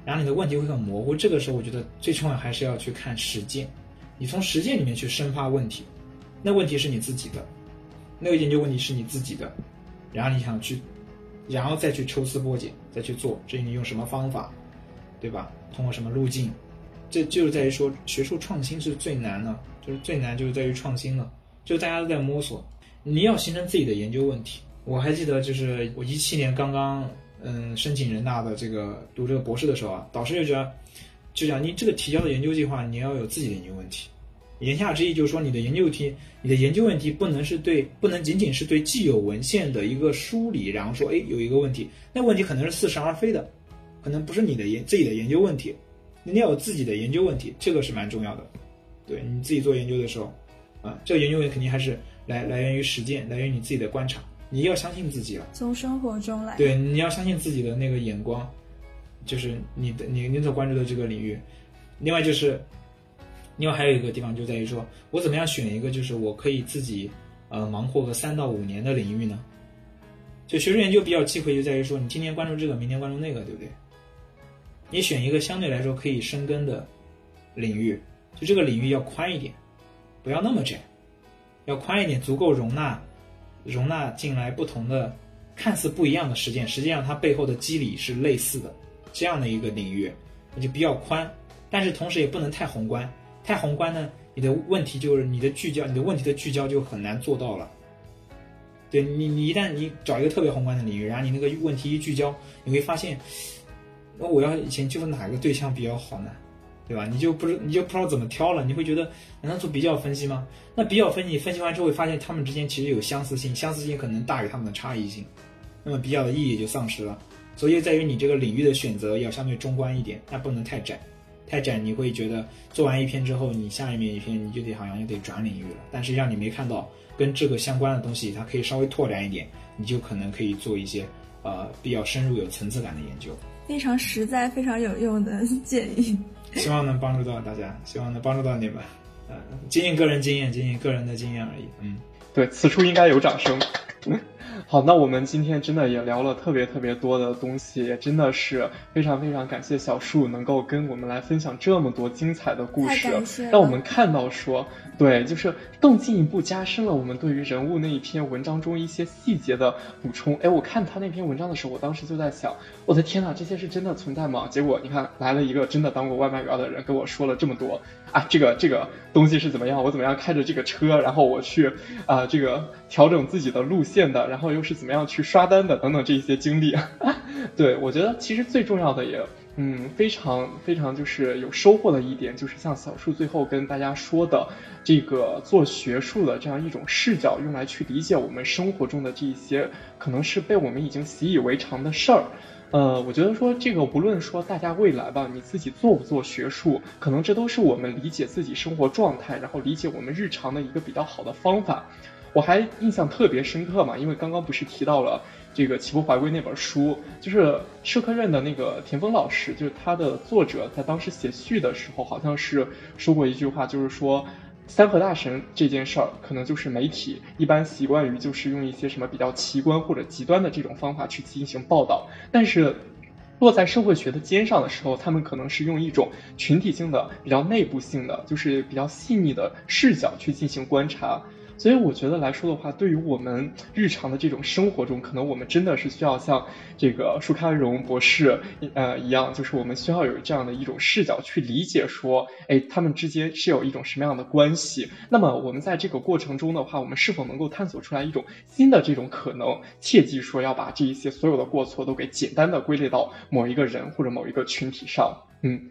然后你的问题会很模糊。这个时候我觉得最重要还是要去看实践，你从实践里面去深发问题，那问题是你自己的，那个研究问题是你自己的，然后你想去，然后再去抽丝剥茧，再去做，至于你用什么方法，对吧？通过什么路径，这就是在于说学术创新是最难的，就是最难就是在于创新了，就大家都在摸索，你要形成自己的研究问题。我还记得就是我一七年刚刚嗯申请人大的这个读这个博士的时候啊，导师就讲就讲你这个提交的研究计划你要有自己的研究问题，言下之意就是说你的研究题你的研究问题不能是对不能仅仅是对既有文献的一个梳理，然后说哎有一个问题，那问题可能是似是而非的，可能不是你的研自己的研究问题，你要有自己的研究问题，这个是蛮重要的。对，你自己做研究的时候啊，这个研究问题肯定还是来来源于实践，来源于你自己的观察，你要相信自己了，
从生活中来。
对，你要相信自己的那个眼光，就是你的你你所关注的这个领域。另外就是另外还有一个地方就在于说我怎么样选一个就是我可以自己呃忙活个三到五年的领域呢？就学术研究比较忌讳就在于说你今年关注这个明年关注那个，对不对？你选一个相对来说可以深耕的领域，就这个领域要宽一点，不要那么窄，要宽一点，足够容纳容纳进来不同的看似不一样的实践，实际上它背后的机理是类似的，这样的一个领域那就比较宽，但是同时也不能太宏观，太宏观呢你的问题就是你的聚焦你的问题的聚焦就很难做到了。对，你你一旦你找一个特别宏观的领域，然后你那个问题一聚焦，你会发现那我要以前就是哪个对象比较好呢？对吧？你就不知你就不知道怎么挑了，你会觉得难道做比较分析吗？那比较分析分析完之后会发现他们之间其实有相似性，相似性可能大于他们的差异性，那么比较的意义也就丧失了。所以在于你这个领域的选择要相对中观一点，那不能太窄，太窄你会觉得做完一篇之后你下面一篇你就得好像又得转领域了，但实际上你没看到跟这个相关的东西它可以稍微拓展一点，你就可能可以做一些呃比较深入有层次感的研究。
非常实在非常有用的建议，
希望能帮助到大家，希望能帮助到你们。呃，仅仅个人经验，仅仅个人的经验而已。嗯，
对，此处应该有掌声。好，那我们今天真的也聊了特别特别多的东西，也真的是非常非常感谢小树能够跟我们来分享这么多精彩的故事，让我们看到说，对，就是更进一步加深了我们对于人物那一篇文章中一些细节的补充。哎，我看他那篇文章的时候，我当时就在想，我的天哪，这些是真的存在吗？结果你看来了一个真的当过外卖员的人跟我说了这么多啊，这个这个东西是怎么样，我怎么样开着这个车，然后我去啊、呃、这个调整自己的路线的，然后又是怎么样去刷单的等等这些经历。对，我觉得其实最重要的也嗯非常非常就是有收获的一点，就是像小树最后跟大家说的这个做学术的这样一种视角，用来去理解我们生活中的这一些可能是被我们已经习以为常的事儿。呃，我觉得说这个无论说大家未来吧，你自己做不做学术，可能这都是我们理解自己生活状态，然后理解我们日常的一个比较好的方法。我还印象特别深刻嘛，因为刚刚不是提到了这个《齐柏怀归》那本书，就是社科院的那个田丰老师，就是他的作者，他当时写序的时候好像是说过一句话，就是说三和大神这件事儿，可能就是媒体一般习惯于就是用一些什么比较奇观或者极端的这种方法去进行报道，但是落在社会学的肩上的时候，他们可能是用一种群体性的、比较内部性的，就是比较细腻的视角去进行观察。所以我觉得来说的话，对于我们日常的这种生活中，可能我们真的是需要像这个舒开荣博士呃一样，就是我们需要有这样的一种视角去理解说，哎，他们之间是有一种什么样的关系。那么我们在这个过程中的话，我们是否能够探索出来一种新的这种可能？切记说要把这一些所有的过错都给简单的归类到某一个人或者某一个群体上。嗯。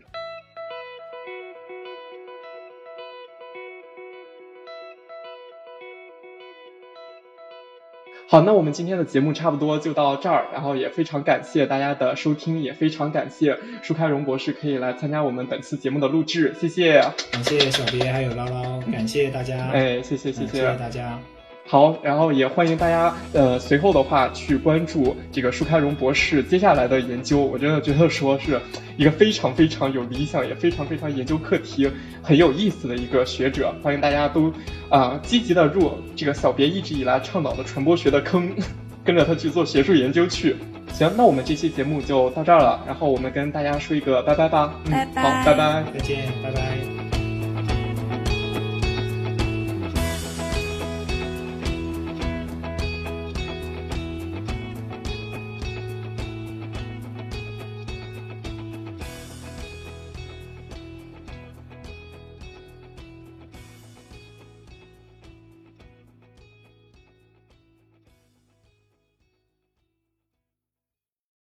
好，那我们今天的节目差不多就到这儿，然后也非常感谢大家的收听，也非常感谢舒开荣博士可以来参加我们本次节目的录制，谢谢。
感谢小别还有唠唠，感谢大家。
哎，谢谢谢谢，
谢谢大家。
好，然后也欢迎大家呃随后的话去关注这个舒开荣博士接下来的研究，我真的觉得说是一个非常非常有理想，也非常非常研究课题很有意思的一个学者，欢迎大家都啊、呃、积极的入这个小别一直以来倡导的传播学的坑，跟着他去做学术研究去。 行，那我们这期节目就到这儿了，然后我们跟大家说一个拜拜吧。嗯、
拜拜
好，拜拜。
再见，拜拜。